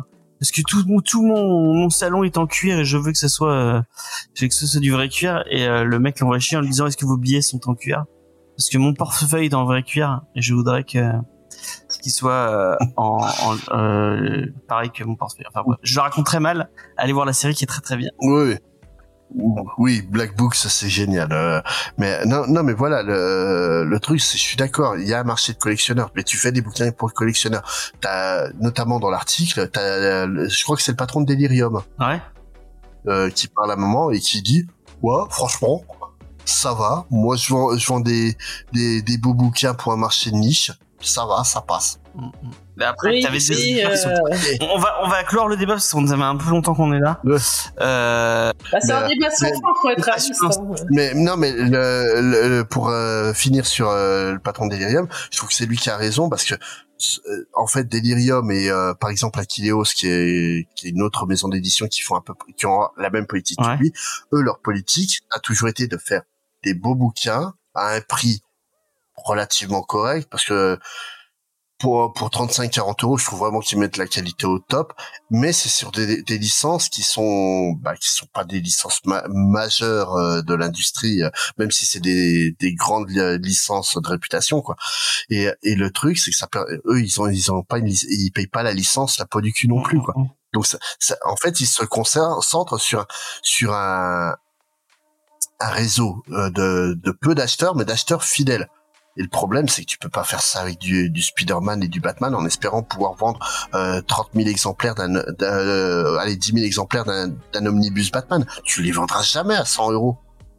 parce que tout mon salon est en cuir et je veux que ce soit du vrai cuir, et le mec l'envoie chier en lui disant est-ce que vos billets sont en cuir, parce que mon portefeuille est en vrai cuir et je voudrais qu'il soit pareil que mon portefeuille. Enfin bref, je le raconte très mal, allez voir la série qui est très très bien. Oui, Black Book, ça c'est génial. Mais non, mais voilà, le truc, c'est, je suis d'accord, il y a un marché de collectionneurs, mais tu fais des bouquins pour les collectionneurs. T'as, notamment dans l'article, je crois que c'est le patron de Delirium. Ouais. Qui parle à un moment et qui dit, ouais, franchement, ça va. Moi, je vends des beaux bouquins pour un marché de niche. Ça va, ça passe. Mais après, t'avais on va clore le débat parce qu'on avait un peu longtemps qu'on est là. C'est un débat sans fin, faut être réaliste. Mais non, mais pour finir sur le patron de Delirium, je trouve que c'est lui qui a raison, parce que en fait Delirium et par exemple Aquileos, qui est une autre maison d'édition qui ont la même politique que lui, eux, leur politique a toujours été de faire des beaux bouquins à un prix relativement correct, parce que pour 35-40 euros, je trouve vraiment qu'ils mettent la qualité au top, mais c'est sur des licences qui sont pas des licences majeures de l'industrie, même si c'est des grandes licences de réputation, quoi. Et le truc, c'est que eux, ils payent pas la licence, la peau du cul non plus, quoi. Donc en fait, ils se concentrent sur un réseau de peu d'acheteurs, mais d'acheteurs fidèles. Et le problème, c'est que tu peux pas faire ça avec du Spider-Man et du Batman en espérant pouvoir vendre 30 000 exemplaires 10 000 exemplaires d'un omnibus Batman. Tu les vendras jamais à 100 euros.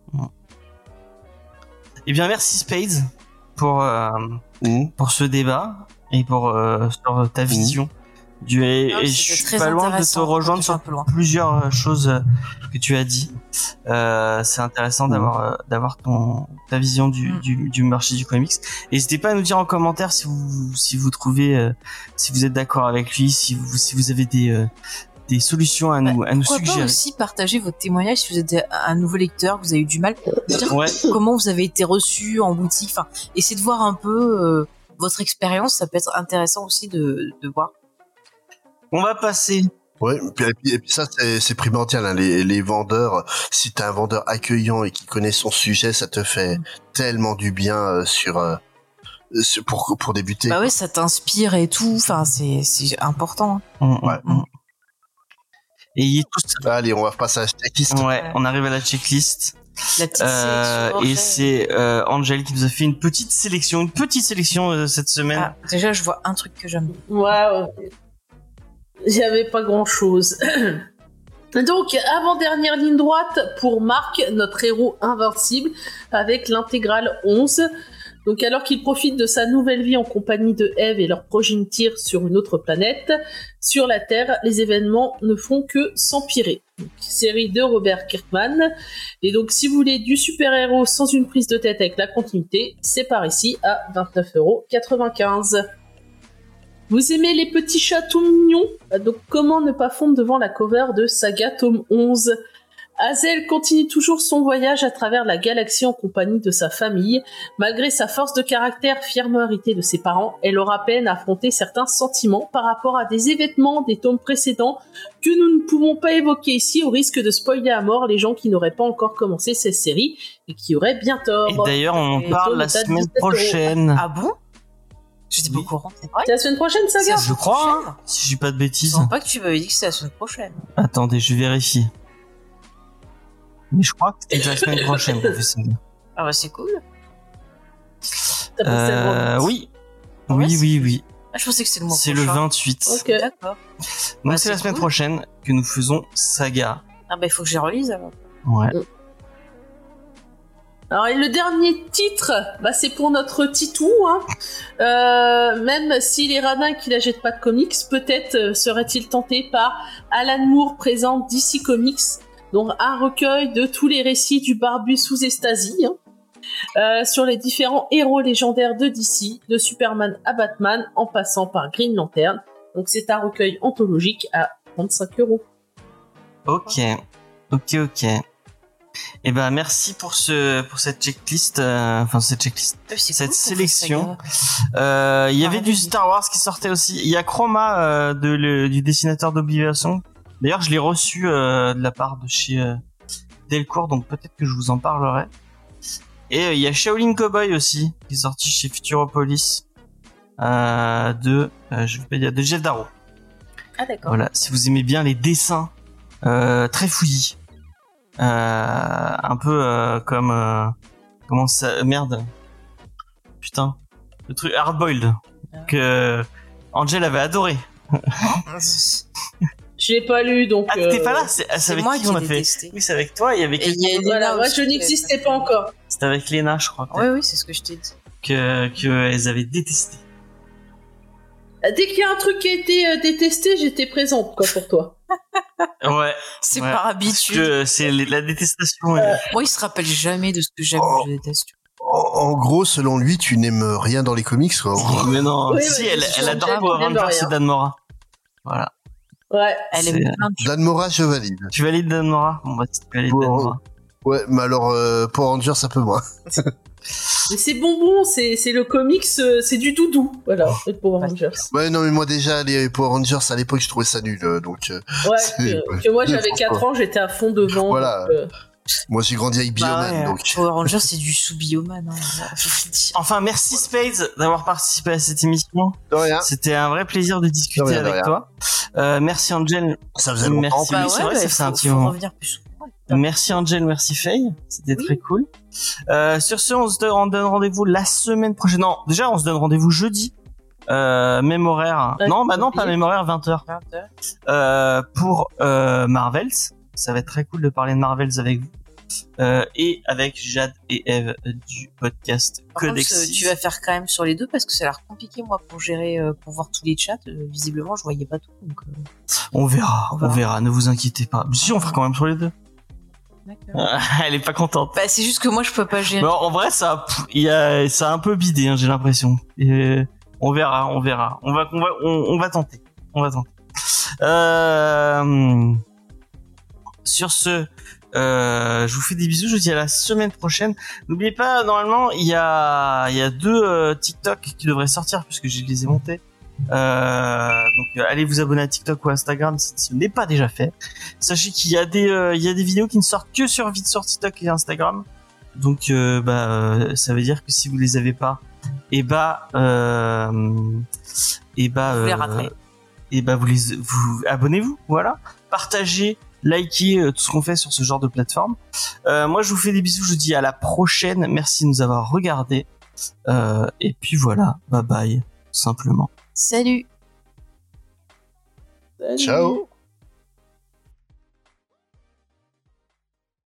Eh bien, merci Spades pour ce débat et pour sur ta vision. Et je suis pas loin de te rejoindre sur plusieurs choses que tu as dit. C'est intéressant d'avoir ta vision du marché du comics. N'hésitez pas à nous dire en commentaire si vous trouvez, si vous êtes d'accord avec lui, si vous avez des solutions à nous suggérer. Pourquoi pas aussi partager votre témoignage si vous êtes un nouveau lecteur, que vous avez eu du mal, dire comment vous avez été reçu en boutique. Enfin, essayez de voir un peu votre expérience. Ça peut être intéressant aussi de voir. On va passer. Ouais, et puis ça c'est primordial, hein, les vendeurs. Si t'as un vendeur accueillant et qui connaît son sujet, ça te fait tellement du bien pour débuter. Bah ouais, ça t'inspire et tout. Enfin, c'est important. Et il est tout. Allez, on va passer à la checklist. Ouais, on arrive à la checklist. La petite sélection. Et c'est Angel qui nous a fait une petite sélection cette semaine. Ah, déjà, je vois un truc que j'aime. Ouais. J'avais pas grand chose. Donc, avant-dernière ligne droite pour Marc, notre héros invincible, avec l'intégrale 11. Donc, alors qu'il profite de sa nouvelle vie en compagnie de Eve et leur progéniture sur une autre planète, sur la Terre, les événements ne font que s'empirer. Donc, série de Robert Kirkman. Et donc, si vous voulez du super-héros sans une prise de tête avec la continuité, c'est par ici à 29,95 €. Vous aimez les petits chats tout mignons ? Donc comment ne pas fondre devant la cover de Saga tome 11 ? Hazel continue toujours son voyage à travers la galaxie en compagnie de sa famille. Malgré sa force de caractère fièrement héritée de ses parents, elle aura peine à affronter certains sentiments par rapport à des événements des tomes précédents que nous ne pouvons pas évoquer ici au risque de spoiler à mort les gens qui n'auraient pas encore commencé cette série et qui auraient bien tort. Et d'ailleurs, on en parle la semaine prochaine. Ah bon ? J'étais pas au courant. C'est la semaine prochaine, Saga ? Je crois, hein, si je dis pas de bêtises. Je ne pas que tu m'avais dit que c'est la semaine prochaine. Attendez, je vérifie. Mais je crois que c'était la semaine prochaine, professeur. Ah bah c'est cool. Oui. Oui. Ah, je pensais que c'était le mois prochain. C'est le 28. Ok. D'accord. Donc c'est la semaine prochaine que nous faisons Saga. Ah bah il faut que je les relise alors. Ouais. Alors, et le dernier titre, c'est pour notre Titou, hein. Même s'il est radin et qu'il achète pas de comics, peut-être serait-il tenté par Alan Moore présente DC Comics, donc un recueil de tous les récits du barbu sous Estasie, hein, sur les différents héros légendaires de DC, de Superman à Batman, en passant par Green Lantern. Donc c'est un recueil anthologique à 35 €. Ok. Et ben merci pour cette checklist, cette sélection. Il y avait du Star Wars qui sortait aussi. Il y a Chroma du dessinateur d'Oblivion. D'ailleurs, je l'ai reçu de la part de chez Delcourt, donc peut-être que je vous en parlerai. Et il y a Shaolin Cowboy aussi qui est sorti chez Futuropolis de Jeff Darrow. Ah d'accord. Voilà, si vous aimez bien les dessins très fouillis. Un peu comme comment ça putain le truc Hardboiled que Angel avait adoré. Je l'ai pas lu donc. T'es pas là, c'est avec moi qui on a fait. testé. Oui, c'est avec toi. Il y avait voilà, moi je n'existais pas encore. C'était avec Léna, je crois. Oui, c'est ce que je t'ai dit. Que elles avaient détesté. Dès qu'il y a un truc qui a été détesté, j'étais présente quoi pour toi. Ouais. C'est par habitude. C'est la détestation. Moi, il se rappelle jamais de ce que j'aime, je déteste. En gros, selon lui, tu n'aimes rien dans les comics, quoi. Mais non, oui, si, ouais, elle adore Power Rangers, c'est Dan Mora. Voilà. Ouais. Elle aime plein de choses. Dan Mora, je valide. Tu valides Dan Mora? Bon, bah, tu valides Dan Mora. Ouais, mais alors, Power Rangers, ça peut moins. Mais c'est bonbon, c'est le comics, c'est du doudou, voilà, les Power Rangers. Ouais, non, mais moi déjà, les Power Rangers, à l'époque, je trouvais ça nul, donc... Ouais, que moi j'avais 4 ans, j'étais à fond devant. Voilà. Donc, moi, j'ai grandi avec Bioman, donc... Power Rangers, c'est du sous-Bioman. Hein. Enfin, merci Spades d'avoir participé à cette émission. De rien. C'était un vrai plaisir de discuter avec toi. Merci Angel. Ça faisait longtemps. Merci, c'est vrai, ça fait un petit moment. Revenir plus souvent. Merci Angel, merci Faye, c'était très cool. Sur ce, on donne rendez-vous la semaine prochaine. Non, déjà on se donne rendez-vous jeudi, même horaire. Non, bah non, pas même horaire, 20h. Pour Marvels. Ça va être très cool de parler de Marvels avec vous. Et avec Jade et Eve du podcast Codexis. Tu vas faire quand même sur les deux parce que ça a l'air compliqué moi pour gérer, pour voir tous les chats. Visiblement, je voyais pas tout. Donc, on verra. Ne vous inquiétez pas. Si, on fera quand même sur les deux. D'accord. Elle est pas contente. Bah, c'est juste que moi, je peux pas gérer. Bon, en vrai, ça a un peu bidé, hein, j'ai l'impression. Et on verra. On va tenter. Sur ce, je vous fais des bisous. Je vous dis à la semaine prochaine. N'oubliez pas, normalement, il y a 2 TikTok qui devraient sortir puisque je les ai montés. Donc allez vous abonner à TikTok ou Instagram si ce n'est pas déjà fait. Sachez qu'il y a des vidéos qui ne sortent que sur TikTok et Instagram. Donc ça veut dire que si vous les avez pas, vous les raterez. Vous abonnez-vous, voilà. Partagez, likez tout ce qu'on fait sur ce genre de plateforme. Moi je vous fais des bisous, je vous dis à la prochaine. Merci de nous avoir regardés. Et puis voilà, bye bye, tout simplement. Salut. Ciao.